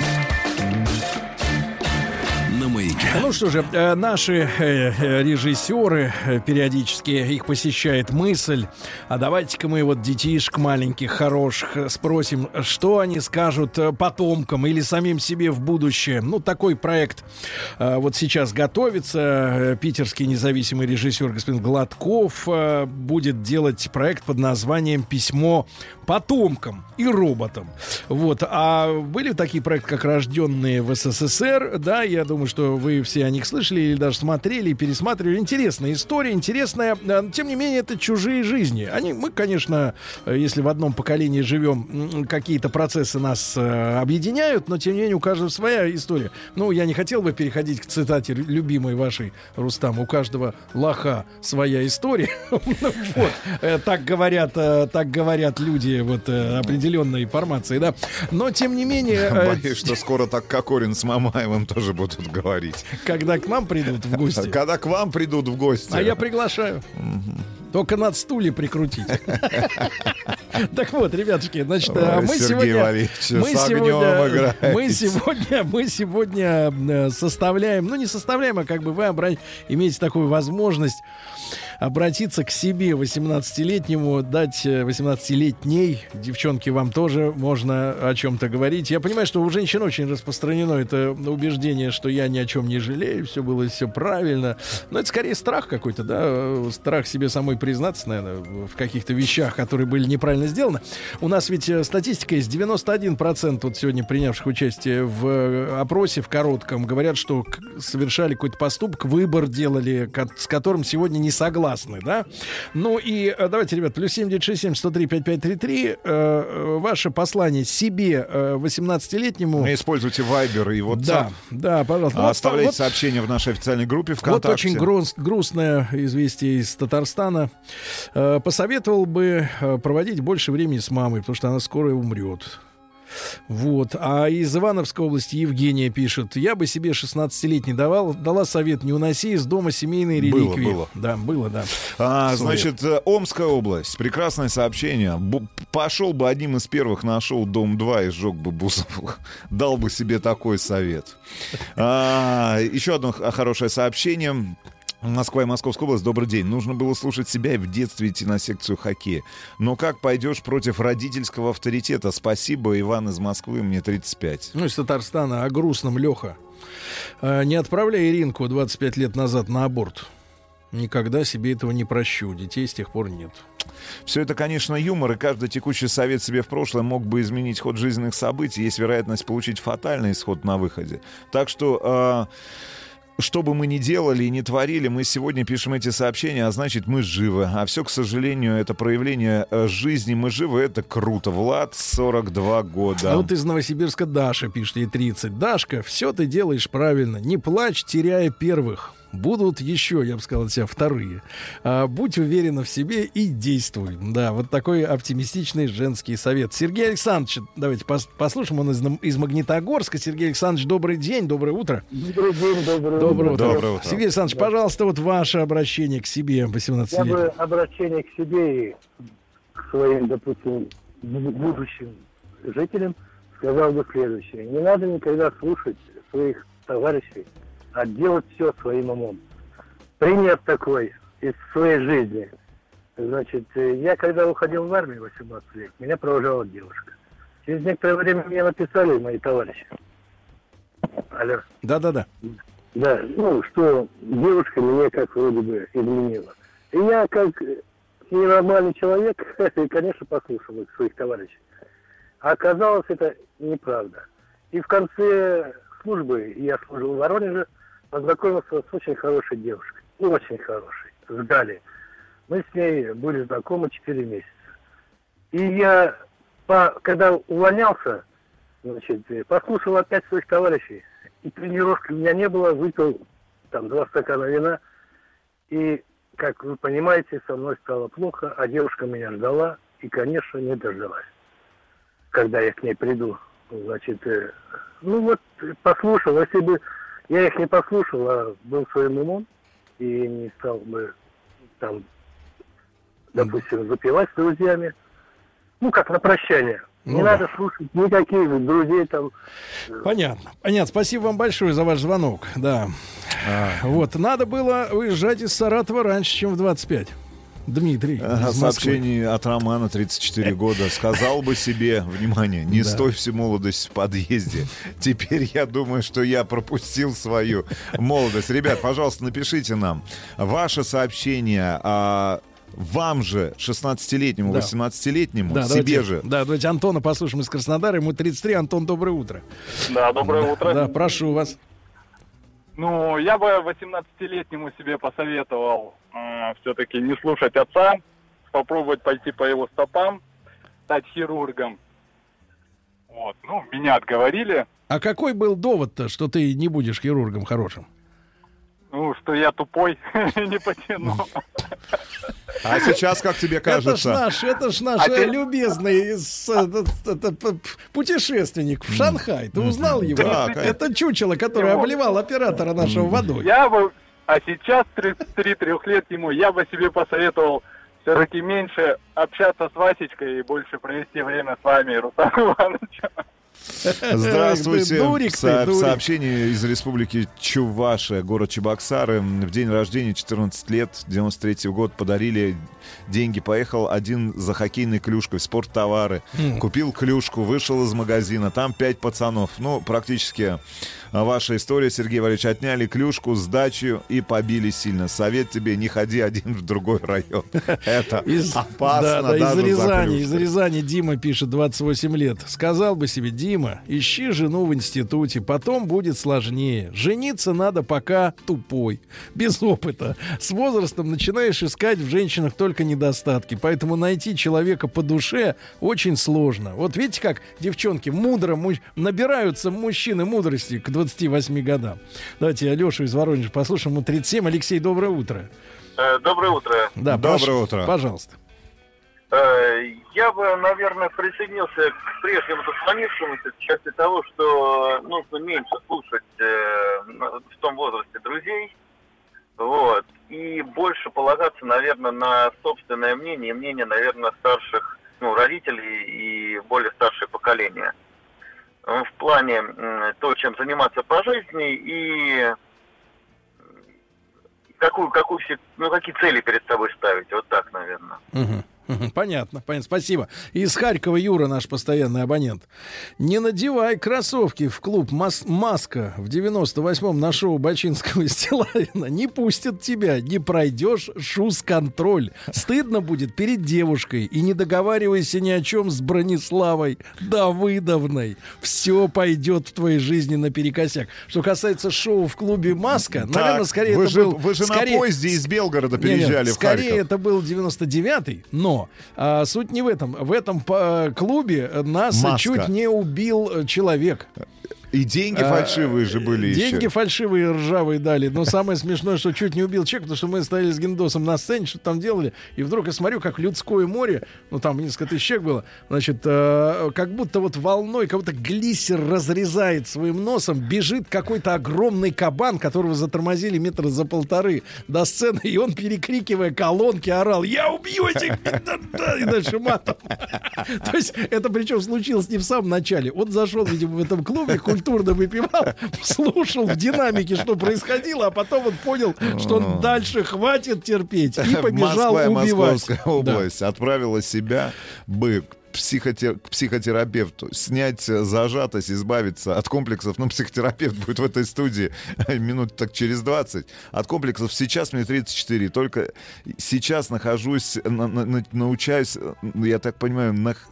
На маяке. Ну что же, наши режиссеры, периодически их посещает мысль, а давайте-ка мы вот детишек маленьких, хороших спросим, что они скажут потомкам или самим себе в будущее. Ну, такой проект вот сейчас готовится. Питерский независимый режиссер господин Гладков будет делать проект под названием «Письмо потомкам и роботам». Вот. А были такие проекты, как «Рожденные в СССР». Да, я думаю, что вы все о них слышали или даже смотрели, пересматривали. Интересная история, интересная. Тем не менее, это чужие жизни. Мы, конечно, если в одном поколении живем, какие-то процессы нас объединяют, но, тем не менее, у каждого своя история. Ну, я не хотел бы переходить к цитате любимой вашей, Рустам. У каждого лоха своя история. Так говорят люди вот определенной формации, да. Но, тем не менее... Боюсь, что скоро так Кокорин с Мамаевым тоже будут говорить. Когда к нам придут в гости. Когда к вам придут в гости. А я приглашаю. Только надо стулья прикрутить. Так вот, ребятушки, значит, мы сегодня составляем, ну не составляем, а как бы вы имеете такую возможность обратиться к себе 18-летнему, дать 18-летней, девчонки, вам тоже можно о чем-то говорить. Я понимаю, что у женщин очень распространено это убеждение, что я ни о чем не жалею, все было все правильно. Но это скорее страх какой-то, да, страх себе самой признаться, наверное, в каких-то вещах, которые были неправильно сделаны. У нас ведь статистика есть, 91% вот сегодня принявших участие в опросе, в коротком, говорят, что совершали какой-то поступок, выбор делали, с которым сегодня не согласны. Да? Ну и давайте, ребят, +7 967 103 5533. Ваше послание себе 18-летнему. Используйте Viber и WhatsApp. Да, пожалуйста. Оставляйте сообщения в нашей официальной группе ВКонтакте. Вот очень грустное известие из Татарстана. Посоветовал бы проводить больше времени с мамой, потому что она скоро умрет. Вот. А из Ивановской области Евгения пишет: я бы себе 16-летней дала совет: не уноси из дома семейные реликвии. Было. Да, было, да. Значит, Омская область. Прекрасное сообщение. Пошел бы одним из первых на шоу «Дом-2» и сжег бы Бусову. Дал бы себе такой совет. Еще одно хорошее сообщение. Москва и Московская область. Добрый день. Нужно было слушать себя и в детстве идти на секцию хоккея. Но как пойдешь против родительского авторитета? Спасибо, Иван из Москвы, мне 35. Ну, из Татарстана. О грустном, Леха. Не отправляй Иринку 25 лет назад на аборт. Никогда себе этого не прощу. Детей с тех пор нет. Все это, конечно, юмор, и каждый текущий совет себе в прошлое мог бы изменить ход жизненных событий. Есть вероятность получить фатальный исход на выходе. Так что... Что бы мы ни делали и не творили, мы сегодня пишем эти сообщения, а значит, мы живы. А все, к сожалению, это проявление жизни. Мы живы, это круто. Влад, 42 года. А вот из Новосибирска Даша пишет, ей 30. Дашка, все ты делаешь правильно. Не плачь, теряя первых. Будут еще, я бы сказал от себя, вторые. Будь уверена в себе и действуй. Да, вот такой оптимистичный женский совет. Сергей Александрович, давайте послушаем, он из Магнитогорска. Сергей Александрович, добрый день, доброе утро. Добрый день, доброе утро. Сергей Александрович, пожалуйста, вот ваше обращение к себе 18-летнему. Я бы обращение к себе и к своим, допустим, будущим жителям сказал бы следующее. Не надо никогда слушать своих товарищей, а делать все своим умом. Пример такой из своей жизни. Значит, я когда уходил в армию 18 лет, меня провожала девушка. Через некоторое время мне написали мои товарищи. Алло. Да. Да, ну, что девушка меня как вроде бы изменила. И я как ненормальный человек, конечно, послушал их, своих товарищей. А оказалось, это неправда. И в конце службы, я служил в Воронеже, познакомился с очень хорошей девушкой. Очень хорошей. С Галей. Мы с ней были знакомы 4 месяца. И я, когда увольнялся, значит, послушал опять своих товарищей. И тренировки у меня не было. Выпил там 2 стакана вина. И, как вы понимаете, со мной стало плохо. А девушка меня ждала. И, конечно, не дождалась. Когда я к ней приду. Значит, ну вот, послушал. Если бы я их не послушал, а был своим умом и не стал бы там, допустим, запивать с друзьями, ну, как на прощание. Ну не да. надо слушать никаких друзей там. Понятно. Понятно. Спасибо вам большое за ваш звонок. Да. Вот. Надо было уезжать из Саратова раньше, чем в 25. Дмитрий. из Москвы. Сообщение от Романа, 34 года. Сказал бы себе, внимание, не Да. стой всю молодость в подъезде. Теперь я думаю, что я пропустил свою молодость. Ребят, пожалуйста, напишите нам ваше сообщение. Вам же, 16-летнему, Да. 18-летнему, Да, себе давайте, же. Да, давайте Антона послушаем из Краснодара. Ему 33. Антон, доброе утро. Да, доброе утро. Да, прошу вас. Ну, я бы 18-летнему себе посоветовал все-таки не слушать отца, попробовать пойти по его стопам, стать хирургом. Вот, ну, меня отговорили, А какой был довод-то, что ты не будешь хирургом хорошим? ну, что я тупой, не потяну. А сейчас, как тебе кажется? Это ж наш любезный путешественник в Шанхай. Ты узнал его? Да, Это чучело, которое обливал оператора нашего водой. А сейчас, 33 лет ему, я бы себе посоветовал все-таки меньше общаться с Васечкой и больше провести время с вами, Руслан Иванович. Здравствуйте. Дурик ты, дурик. Сообщение из республики Чувашия, город Чебоксары. В день рождения, 14 лет, 93-й год, подарили деньги. Поехал один за хоккейной клюшкой в спорттовары. Купил клюшку, вышел из магазина. Там 5 пацанов. Ну, практически ваша история, Сергей Валерьевич. Отняли клюшку, сдачу и побили сильно. Совет тебе, не ходи один в другой район. Это опасно Да, даже из за Рязани, клюшкой. из Рязани Дима пишет, 28 лет. Сказал бы себе, Дима, ищи жену в институте, потом будет сложнее. Жениться надо пока тупой, без опыта. С возрастом начинаешь искать в женщинах только недостатки, поэтому найти человека по душе очень сложно. Вот видите, как девчонки мудро набираются мужчины мудрости к 28 годам. Давайте Алешу из Воронежа послушаем, ему 37. Алексей, доброе утро. Доброе утро. Да, Доброе утро. Пожалуйста. Я бы, наверное, присоединился к прежнему дозвонившемуся в части того, что нужно меньше слушать в том возрасте друзей, вот, и больше полагаться, наверное, на собственное мнение, и мнение, наверное, старших, родителей и более старшее поколение. В плане то, чем заниматься по жизни и какие цели перед собой ставить. Вот так, наверное. Понятно. Спасибо. Из Харькова Юра, наш постоянный абонент. Не надевай кроссовки в клуб «Маска» в 98-м на шоу Бачинского и Стилавина. Не пустят тебя, не пройдешь шуз-контроль. Стыдно будет перед девушкой. И не договаривайся ни о чем с Брониславой Давыдовной. Все пойдет в твоей жизни наперекосяк. Что касается шоу в клубе «Маска», наверное, скорее вы это же, был... Вы же на поезде из Белгорода переезжали в Харьков. Скорее это был 99-й, но суть не в этом. В этом клубе нас «Маска» чуть не убил человек. И деньги фальшивые же были еще. Деньги фальшивые, ржавые дали. Но самое смешное, что чуть не убил человек, потому что мы стояли с Гендосом на сцене, что-то там делали, и вдруг я смотрю, как людское море, там несколько тысяч человек было, значит, как будто вот волной, как будто глиссер разрезает своим носом, бежит какой-то огромный кабан, которого затормозили метра за полторы до сцены, и он, перекрикивая колонки, орал: «Я убью этих!» И дальше матом. То есть это причем случилось не в самом начале. Он зашел, видимо, в этом клубе, культурно выпивал, слушал в динамике, что происходило, а потом он понял, что он дальше хватит терпеть, и побежал Москва и убивать. Московская область отправила себя бы к психотерапевту, снять зажатость, избавиться от комплексов. Психотерапевт будет в этой студии минут так через 20. От комплексов сейчас мне 34. Только сейчас нахожусь, научаюсь, я так понимаю,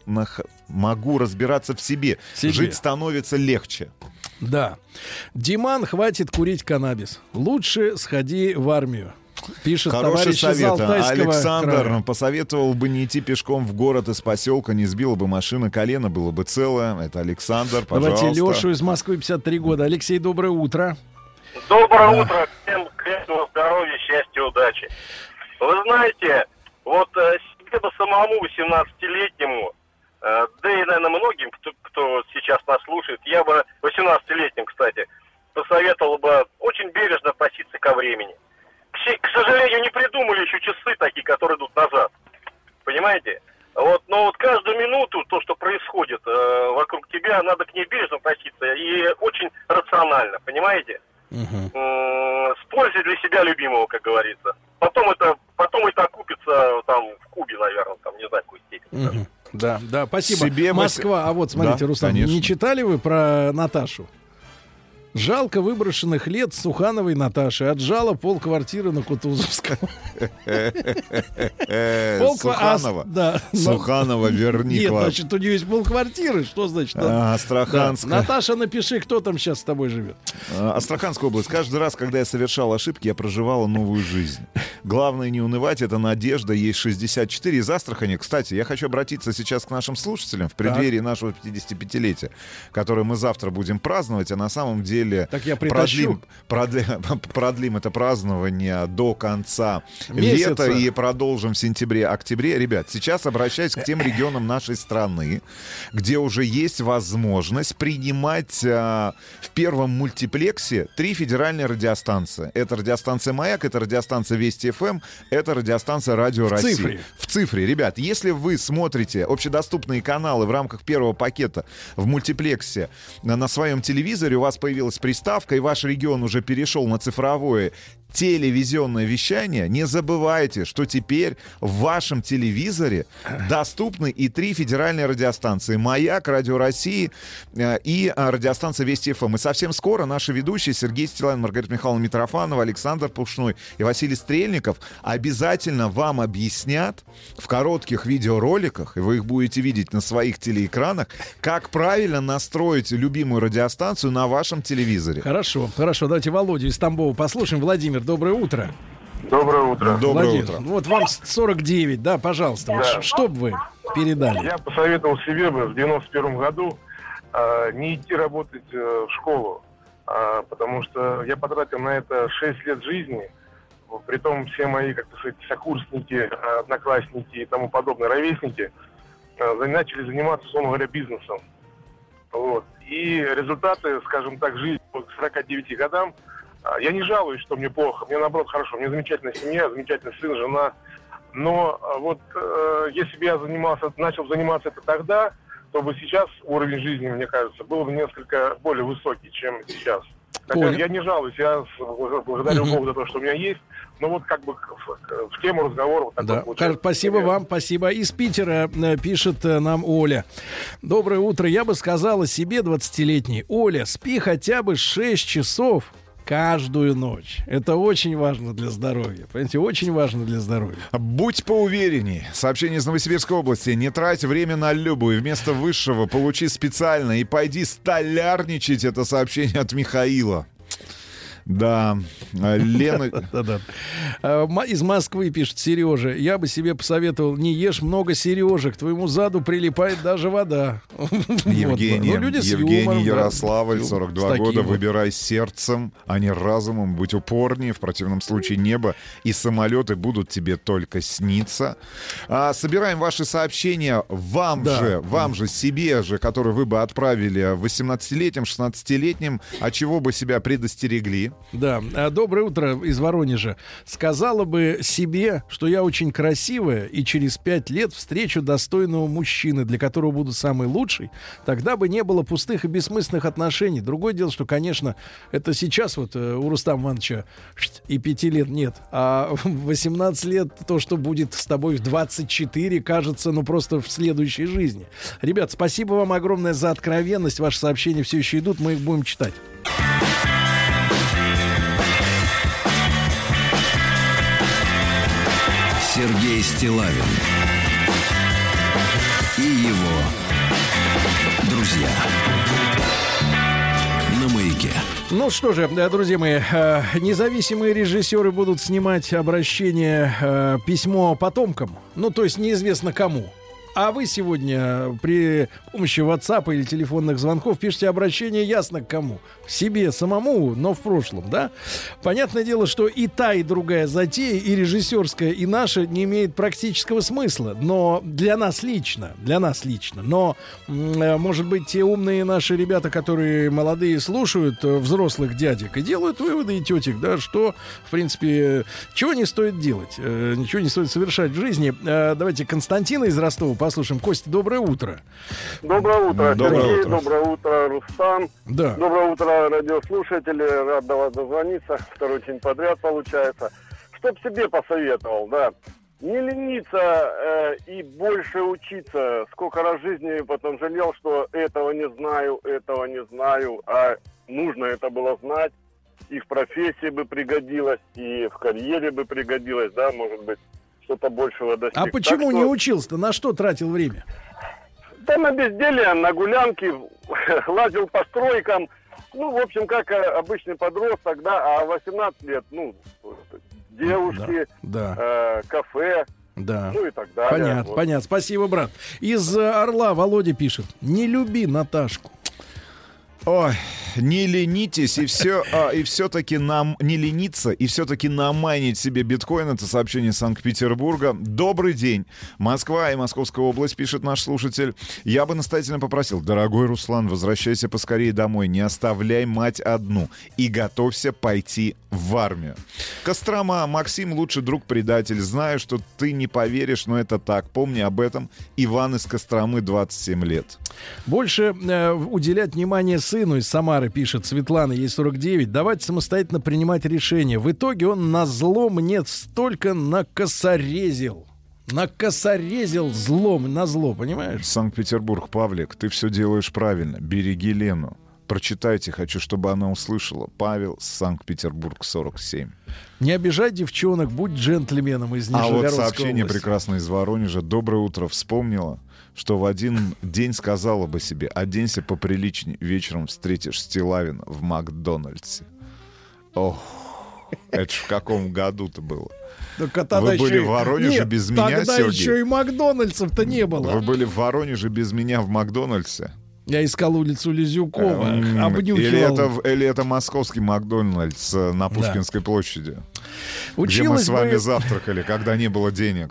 могу разбираться в себе. Жить становится легче. Да. Диман, хватит курить каннабис. Лучше сходи в армию. Пишет Хороший товарищ из совет. Алтайского Александр края. посоветовал бы не идти пешком в город из поселка, не сбила бы машина, колено было бы целое. Это Александр, пожалуйста. Давайте Лешу из Москвы, 53 года. Алексей, доброе утро. Доброе утро. Всем крепкого здоровья, счастья, удачи. Вы знаете, вот себе бы самому 18-летнему, да и, наверное, многим, кто сейчас нас слушает, я бы 18-летним, кстати, посоветовал бы очень бережно относиться ко времени. К сожалению, не придумали еще часы такие, которые идут назад. Понимаете? Вот, но вот каждую минуту то, что происходит вокруг тебя, надо к ней бережно относиться и очень рационально, понимаете? С пользой для себя любимого, как говорится. Потом это окупится там в Кубе, наверное, там не знаю, в какой степени. Да, спасибо. Москва, а вот смотрите, да, Руслан, конечно. Не читали вы про Наташу? Жалко выброшенных лет Сухановой Наташи. Отжала полквартиры на Кутузовском. Суханова. Суханова, верни. Нет, значит, у нее есть полквартиры. Что значит? Астраханская. Наташа, напиши, кто там сейчас с тобой живет. Астраханская область. Каждый раз, когда я совершал ошибки, я проживала новую жизнь. Главное не унывать, это надежда. Есть 64 из Астрахани. Кстати, я хочу обратиться сейчас к нашим слушателям в преддверии нашего 55-летия, которое мы завтра будем праздновать, а на самом деле так я продлим это празднование до конца месяца. Лета и продолжим в сентябре-октябре. Ребят, сейчас обращаюсь к тем регионам нашей страны, где уже есть возможность принимать в первом мультиплексе 3 федеральные радиостанции. Это радиостанция «Маяк», это радиостанция «Вести ФМ», это радиостанция «Радио России». В цифре. Ребят, если вы смотрите общедоступные каналы в рамках первого пакета в мультиплексе на своем телевизоре, у вас появилась приставка, и ваш регион уже перешел на цифровое телевизионное вещание, не забывайте, что теперь в вашем телевизоре доступны и 3 федеральные радиостанции: «Маяк», «Радио России» и радиостанция «Вести ФМ». И совсем скоро наши ведущие Сергей Стиллавин, Маргарита Михайловна Митрофанова, Александр Пушной и Василий Стрельников обязательно вам объяснят в коротких видеороликах, и вы их будете видеть на своих телеэкранах, как правильно настроить любимую радиостанцию на вашем телевизоре. Хорошо. Давайте Володю из Тамбова послушаем. Владимир, доброе утро. Доброе утро. Доброе утро. Вот вам 49, да, пожалуйста. Да. Вот, что бы вы передали? Я посоветовал себе бы в 91 году не идти работать в школу, потому что я потратил на это 6 лет жизни. Притом все мои, как сказать, сокурсники, одноклассники и тому подобное, ровесники начали заниматься, условно говоря, бизнесом. Вот. И результаты, скажем так, жизни к 49 годам, я не жалуюсь, что мне плохо, мне наоборот хорошо, у меня замечательная семья, замечательный сын, жена. Но вот если бы я начал заниматься это тогда, то бы сейчас уровень жизни, мне кажется, был бы несколько более высокий, чем сейчас. Хотя я не жалуюсь, я благодарю Бога за то, что у меня есть. Но вот как бы в тему разговора вот такой получается. Спасибо вам, спасибо. Из Питера пишет нам Оля. Доброе утро. Я бы сказала себе 20-летней: Оля, спи хотя бы 6 часов каждую ночь. Это очень важно для здоровья. Понимаете, очень важно для здоровья. Будь поуверенней. Сообщение из Новосибирской области. Не трать время на любую. Вместо высшего получи специально и пойди столярничать. Это сообщение от Михаила. Да, Лена... Из Москвы пишет Сережа: я бы себе посоветовал: не ешь много сережек, к твоему заду прилипает даже вода. Евгений Ярославль, 42 года. Выбирай сердцем, а не разумом. Будь упорнее, в противном случае небо и самолеты будут тебе только сниться. Собираем ваши сообщения вам же, себе же, которые вы бы отправили 18-летним, 16-летним, от чего бы себя предостерегли. Да, доброе утро из Воронежа. Сказала бы себе, что я очень красивая и через 5 лет встречу достойного мужчины, для которого буду самый лучший. Тогда бы не было пустых и бессмысленных отношений. Другое дело, что, конечно, это сейчас вот у Рустама Ивановича и 5 лет нет. А в 18 лет то, что будет с тобой в 24, кажется, просто в следующей жизни. Ребят, спасибо вам огромное за откровенность. Ваши сообщения все еще идут, мы их будем читать. Сергей Стиллавин и его друзья на Маяке. Ну что же, друзья мои, независимые режиссеры будут снимать обращение, письмо потомкам. Ну, то есть неизвестно кому. А вы сегодня при помощи WhatsApp или телефонных звонков пишете обращение ясно к кому. Себе самому, но в прошлом, да? Понятное дело, что и та, и другая затея, и режиссерская, и наша, не имеет практического смысла. Но для нас лично. Но, может быть, те умные наши ребята, которые молодые, слушают взрослых дядек и делают выводы, и тетек, да, что, в принципе, чего не стоит делать, ничего не стоит совершать в жизни. Давайте Константина из Ростова послушаем. Костя, доброе утро. Доброе утро, Доброе Сергей. утро. Доброе утро, Рустам. Да. Доброе утро, радиослушатели. Рад до вас дозвониться. Второй день подряд получается. Что б себе посоветовал, да? Не лениться и больше учиться. Сколько раз в жизни потом жалел, что этого не знаю, а нужно это было знать. И в профессии бы пригодилось, и в карьере бы пригодилось, да, может быть, что-то большего достиг. А почему не учился-то? На что тратил время? Да на безделие, на гулянки, лазил по стройкам. Ну, в общем, как обычный подросток, да, а 18 лет, ну, девушки, кафе, ну и так далее. Понятно, вот. понятно. Спасибо, брат. Из Орла Володя пишет. Не люби Наташку. Ой, не ленитесь и все-таки нам не лениться и все-таки намайнить себе биткоин. Это сообщение из Санкт-Петербурга. Добрый день. Москва и Московская область, пишет наш слушатель. Я бы настоятельно попросил, дорогой Руслан, возвращайся поскорее домой, не оставляй мать одну и готовься пойти в армию. Кострома. Максим, лучший друг-предатель. Знаю, что ты не поверишь, но это так. Помни об этом. Иван из Костромы, 27 лет. Больше уделять внимание сыну из Самары, пишет Светлана, ей 49. Давайте самостоятельно принимать решения. В итоге он назло мне столько накосорезил. Накосорезил злом на зло, понимаешь? Санкт-Петербург, Павлик, ты все делаешь правильно. Береги Лену. Прочитайте, хочу, чтобы она услышала. Павел, Санкт-Петербург, 47. Не обижай девчонок, будь джентльменом из Нижегородской вот сообщение области. прекрасное из Воронежа. Доброе утро. Вспомнила, что в один день сказала бы себе: оденься поприличней, вечером встретишь Стилавина в Макдональдсе. Ох, это ж в каком году-то было? Вы были в Воронеже без меня, тогда Сергей? еще и Макдональдсов-то не было. Вы были в Воронеже без меня в Макдональдсе? Я искал улицу Лизюкова, обнюхивал. Или это московский Макдональдс на Пушкинской площади? Где мы Училась с вами бы- завтракали, когда не было денег.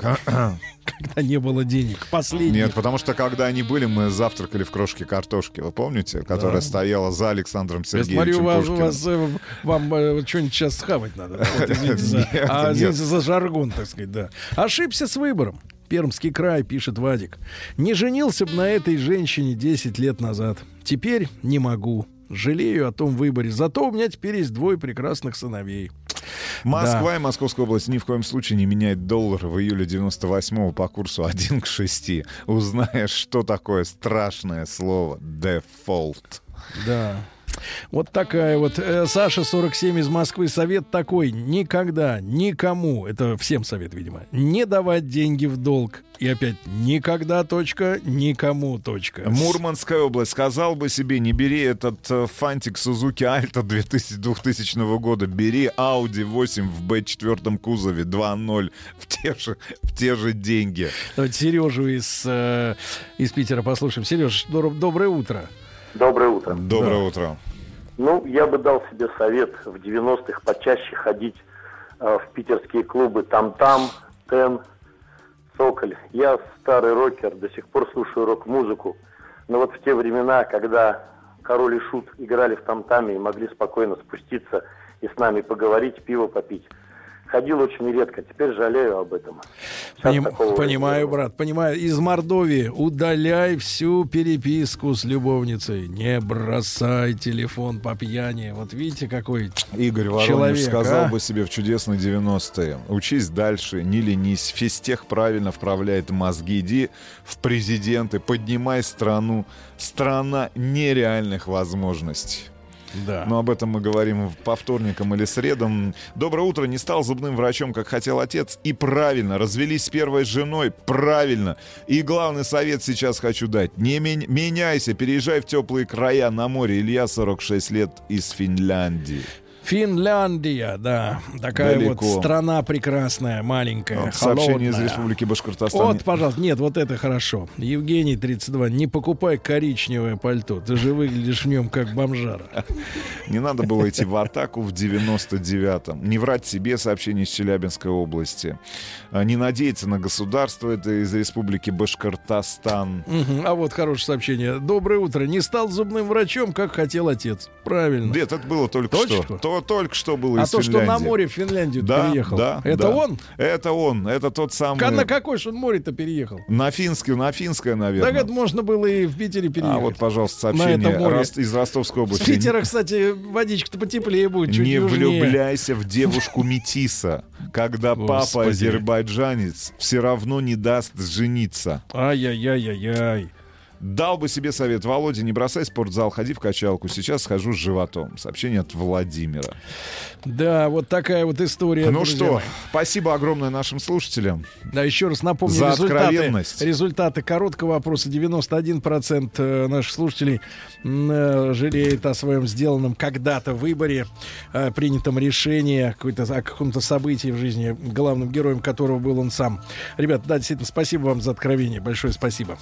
Когда не было денег. Последний. Нет, потому что когда они были, мы завтракали в крошке картошки. Вы помните? Которая стояла за Александром Я Сергеевичем смотрю, Пушкиным. вам что-нибудь сейчас схавать надо. Вот, извините, Нет, извините за жаргон, так сказать, да. Ошибся с выбором. Пермский край, пишет Вадик. Не женился бы на этой женщине 10 лет назад. Теперь не могу. Жалею о том выборе. Зато у меня теперь есть 2 прекрасных сыновей. Москва и Московская область ни в коем случае не меняет доллар в июле 98-го по курсу 1 к 6. Узнаешь, что такое страшное слово «дефолт». Да. Вот такая вот. Саша, 47, из Москвы. Совет такой: никогда никому, это всем совет, видимо, не давать деньги в долг. И опять никогда, никому, Мурманская область. Сказал бы себе, не бери этот фантик Suzuki Alto 2000 года, бери Audi 8 в B4 кузове 2.0 в те же деньги. Давайте Сережу из Питера послушаем. Сереж, доброе утро. Доброе утро. Доброе утро. Ну, я бы дал себе совет в 90-х почаще ходить в питерские клубы «Там-там», «Тен», «Соколь». Я старый рокер, до сих пор слушаю рок-музыку. Но вот в те времена, когда Король и Шут играли в «Там-таме» и могли спокойно спуститься и с нами поговорить, пиво попить, ходил очень редко. Теперь жалею об этом. Понимаю, брат, понимаю. Из Мордовии: удаляй всю переписку с любовницей. Не бросай телефон по пьяни. Вот видите, какой Игорь Воронеж человек, сказал бы себе в чудесные 90-е: учись дальше, не ленись, физтех правильно вправляет мозги, иди в президенты, поднимай страну. Страна нереальных возможностей. Да. Но об этом мы говорим по вторникам или средам. Доброе утро. Не стал зубным врачом, как хотел отец. И правильно. Развелись с первой женой. Правильно. И главный совет сейчас хочу дать. Не меняйся. Переезжай в теплые края на море. Илья, 46 лет, из Финляндии. Финляндия, да. Такая Далеко. вот страна прекрасная, маленькая, Вот сообщение из холодная. Республики Башкортостан. Вот, пожалуйста. Нет, вот это хорошо. Евгений, 32. Не покупай коричневое пальто. Ты же выглядишь в нем как бомжара. Не надо было идти в атаку в 99-м. Не врать себе, сообщение из Челябинской области. Не надеяться на государство. Это из Республики Башкортостан. А вот хорошее сообщение. Доброе утро. Не стал зубным врачом, как хотел отец. Правильно. Нет, это было только что. вот только что был А из то, Финляндии. что на море в Финляндию переехал, это да. он? Это он, это тот самый... На какой же он море-то переехал? На финское, наверное. Так это можно было и в Питере переехать. А вот, пожалуйста, сообщение из Ростовской области. С Питера, кстати, водичка-то потеплее будет, чуть Не южнее. влюбляйся в девушку-метиса, когда папа азербайджанец все равно не даст жениться. Ай-яй-яй-яй-яй. Дал бы себе совет: Володя, не бросай спортзал, ходи в качалку. Сейчас схожу с животом. Сообщение от Владимира. Да, вот такая вот история. Ну что, спасибо огромное нашим слушателям. Да, еще раз напомню, за откровенность. Результаты короткого опроса. 91% наших слушателей жалеет о своем сделанном когда-то выборе, принятом решении о каком-то событии в жизни, главным героем которого был он сам. Ребята, да, действительно, спасибо вам за откровение. Большое спасибо.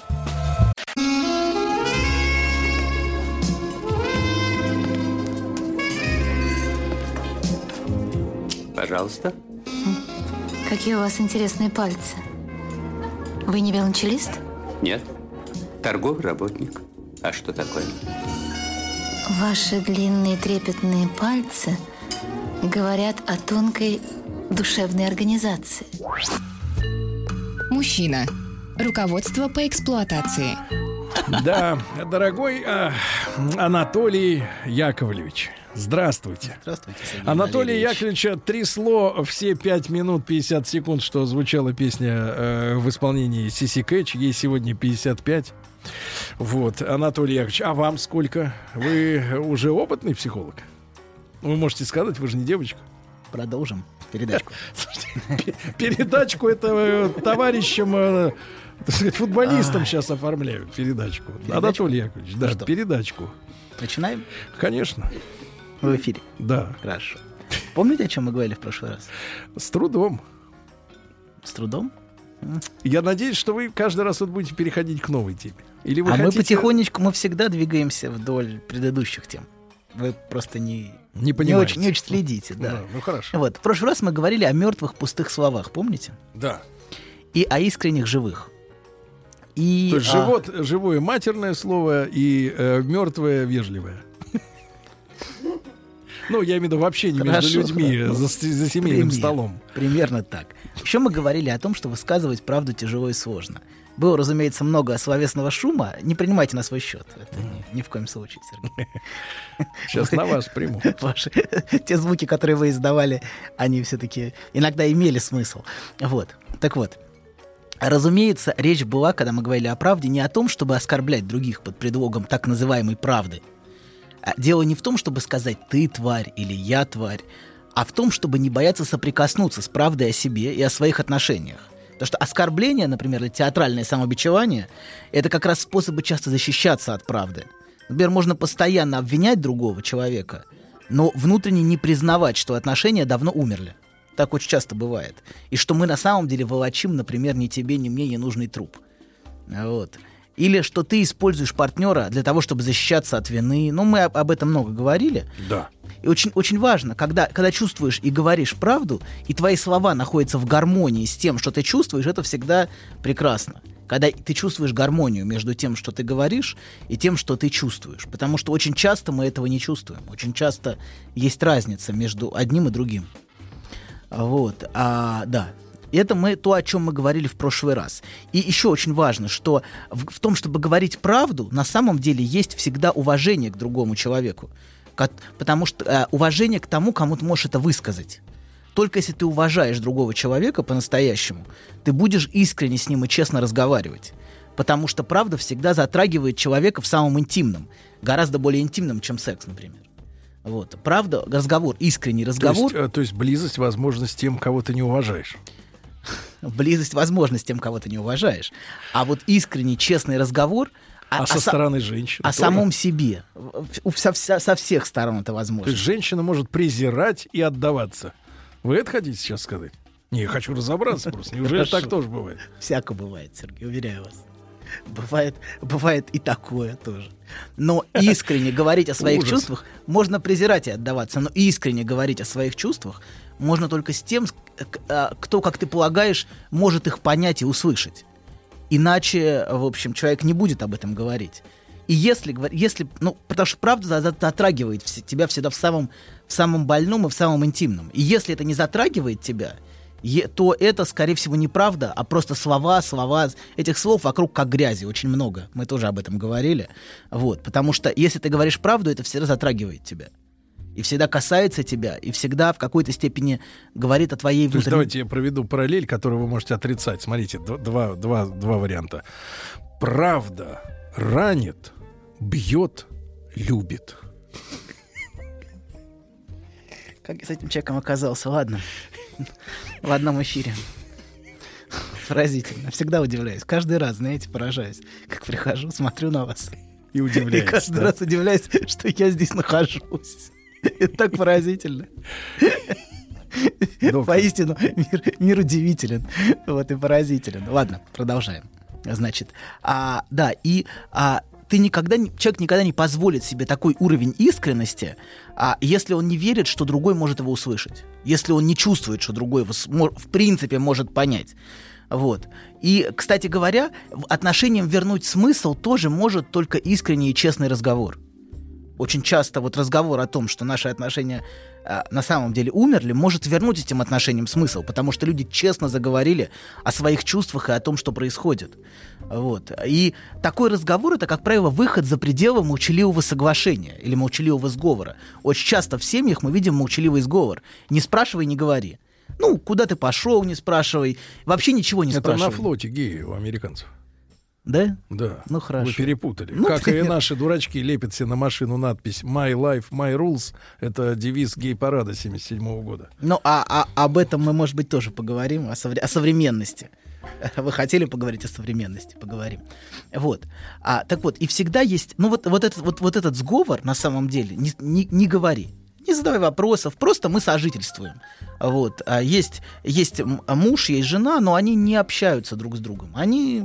Пожалуйста. Какие у вас интересные пальцы. Вы не велончелист? Нет. Торговый работник. А что такое? Ваши длинные трепетные пальцы говорят о тонкой душевной организации. Мужчина. Руководство по эксплуатации. Да, дорогой Анатолий Яковлевич, здравствуйте. Здравствуйте, Сергей Анатолия Валерьевич. Яковлевича трясло все 5 минут 50 секунд, что звучала песня в исполнении Сиси Кэтч. Ей сегодня 55. Вот, Анатолий Яковлевич, а вам сколько? Вы уже опытный психолог? Вы можете сказать, вы же не девочка. Продолжим передачку. Передачку это товарищам, так сказать, футболистам сейчас оформляют передачку. Анатолий Яковлевич, да, передачку. Начинаем? Конечно. В эфире? Да. Хорошо. Помните, о чем мы говорили в прошлый раз? С трудом. С трудом? Я надеюсь, что вы каждый раз вот будете переходить к новой теме. Или вы мы потихонечку, мы всегда двигаемся вдоль предыдущих тем. Вы просто не понимаете. Не очень следите. Да. Ну хорошо. Вот. В прошлый раз мы говорили о мертвых пустых словах, помните? Да. И о искренних живых. То есть живое матерное слово и мертвое вежливое. Ну, я имею в виду в общении между людьми за семейным столом. Примерно так. Еще мы говорили о том, что высказывать правду тяжело и сложно. Было, разумеется, много словесного шума. Не принимайте на свой счет. Это ни в коем случае, Сергей. Сейчас на вас приму. Те звуки, которые вы издавали, они все-таки иногда имели смысл. Вот. Так вот. Разумеется, речь была, когда мы говорили о правде, не о том, чтобы оскорблять других под предлогом так называемой правды. Дело не в том, чтобы сказать «ты тварь» или «я тварь», а в том, чтобы не бояться соприкоснуться с правдой о себе и о своих отношениях. Потому что оскорбление, например, или театральное самобичевание — это как раз способы часто защищаться от правды. Например, можно постоянно обвинять другого человека, но внутренне не признавать, что отношения давно умерли. Так очень часто бывает. И что мы на самом деле волочим, например, ни тебе, ни мне ненужный труп. Вот. Или что ты используешь партнера для того, чтобы защищаться от вины. Ну, мы об этом много говорили. Да. И очень, очень важно, когда чувствуешь и говоришь правду, и твои слова находятся в гармонии с тем, что ты чувствуешь, это всегда прекрасно. Когда ты чувствуешь гармонию между тем, что ты говоришь, и тем, что ты чувствуешь. Потому что очень часто мы этого не чувствуем. Очень часто есть разница между одним и другим. Вот, да. Это то, о чем мы говорили в прошлый раз. И еще очень важно, что в том, чтобы говорить правду, на самом деле есть всегда уважение к другому человеку. Потому что уважение к тому, кому ты можешь это высказать. Только если ты уважаешь другого человека по-настоящему, ты будешь искренне с ним и честно разговаривать. Потому что правда всегда затрагивает человека в самом интимном. Гораздо более интимном, чем секс, например. Вот. Правда, разговор, искренний разговор. То есть близость, возможность с тем, кого ты не уважаешь. Близость, возможность с тем, кого ты не уважаешь. А вот искренний, честный разговор... со стороны женщины. О самом себе. Со всех сторон это возможно. То есть женщина может презирать и отдаваться. Вы это хотите сейчас сказать? Не, я хочу разобраться просто. Неужели так тоже бывает? Всяко бывает, Сергей, уверяю вас. Бывает и такое тоже. Но искренне говорить о своих чувствах можно презирать и отдаваться, но искренне говорить о своих чувствах можно только с тем, кто, как ты полагаешь, может их понять и услышать. Иначе, в общем, человек не будет об этом говорить. И если потому что правда затрагивает тебя всегда в в самом больном и в самом интимном. И если это не затрагивает тебя, то это, скорее всего, неправда, а просто слова. Этих слов вокруг как грязи очень много. Мы тоже об этом говорили. Вот. Потому что если ты говоришь правду, это всегда затрагивает тебя. И всегда касается тебя, и всегда в какой-то степени говорит о твоей внутренней... То есть давайте я проведу параллель, которую вы можете отрицать. Смотрите, два варианта. Правда ранит, бьет, любит. Как я с этим человеком оказался? Ладно. В одном эфире. Поразительно. Всегда удивляюсь. Каждый раз, знаете, поражаюсь. Как прихожу, смотрю на вас. И удивляюсь. И каждый раз удивляюсь, что я здесь нахожусь. Это так поразительно. Поистину, мир удивителен. Вот и поразителен. Ладно, продолжаем. Значит, человек никогда не позволит себе такой уровень искренности, если он не верит, что другой может его услышать. Если он не чувствует, что другой его в принципе может понять. Вот. И, кстати говоря, отношениям вернуть смысл тоже может только искренний и честный разговор. Очень часто вот разговор о том, что наши отношения на самом деле умерли, может вернуть этим отношениям смысл, потому что люди честно заговорили о своих чувствах и о том, что происходит. Вот. И такой разговор — это, как правило, выход за пределы молчаливого соглашения или молчаливого сговора. Очень часто в семьях мы видим молчаливый сговор. Не спрашивай, не говори. Ну, куда ты пошел, не спрашивай. Вообще ничего не спрашивай. Это на флоте геи у американцев. Да? Да. Ну, хорошо. Вы перепутали. Как и наши дурачки лепят себе на машину надпись «My life, my rules». Это девиз гей-парада 1977 года. Ну, об этом мы, может быть, тоже поговорим, о современности. Вы хотели поговорить о современности? Поговорим. Вот. Так вот, и всегда есть... Ну, вот этот сговор, на самом деле, не говори. Не задавай вопросов, просто мы сожительствуем. Вот. Есть муж, есть жена, но они не общаются друг с другом. Они,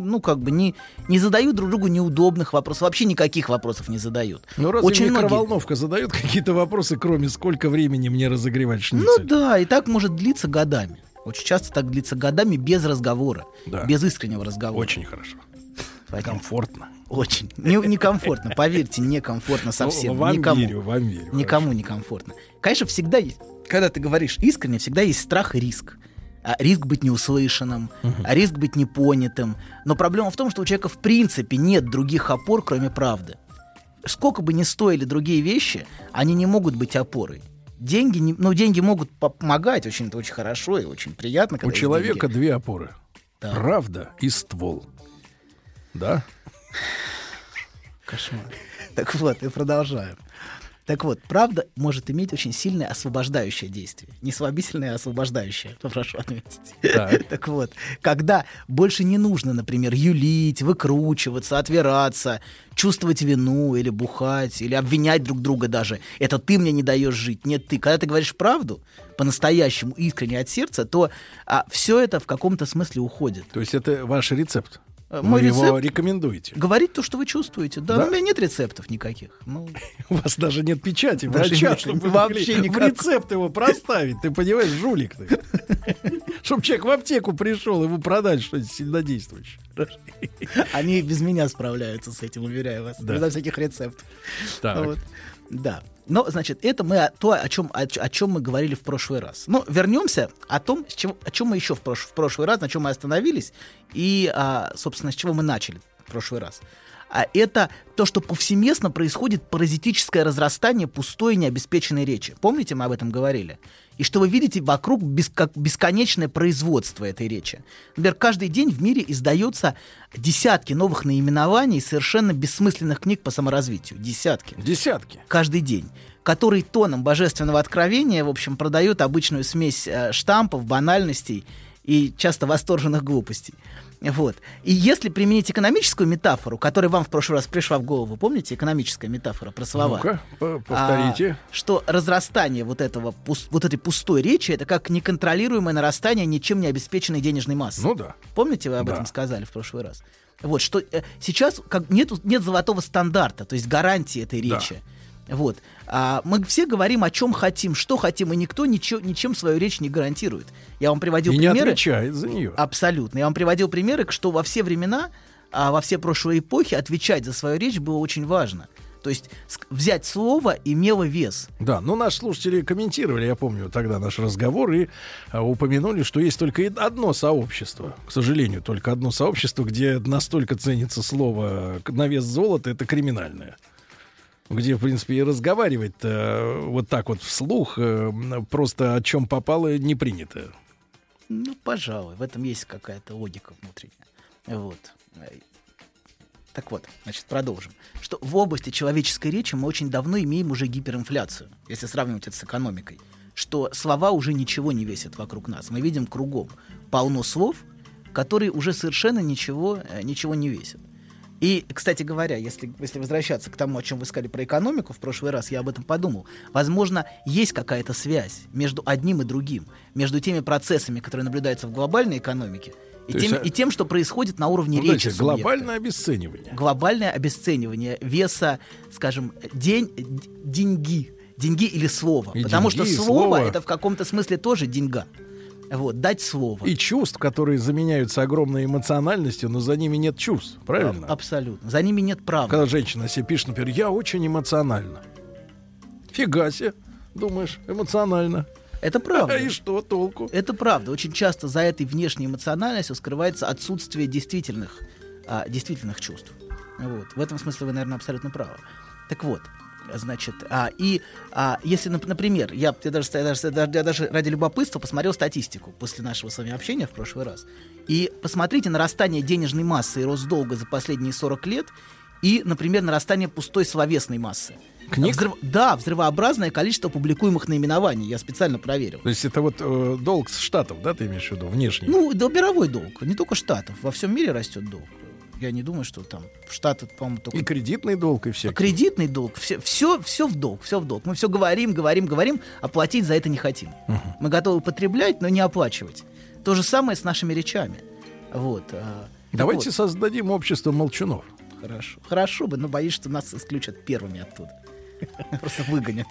не задают друг другу неудобных вопросов, вообще никаких вопросов не задают. Ну, разве микроволновка задает какие-то вопросы, кроме сколько времени мне разогревать шницель? Ну да, и так может длиться годами. Очень часто так длится годами без разговора, без искреннего разговора. Очень хорошо. Комфортно. Очень. Некомфортно, поверьте, некомфортно совсем. Вам никому. Верю. Никому некомфортно. Конечно, всегда есть, когда ты говоришь искренне, всегда есть страх и риск. Риск быть неуслышанным, риск быть непонятым. Но проблема в том, что у человека в принципе нет других опор, кроме правды. Сколько бы ни стоили другие вещи, они не могут быть опорой. Деньги могут помогать, это очень хорошо и очень приятно. У человека две опоры. Да. Правда и ствол. Да? Кошмар. Так вот, и продолжаем. Так вот, правда может иметь очень сильное освобождающее действие. Не слабительное, а освобождающее, прошу отметить. Так вот, когда больше не нужно, например, юлить, выкручиваться, отвираться, чувствовать вину или бухать, или обвинять друг друга даже. Это ты мне не даешь жить, нет ты. Когда ты говоришь правду, по-настоящему искренне от сердца, то все это в каком-то смысле уходит. То есть это ваш рецепт? Мой вы рецепт его рекомендуете? Говорить то, что вы чувствуете. Да, у меня нет рецептов никаких. У вас даже нет печати в чат, чтобы вы вообще в рецепт его проставить. Ты понимаешь, жулик ты. Чтобы человек в аптеку пришел, ему продать что-нибудь сильнодействующее. Они без меня справляются с этим, уверяю вас. Без всяких рецептов. Да. Но, значит, это о чем мы говорили в прошлый раз. Но вернемся о том, о чем мы еще в прошлый раз, на чем мы остановились, и, собственно, с чего мы начали в прошлый раз. Это то, что повсеместно происходит паразитическое разрастание пустой и необеспеченной речи. Помните, мы об этом говорили? И что вы видите вокруг бесконечное производство этой речи. Например, каждый день в мире издается десятки новых наименований совершенно бессмысленных книг по саморазвитию. Десятки. Каждый день. Которые тоном божественного откровения, в общем, продают обычную смесь штампов, банальностей и часто восторженных глупостей. Вот. И если применить экономическую метафору, которая вам в прошлый раз пришла в голову, помните, экономическая метафора про слова? Ну-ка, повторите. Что разрастание вот этой пустой речи — это как неконтролируемое нарастание ничем не обеспеченной денежной массы. Ну да. Помните, вы об этом сказали в прошлый раз? Вот, что сейчас нет золотого стандарта, то есть гарантии этой речи. Вот. Мы все говорим, о чем хотим, что хотим, и никто ничем свою речь не гарантирует. Я вам приводил примеры. И не отвечает за нее. Абсолютно. Я вам приводил примеры, что во все времена, во все прошлые эпохи отвечать за свою речь было очень важно. То есть взять слово имело вес. Да, но наши слушатели комментировали, я помню тогда наш разговор, и упомянули, что есть только одно сообщество, к сожалению, только одно сообщество, где настолько ценится слово на вес золота, это криминальное. Где, в принципе, и разговаривать вот так вот вслух просто о чем попало не принято. Ну, пожалуй, в этом есть какая-то логика внутренняя. Вот. Так вот, значит, продолжим. Что в области человеческой речи мы очень давно имеем уже гиперинфляцию, если сравнивать это с экономикой. Что слова уже ничего не весят вокруг нас. Мы видим кругом полно слов, которые уже совершенно ничего не весят. И, кстати говоря, если возвращаться к тому, о чем вы сказали про экономику в прошлый раз, я об этом подумал. Возможно, есть какая-то связь между одним и другим, между теми процессами, которые наблюдаются в глобальной экономике, и тем, что происходит на уровне речи. Глобальное обесценивание. Глобальное обесценивание веса, скажем, деньги или слова. Потому что слово — это в каком-то смысле тоже деньга. Вот, дать слово. И чувств, которые заменяются огромной эмоциональностью, но за ними нет чувств, правильно? Абсолютно. За ними нет правды. Когда женщина себе пишет, например, я очень эмоциональна. Фига себе, думаешь, эмоционально. Это правда. И что толку? Это правда. Очень часто за этой внешней эмоциональностью скрывается отсутствие действительных чувств. Вот. В этом смысле вы, наверное, абсолютно правы. Так вот, значит, если, например, я даже ради любопытства посмотрел статистику после нашего с вами общения в прошлый раз, и посмотрите нарастание денежной массы и рост долга за последние 40 лет и, например, нарастание пустой словесной массы. Книг? Взрывообразное количество публикуемых наименований. Я специально проверил. То есть это вот долг с Штатов, да, ты имеешь в виду, внешний? Ну, да, мировой долг, не только Штатов. Во всем мире растет долг. Я не думаю, что там Штаты, по-моему, только... И кредитный долг, и всякий. Кредитный долг, все в долг. Мы все говорим, а платить за это не хотим. Мы готовы потреблять, но не оплачивать. То же самое с нашими речами. Вот. Давайте создадим общество молчунов. Хорошо бы, но боюсь, что нас исключат первыми оттуда. Просто выгонят.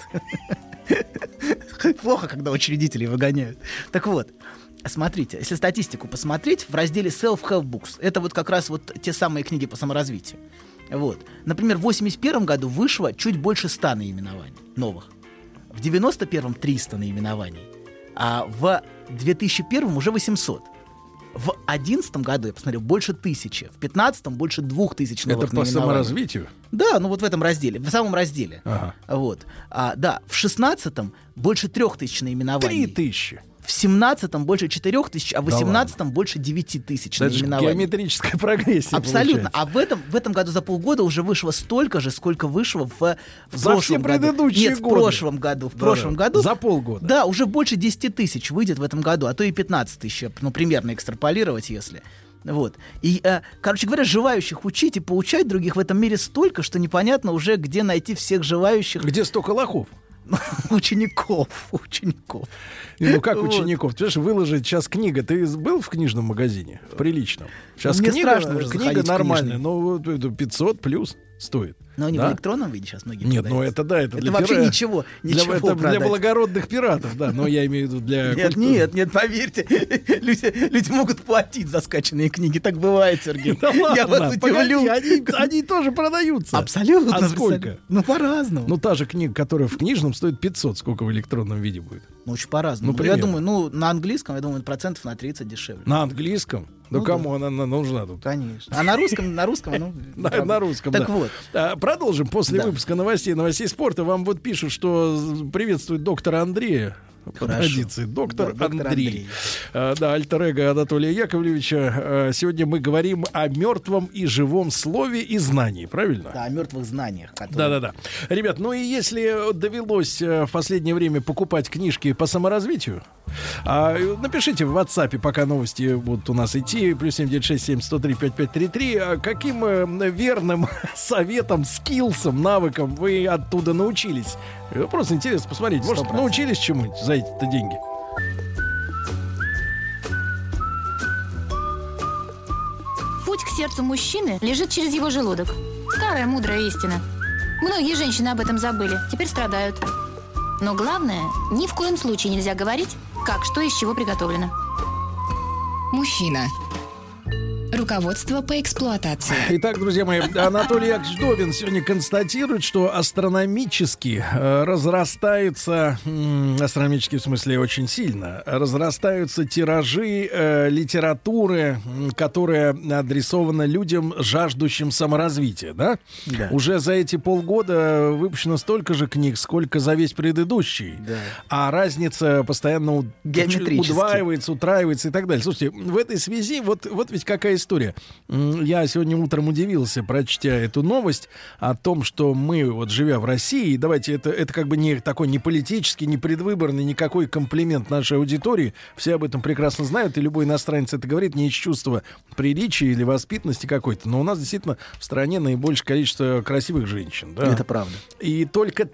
Плохо, когда учредителей выгоняют. Так вот, смотрите, если статистику посмотреть, в разделе Self-Help Books, это вот как раз вот те самые книги по саморазвитию. Вот. Например, в 1981 году вышло чуть больше 100 наименований новых. В 1991 300 наименований. А в 2001 уже 800. В 2011 году, я посмотрел, больше 1000. В 2015 больше 2000 новых наименований. Это по саморазвитию? Да, ну вот в этом разделе, в самом разделе. Ага. Вот. Да, в 2016 больше 3000 наименований. 3000. В 17-м больше 4000, а в 18-м больше 9000 наименований. Это геометрическая прогрессия. Абсолютно. Получается. А в этом году за полгода уже вышло столько же, сколько вышло в прошлом году. Нет, в прошлом году. В прошлом году. За полгода. Да, уже больше 10 тысяч выйдет в этом году, а то и 15 тысяч, ну, примерно экстраполировать, если. Вот. И, короче говоря, желающих учить и поучать других в этом мире столько, что непонятно уже, где найти всех желающих. Где столько лохов? Учеников. Ну как учеников? Ты же выложить сейчас книга. Ты был в книжном магазине? В приличном? Сейчас книга нормальная, но 500 плюс стоит. Но они в электронном виде сейчас многие продают. Нет, ну это да, это для вообще ничего это для благородных пиратов, да, но я имею в виду для... Нет, поверьте, люди могут платить за скачанные книги, так бывает, Сергей. Да ладно, погоди, они тоже продаются. Абсолютно. А сколько? Ну, по-разному. Ну, та же книга, которая в книжном стоит 500, сколько в электронном виде будет? Ну, очень по-разному. Ну, я думаю, на английском, я думаю, процентов на 30 дешевле. На английском? Да кому она нужна тут? Конечно. А на русском, ну... На русском, так вот. Продолжим после выпуска новостей спорта. Вам вот пишут, что приветствует доктора Андрея. По традиции. Доктор Андрей. Да, альтер-эго Анатолия Яковлевича. Сегодня мы говорим о мертвом и живом слове и знании. Правильно? Да, о мертвых знаниях. Да. Ребят, ну и если довелось в последнее время покупать книжки по саморазвитию, напишите в WhatsApp, пока новости будут у нас идти. +7 967 103 5533. Каким верным советом, скиллсом, навыкам вы оттуда научились? Просто интересно посмотреть. Может, 100%. Научились чему-нибудь за эти-то деньги? Путь к сердцу мужчины лежит через его желудок. Старая мудрая истина. Многие женщины об этом забыли, теперь страдают. Но главное, ни в коем случае нельзя говорить, как, что, из чего приготовлено. Мужчина. Руководство по эксплуатации. Итак, друзья мои, Анатолий Яковлевич Добин сегодня констатирует, что астрономически разрастаются, астрономически в смысле очень сильно, разрастаются тиражи литературы, которая адресована людям, жаждущим саморазвития, да? Да. Уже за эти полгода выпущено столько же книг, сколько за весь предыдущий. Да. А разница постоянно удваивается, утраивается и так далее. Слушайте, в этой связи вот ведь какая история. Я сегодня утром удивился, прочтя эту новость о том, что мы, вот живя в России, давайте, это как бы не такой не политический, не предвыборный, никакой комплимент нашей аудитории. Все об этом прекрасно знают, и любой иностранец это говорит не из чувства приличия или воспитанности какой-то. Но у нас действительно в стране наибольшее количество красивых женщин. Да? Это правда. И только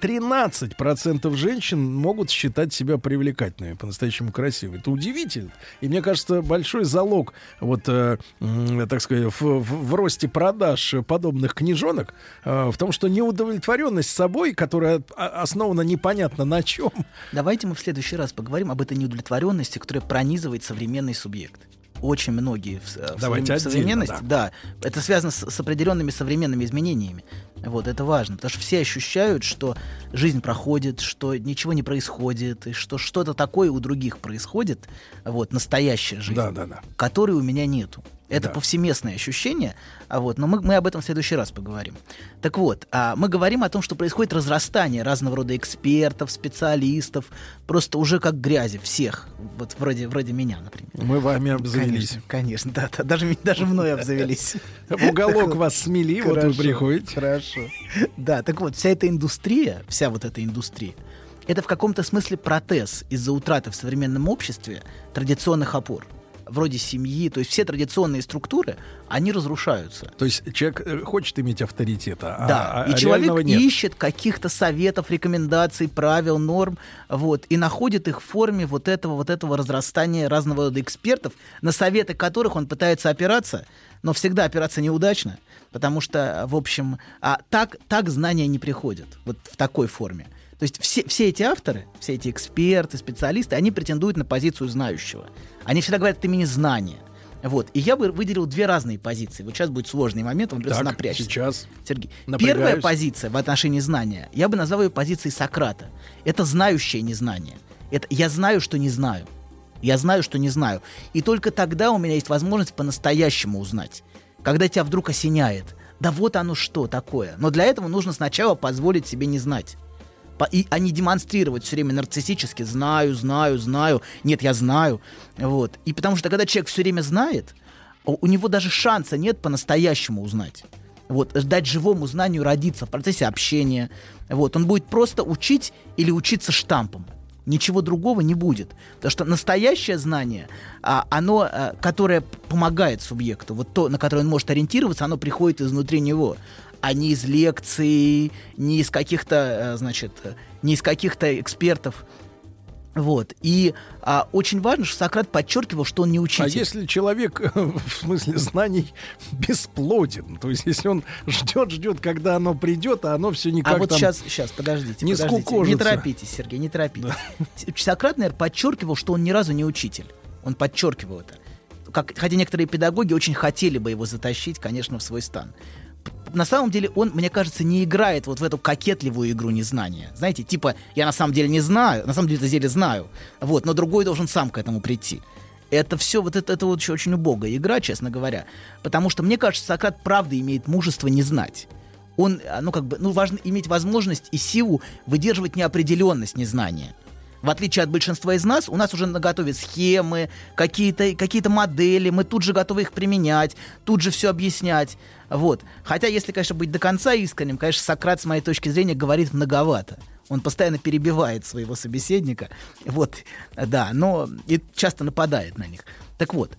13% женщин могут считать себя привлекательными, по-настоящему красивыми. Это удивительно. И мне кажется, большой залог вот, так сказать, в росте продаж подобных книжонок в том, что неудовлетворенность собой, которая основана непонятно на чем. Давайте мы в следующий раз поговорим об этой неудовлетворенности, которая пронизывает современный субъект. Очень многие в современности, да, это связано с определенными современными изменениями. Вот, это важно, потому что все ощущают, что жизнь проходит, что ничего не происходит, и что что-то такое у других происходит, вот, настоящая жизнь, которой у меня нету. Это повсеместное ощущение, но мы об этом в следующий раз поговорим. Так вот, мы говорим о том, что происходит разрастание разного рода экспертов, специалистов, просто уже как грязи всех, вот вроде меня, например. Мы вами обзавелись. Конечно, да, даже мной обзавелись. В уголок вас смели, вот вы приходите. Хорошо. Да, так вот, вся вот эта индустрия, это в каком-то смысле протез из-за утраты в современном обществе традиционных опор. Вроде семьи, то есть все традиционные структуры, они разрушаются. То есть человек хочет иметь авторитета, и человек ищет каких-то советов, рекомендаций, правил, норм, вот, и находит их в форме вот этого разрастания разного рода экспертов, на советы которых он пытается опираться, но всегда опираться неудачно, потому что, в общем, так знания не приходят, вот в такой форме. То есть все эти авторы, все эти эксперты, специалисты, они претендуют на позицию знающего. Они всегда говорят от имени знания. Вот. И я бы выделил две разные позиции. Вот сейчас будет сложный момент, вам придется напрячься. Сейчас. Сергей. Напрягаюсь. Первая позиция в отношении знания, я бы назвал ее позицией Сократа. Это знающее незнание. Это я знаю, что не знаю. Я знаю, что не знаю. И только тогда у меня есть возможность по-настоящему узнать. Когда тебя вдруг осеняет. Да вот оно что такое. Но для этого нужно сначала позволить себе не знать. А не демонстрировать все время нарциссически знаю, нет, я знаю. Вот. И потому что когда человек все время знает, у него даже шанса нет по-настоящему узнать. Вот. Дать живому знанию родиться в процессе общения. Вот. Он будет просто учить или учиться штампом. Ничего другого не будет. Потому что настоящее знание, оно, которое помогает субъекту, вот то, на которое он может ориентироваться, оно приходит изнутри него. А не из лекций, не из каких-то экспертов. Вот. И очень важно, что Сократ подчеркивал, что он не учитель. А если человек, в смысле знаний, бесплоден, то есть если он ждет, когда оно придет, а оно все никак вот там сейчас, подождите. скукожится. Не торопитесь, Сергей, не торопитесь. Да. Сократ, наверное, подчеркивал, что он ни разу не учитель. Он подчеркивал это. Хотя некоторые педагоги очень хотели бы его затащить, конечно, в свой стан. На самом деле он, мне кажется, не играет вот в эту кокетливую игру незнания. Знаете, типа, я на самом деле не знаю, на самом деле знаю, вот, но другой должен сам к этому прийти. Это все, вот это вот очень убогая игра, честно говоря. Потому что, мне кажется, Сократ правда имеет мужество не знать. Он, важно иметь возможность и силу выдерживать неопределенность незнания. В отличие от большинства из нас, у нас уже наготове схемы, какие-то модели, мы тут же готовы их применять, тут же все объяснять. Вот. Хотя, если, конечно, быть до конца искренним, конечно, Сократ, с моей точки зрения, говорит многовато. Он постоянно перебивает своего собеседника, вот, да, но и часто нападает на них. Так вот,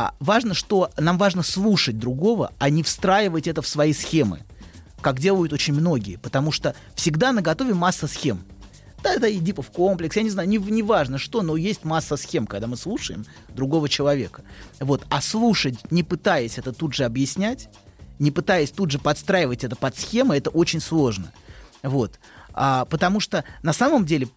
нам важно слушать другого, а не встраивать это в свои схемы, как делают очень многие, потому что всегда наготове масса схем. Да, это Эдипов комплекс, я не знаю, не важно что, но есть масса схем, когда мы слушаем другого человека. Вот. А слушать, не пытаясь это тут же объяснять, не пытаясь тут же подстраивать это под схемы, это очень сложно. Вот. Потому что на самом деле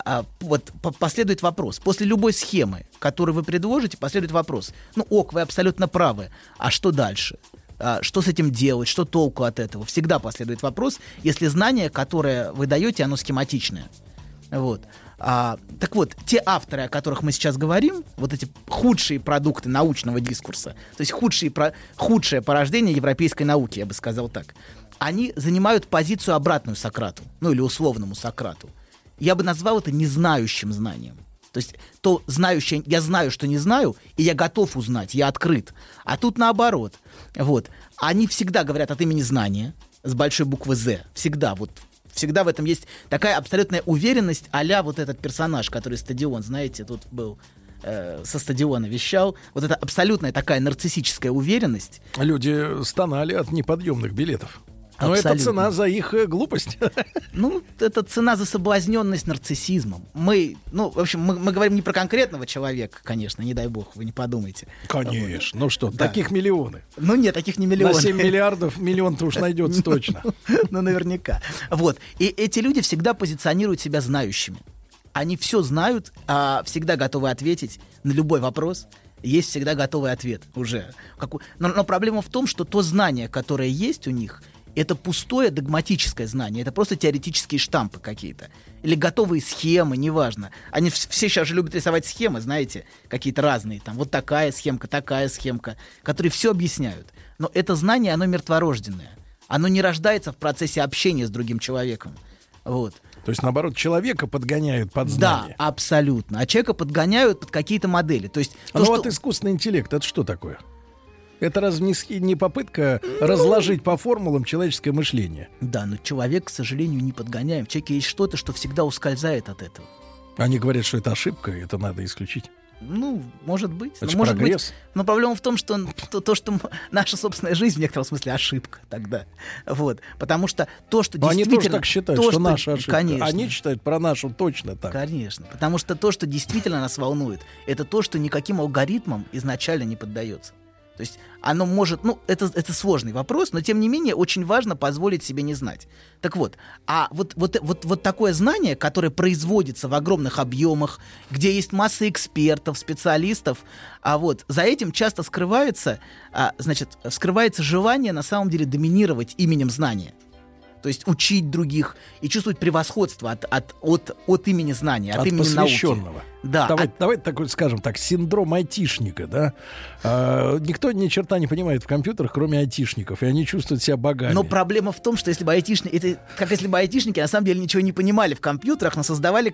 вот последует вопрос. После любой схемы, которую вы предложите, последует вопрос. Вы абсолютно правы. А что дальше? Что с этим делать? Что толку от этого? Всегда последует вопрос, если знание, которое вы даете, оно схематичное. Вот. Так вот, те авторы, о которых мы сейчас говорим, вот эти худшие продукты научного дискурса, то есть худшее порождение европейской науки, я бы сказал так, они занимают позицию обратную Сократу, или условному Сократу. Я бы назвал это незнающим знанием. То есть то знающее, я знаю, что не знаю, и я готов узнать, я открыт. А тут наоборот. Вот. Они всегда говорят от имени знания, с большой буквы «З». Всегда в этом есть такая абсолютная уверенность, а-ля вот этот персонаж, который стадион, знаете, тут был, со стадиона вещал. Вот это абсолютная такая нарциссическая уверенность. Люди стонали от неподъемных билетов. Но Абсолютно. это цена за их глупость. Это цена за соблазненность нарциссизмом. Мы говорим не про конкретного человека, конечно, не дай бог, вы не подумайте. Конечно. Таких миллионы. Нет, таких не миллионы. На 7 миллиардов миллион-то уж найдется точно. Наверняка. Вот. И эти люди всегда позиционируют себя знающими. Они все знают, всегда готовы ответить на любой вопрос. Есть всегда готовый ответ уже. Но проблема в том, что то знание, которое есть у них, это пустое догматическое знание, это просто теоретические штампы какие-то. Или готовые схемы, неважно. Они все сейчас же любят рисовать схемы, знаете, какие-то разные. Там вот такая схемка, которые все объясняют. Но это знание, оно мертворожденное. Оно не рождается в процессе общения с другим человеком. Вот. То есть, наоборот, человека подгоняют под знание. Да, абсолютно. А человека подгоняют под какие-то модели. То есть, искусственный интеллект, это что такое? Это разве не попытка разложить по формулам человеческое мышление? Да, но человек, к сожалению, не подгоняем. В человеке есть что-то, что всегда ускользает от этого. Они говорят, что это ошибка, и это надо исключить. Может быть. Это же прогресс. Но проблема в том, что что наша собственная жизнь в некотором смысле ошибка тогда. Вот. Потому что то, что действительно... Они тоже так считают, что наша ошибка. Конечно. Они считают про нашу точно так. Конечно. Потому что то, что действительно нас волнует, это то, что никаким алгоритмам изначально не поддается. То есть оно может... это сложный вопрос, но тем не менее очень важно позволить себе не знать. Так вот, вот такое знание, которое производится в огромных объемах, где есть масса экспертов, специалистов, за этим часто скрывается желание на самом деле доминировать именем знания. То есть учить других и чувствовать превосходство от имени знания, от имени посвященного. Науки. Да. Давайте такой, скажем так, синдром айтишника, да? Никто ни черта не понимает в компьютерах, кроме айтишников, и они чувствуют себя богами. Но проблема в том, что если бы айтишники на самом деле ничего не понимали в компьютерах, но создавали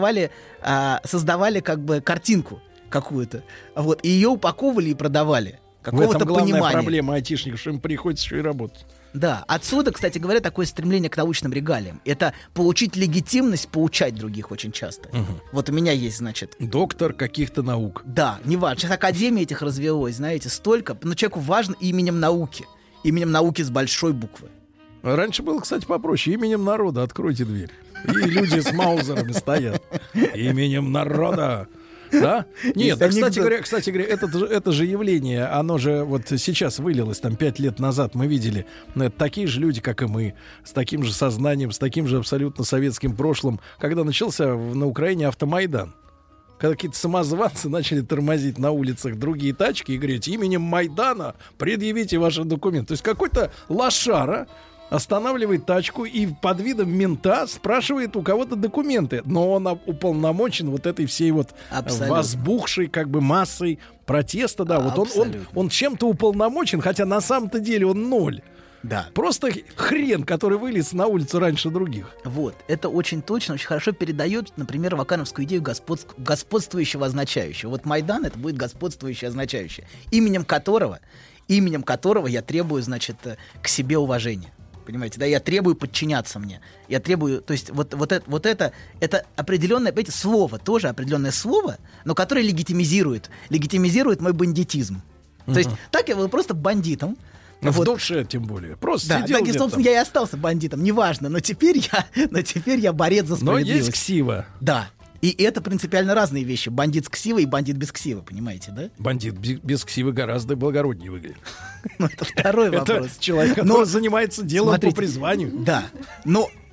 как бы картинку какую-то, и ее упаковывали и продавали. Какого-то в этом главная понимания. Проблема айтишников, что им приходится еще и работать. Да, отсюда, кстати говоря, такое стремление к научным регалиям. Это получить легитимность поучать других очень часто. Угу. Вот у меня есть, доктор каких-то наук. Да, неважно. Сейчас академия этих развелось, знаете, столько. Но человеку важно именем науки. Именем науки с большой буквы. Раньше было, кстати, попроще. Именем народа откройте дверь. И люди с маузерами стоят. Именем народа. Да? Нет, кстати говоря, это же явление, оно же вот сейчас вылилось, 5 лет назад мы видели, такие же люди, как и мы, с таким же сознанием, с таким же абсолютно советским прошлым, когда начался на Украине автомайдан. Когда какие-то самозванцы начали тормозить на улицах другие тачки и говорить: именем Майдана предъявите ваши документы. То есть какой-то лошара останавливает тачку и под видом мента спрашивает у кого-то документы. Но он уполномочен вот этой всей возбухшей как бы массой протеста. Да, вот он чем-то уполномочен, хотя на самом-то деле он ноль. Да. Просто хрен, который вылез на улицу раньше других. Вот, это очень точно, очень хорошо передает, например, вакановскую идею господствующего означающего. Вот Майдан — это будет господствующее означающее, именем которого я требую, к себе уважения. Понимаете, да, я требую подчиняться мне. Я требую, то есть вот это определенное, понимаете, слово, тоже определенное слово, но которое легитимизирует мой бандитизм. То есть так я был просто бандитом. В душе, тем более. Просто сидел где-то. Собственно, я и остался бандитом, неважно, но теперь я борец за справедливость. Но есть ксива. Да. И это принципиально разные вещи. Бандит с ксивой и бандит без ксивы, понимаете, да? Бандит без ксивы гораздо благороднее выглядит. Это второй вопрос. Это человек, который занимается делом по призванию. Да. Но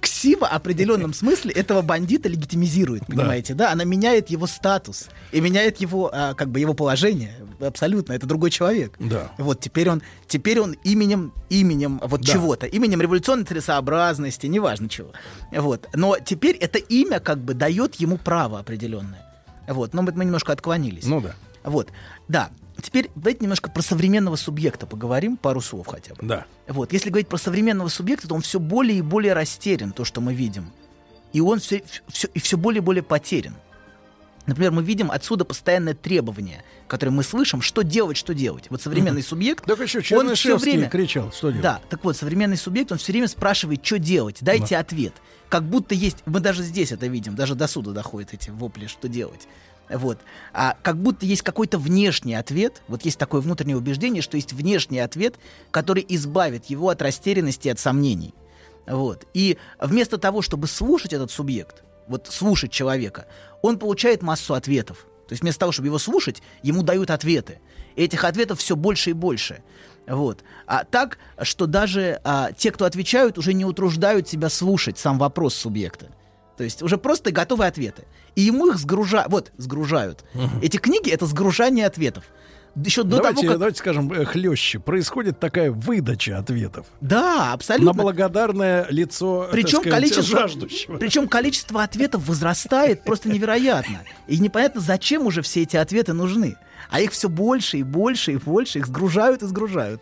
Ксива в определенном смысле этого бандита легитимизирует, понимаете, да? Она меняет его статус и меняет его, как бы, его положение. Абсолютно, это другой человек. Да. Вот теперь он именем вот чего-то, именем революционной целесообразности, неважно чего. Вот. Но теперь это имя как бы дает ему право определенное. Вот. Но мы немножко отклонились. Ну да. Вот. Да. Теперь давайте немножко про современного субъекта поговорим, пару слов хотя бы. Да. Вот. Если говорить про современного субъекта, то он все более и более растерян, то, что мы видим. И он все более и более потерян. Например, мы видим отсюда постоянное требование, которое мы слышим, что делать. Вот современный субъект, так еще он все время кричал, что делать. Да, так вот, современный субъект, он все время спрашивает, что делать, дайте ответ. Как будто есть, мы даже здесь это видим, даже до суда доходят эти вопли, что делать. Вот. А как будто есть какой-то внешний ответ, вот есть такое внутреннее убеждение, что есть внешний ответ, который избавит его от растерянности и от сомнений. Вот. И вместо того, чтобы слушать этот субъект, вот слушать человека, он получает массу ответов. То есть вместо того, чтобы его слушать, ему дают ответы. И этих ответов все больше и больше. Вот. А так, что даже те, кто отвечают, уже не утруждают себя слушать сам вопрос субъекта. То есть уже просто готовые ответы. И ему их сгружают. Эти книги — это сгружание ответов. Еще до того, как... Давайте скажем хлеще. Происходит такая выдача ответов. Да, абсолютно. На благодарное лицо, причем жаждущего. Причем количество ответов возрастает просто невероятно. И непонятно, зачем уже все эти ответы нужны. А их все больше и больше и больше. Их сгружают и сгружают.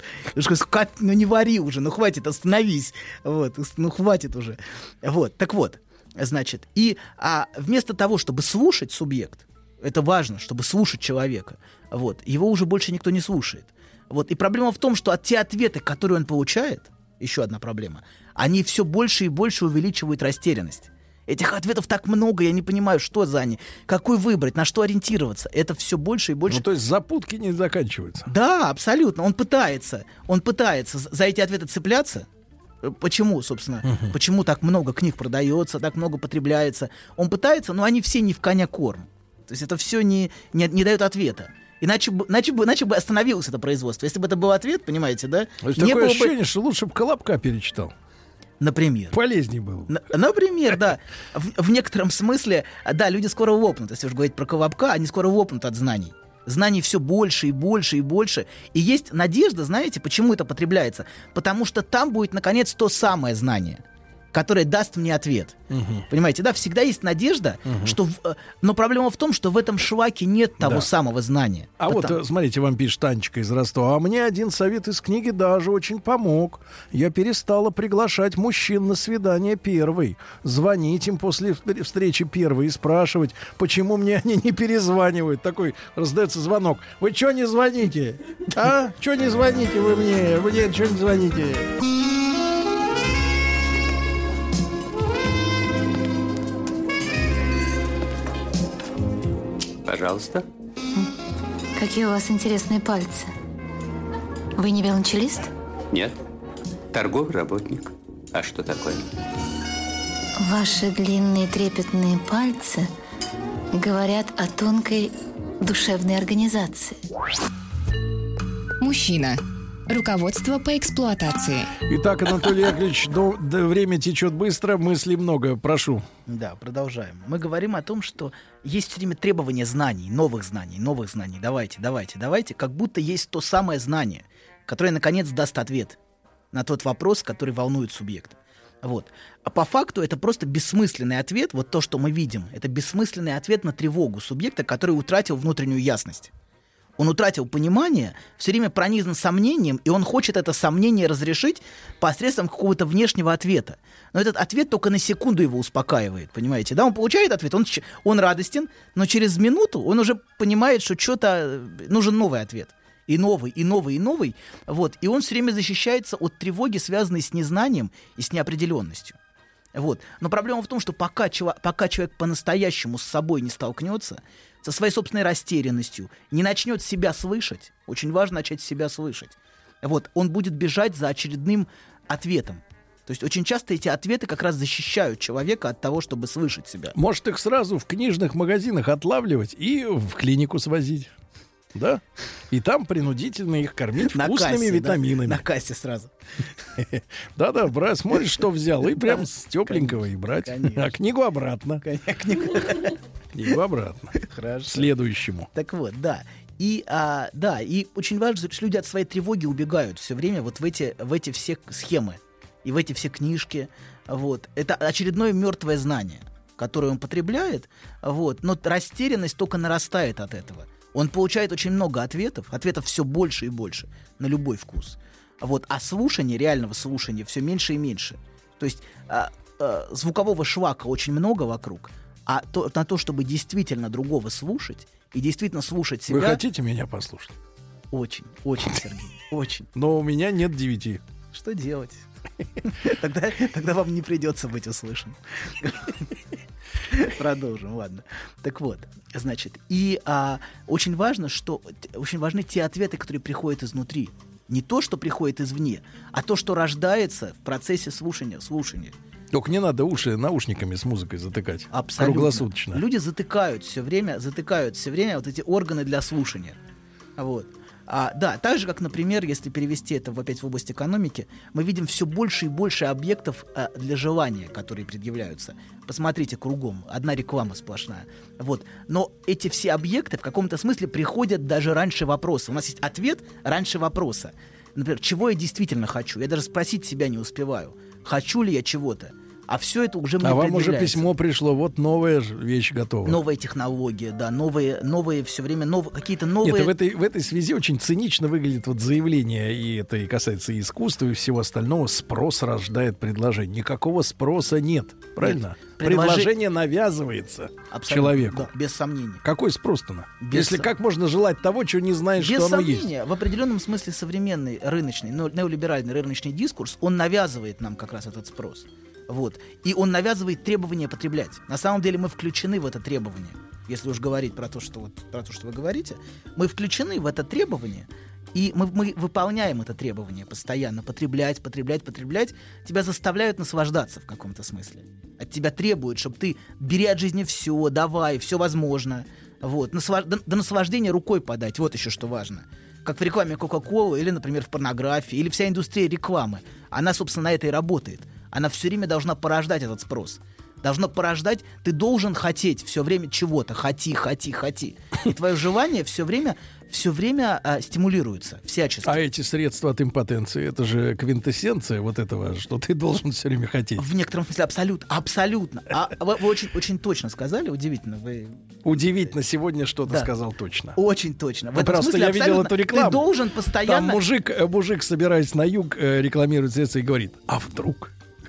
Ну не вари уже, ну хватит, остановись. Вот, ну хватит уже. Вот, так вот. Значит, вместо того, чтобы слушать субъект, это важно, чтобы слушать человека, вот, его уже больше никто не слушает. Вот, и проблема в том, что те ответы, которые он получает, еще одна проблема, они все больше и больше увеличивают растерянность. Этих ответов так много, я не понимаю, что за они, какой выбрать, на что ориентироваться. Это все больше и больше. Ну, то есть запутки не заканчиваются. Да, абсолютно. Он пытается за эти ответы цепляться. Почему, собственно, почему так много книг продается, так много потребляется? Он пытается, но они все не в коня корм. То есть это все не дает ответа. Иначе бы остановилось это производство. Если бы это был ответ, понимаете, да? То есть такое ощущение, что лучше бы Колобка перечитал. Например. Полезнее было. Например, да. В некотором смысле, да, люди скоро лопнут. Если уж говорить про Колобка, они скоро лопнут от знаний. Знаний все больше и больше и больше. И есть надежда, знаете, почему это потребляется? Потому что там будет, наконец, то самое знание, которое даст мне ответ. Понимаете, да? Всегда есть надежда, что... Но проблема в том, что в этом шлаке нет того самого знания. Вот, смотрите, вам пишет Танечка из Ростова. А мне один совет из книги даже очень помог. Я перестала приглашать мужчин на свидание первой. Звонить им после встречи первой и спрашивать, почему мне они не перезванивают. Такой раздается звонок. Вы что не звоните? А? Что не звоните вы мне? Вы мне что не звоните? Пожалуйста. Какие у вас интересные пальцы. Вы не велончелист? Нет. Торговый работник. А что такое? Ваши длинные трепетные пальцы говорят о тонкой душевной организации. Мужчина. Руководство по эксплуатации. Итак, Анатолий Яковлевич, время течет быстро, мыслей много. Прошу. Да, продолжаем. Мы говорим о том, что есть все время требования знаний, новых знаний. Давайте. Как будто есть то самое знание, которое, наконец, даст ответ на тот вопрос, который волнует субъекта. Вот. А по факту это просто бессмысленный ответ. Вот то, что мы видим, это бессмысленный ответ на тревогу субъекта, который утратил внутреннюю ясность. Он утратил понимание, все время пронизан сомнением, и он хочет это сомнение разрешить посредством какого-то внешнего ответа. Но этот ответ только на секунду его успокаивает, понимаете? Да, он получает ответ, он радостен, но через минуту он уже понимает, что что-то нужен новый ответ. И новый. Вот. И он все время защищается от тревоги, связанной с незнанием и с неопределенностью. Вот. Но проблема в том, что пока человек по-настоящему с собой не столкнется, со своей собственной растерянностью, не начнет себя слышать, очень важно начать себя слышать, вот, он будет бежать за очередным ответом. То есть очень часто эти ответы как раз защищают человека от того, чтобы слышать себя. Может, их сразу в книжных магазинах отлавливать и в клинику свозить? Да? И там принудительно их кормить На вкусными кассе, витаминами. Да? На кассе сразу. Да-да, брат, смотришь, что взял, и прям с тепленького и брать. А книгу обратно. Книгу обратно. Хорошо. Следующему. Так вот, да. И очень важно, что люди от своей тревоги убегают все время вот в эти все схемы и в эти все книжки. Вот. Это очередное мертвое знание, которое он потребляет, вот, но растерянность только нарастает от этого. Он получает очень много ответов все больше и больше на любой вкус. Вот. А слушание, реального слушания, все меньше и меньше. То есть звукового шлака очень много вокруг, а на то, чтобы действительно другого слушать и действительно слушать себя... Вы хотите меня послушать? Очень, Сергей, очень. Но у меня нет 9. Что делать? Тогда вам не придется быть услышанным. Продолжим, ладно. Так вот, значит, и очень важны те ответы, которые приходят изнутри. Не то, что приходит извне, а то, что рождается в процессе слушания. Только не надо уши наушниками с музыкой затыкать. Абсолютно. Круглосуточно. Люди затыкают все время вот эти органы для слушания. Вот. Да, так же, как, например, если перевести это опять в область экономики, мы видим все больше и больше объектов для желания, которые предъявляются. Посмотрите кругом, одна реклама сплошная. Вот. Но эти все объекты в каком-то смысле приходят даже раньше вопроса. У нас есть ответ раньше вопроса. Например, чего я действительно хочу? Я даже спросить себя не успеваю. Хочу ли я чего-то? А все это уже мне предъявляется. А вам уже письмо пришло, вот новая вещь готова. Новая технология, да, новые все время, какие-то новые... Нет, в этой связи очень цинично выглядит вот заявление, и это и касается и искусства, и всего остального. Спрос рождает предложение. Никакого спроса нет, правильно? Нет. Предложение навязывается человеку. Да, без сомнений. Какой спрос-то? Если как можно желать того, чего не знаешь, что оно есть? Без сомнения. В определенном смысле современный рыночный, неолиберальный рыночный дискурс, он навязывает нам как раз этот спрос. Вот. И он навязывает требования потреблять. На самом деле мы включены в это требование. Если уж говорить про то, что вы говорите, мы включены в это требование, и мы выполняем это требование постоянно. Потреблять. Тебя заставляют наслаждаться в каком-то смысле. От тебя требуют, чтобы ты бери от жизни все, давай, все возможно. Вот. До наслаждения рукой подать. Вот еще что важно. Как в рекламе Coca-Cola или, например, в порнографии, или вся индустрия рекламы. Она, собственно, на это и работает. Она все время должна порождать этот спрос. Должна порождать, ты должен хотеть все время чего-то. Хоти. И твое желание все время стимулируется всячески. А эти средства от импотенции, это же квинтэссенция вот этого, что ты должен все время хотеть. В некотором смысле абсолютно. Вы очень, очень точно сказали, удивительно. Удивительно, сегодня что-то сказал точно. Очень точно. В этом просто смысле я видел эту рекламу. Ты должен постоянно... Там мужик, собираясь на юг, рекламирует средства и говорит, а вдруг?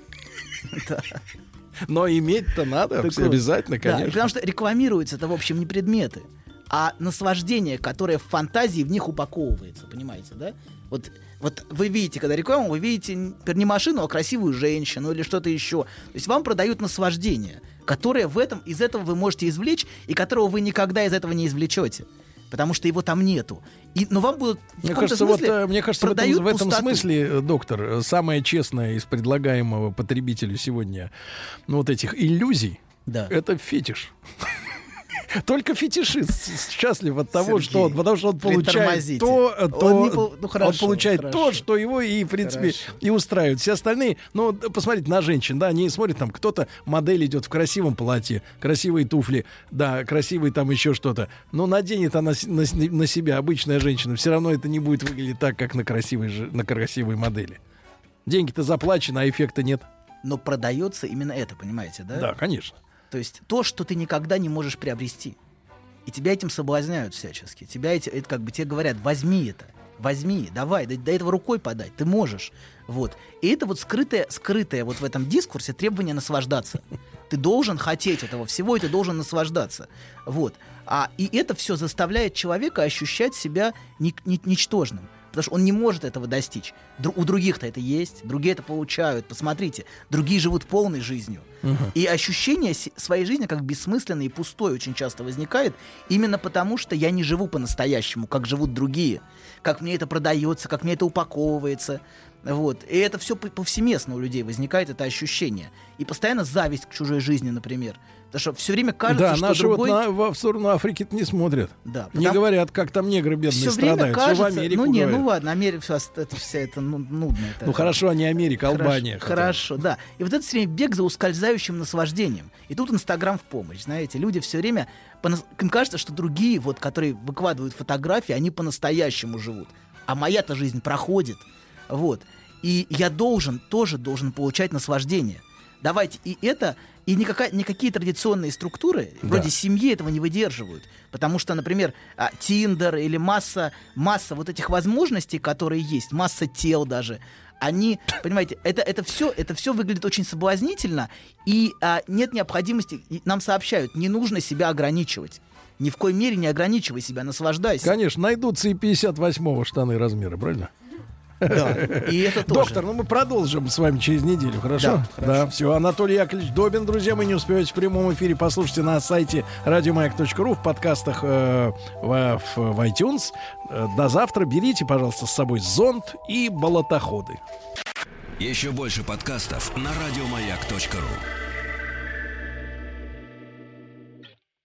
Да. Но иметь-то надо, обязательно, конечно. Да, потому что рекламируются это, в общем, не предметы, а наслаждение, которое в фантазии в них упаковывается, понимаете, да? Вот вы видите, когда рекламу, вы видите не машину, а красивую женщину или что-то еще. То есть вам продают наслаждение, которое из этого вы можете извлечь, и которого вы никогда из этого не извлечете. Потому что его там нету. Но вам будут мне кажется, в этом смысле, доктор, самое честное из предлагаемого потребителю сегодня вот этих иллюзий, это фетиш. Только фетишист счастлив от того, что потому что он получает он получает то, что его и, в принципе, и устраивает. Все остальные, посмотрите на женщин, да, они смотрят, там кто-то, модель идет в красивом платье, красивые туфли, да, красивый там еще что-то. Но наденет она на себя, обычная женщина, все равно это не будет выглядеть так, как на красивой модели. Деньги-то заплачены, а эффекта нет. Но продается именно это, понимаете, да? Да, конечно. То есть то, что ты никогда не можешь приобрести. И тебя этим соблазняют всячески. Это как бы тебе говорят, возьми, давай, до этого рукой подать, ты можешь. Вот. И это вот скрытое вот в этом дискурсе требование наслаждаться. Ты должен хотеть этого всего, и ты должен наслаждаться. Вот. И это все заставляет человека ощущать себя ничтожным. Потому что он не может этого достичь. У других-то это есть, другие это получают. Посмотрите, другие живут полной жизнью. И ощущение своей жизни как бессмысленной и пустой очень часто возникает именно потому, что я не живу по-настоящему, как живут другие. Как мне это продается, как мне это упаковывается. Вот. И это все повсеместно у людей возникает, это ощущение. И постоянно зависть к чужой жизни, например. Потому что все время кажется, да, что наши другой... в сторону Африки-то не смотрят. Да, не говорят, как там негры бедные все страдают. время кажется... Все в Америку ну ладно, Америка, это нудно. Ну хорошо, не Америка, Албания. Хорошо, да. И вот это все время бег за ускользающим наслаждением. И тут Инстаграм в помощь, знаете. Люди все время... Им кажется, что другие, вот, которые выкладывают фотографии, они по-настоящему живут. А моя-то жизнь проходит. Вот. И я тоже должен получать наслаждение. Давайте, никакие традиционные структуры, вроде семьи, этого не выдерживают. Потому что, например, Тиндер или масса вот этих возможностей, которые есть, масса тел даже, они, понимаете, это все выглядит очень соблазнительно, и нет необходимости, нам сообщают, не нужно себя ограничивать. Ни в коей мере не ограничивай себя, наслаждайся. Конечно, найдутся и 58-го штаны размера, правильно? Да, и это тоже. Доктор, мы продолжим с вами через неделю, хорошо? Да, все. Анатолий Яковлевич Добин, друзья, вы не успеваете в прямом эфире, послушайте на сайте радиомаяк.ру, в подкастах в iTunes. До завтра. Берите, пожалуйста, с собой зонт и болотоходы. Еще больше подкастов на радиомаяк.ру.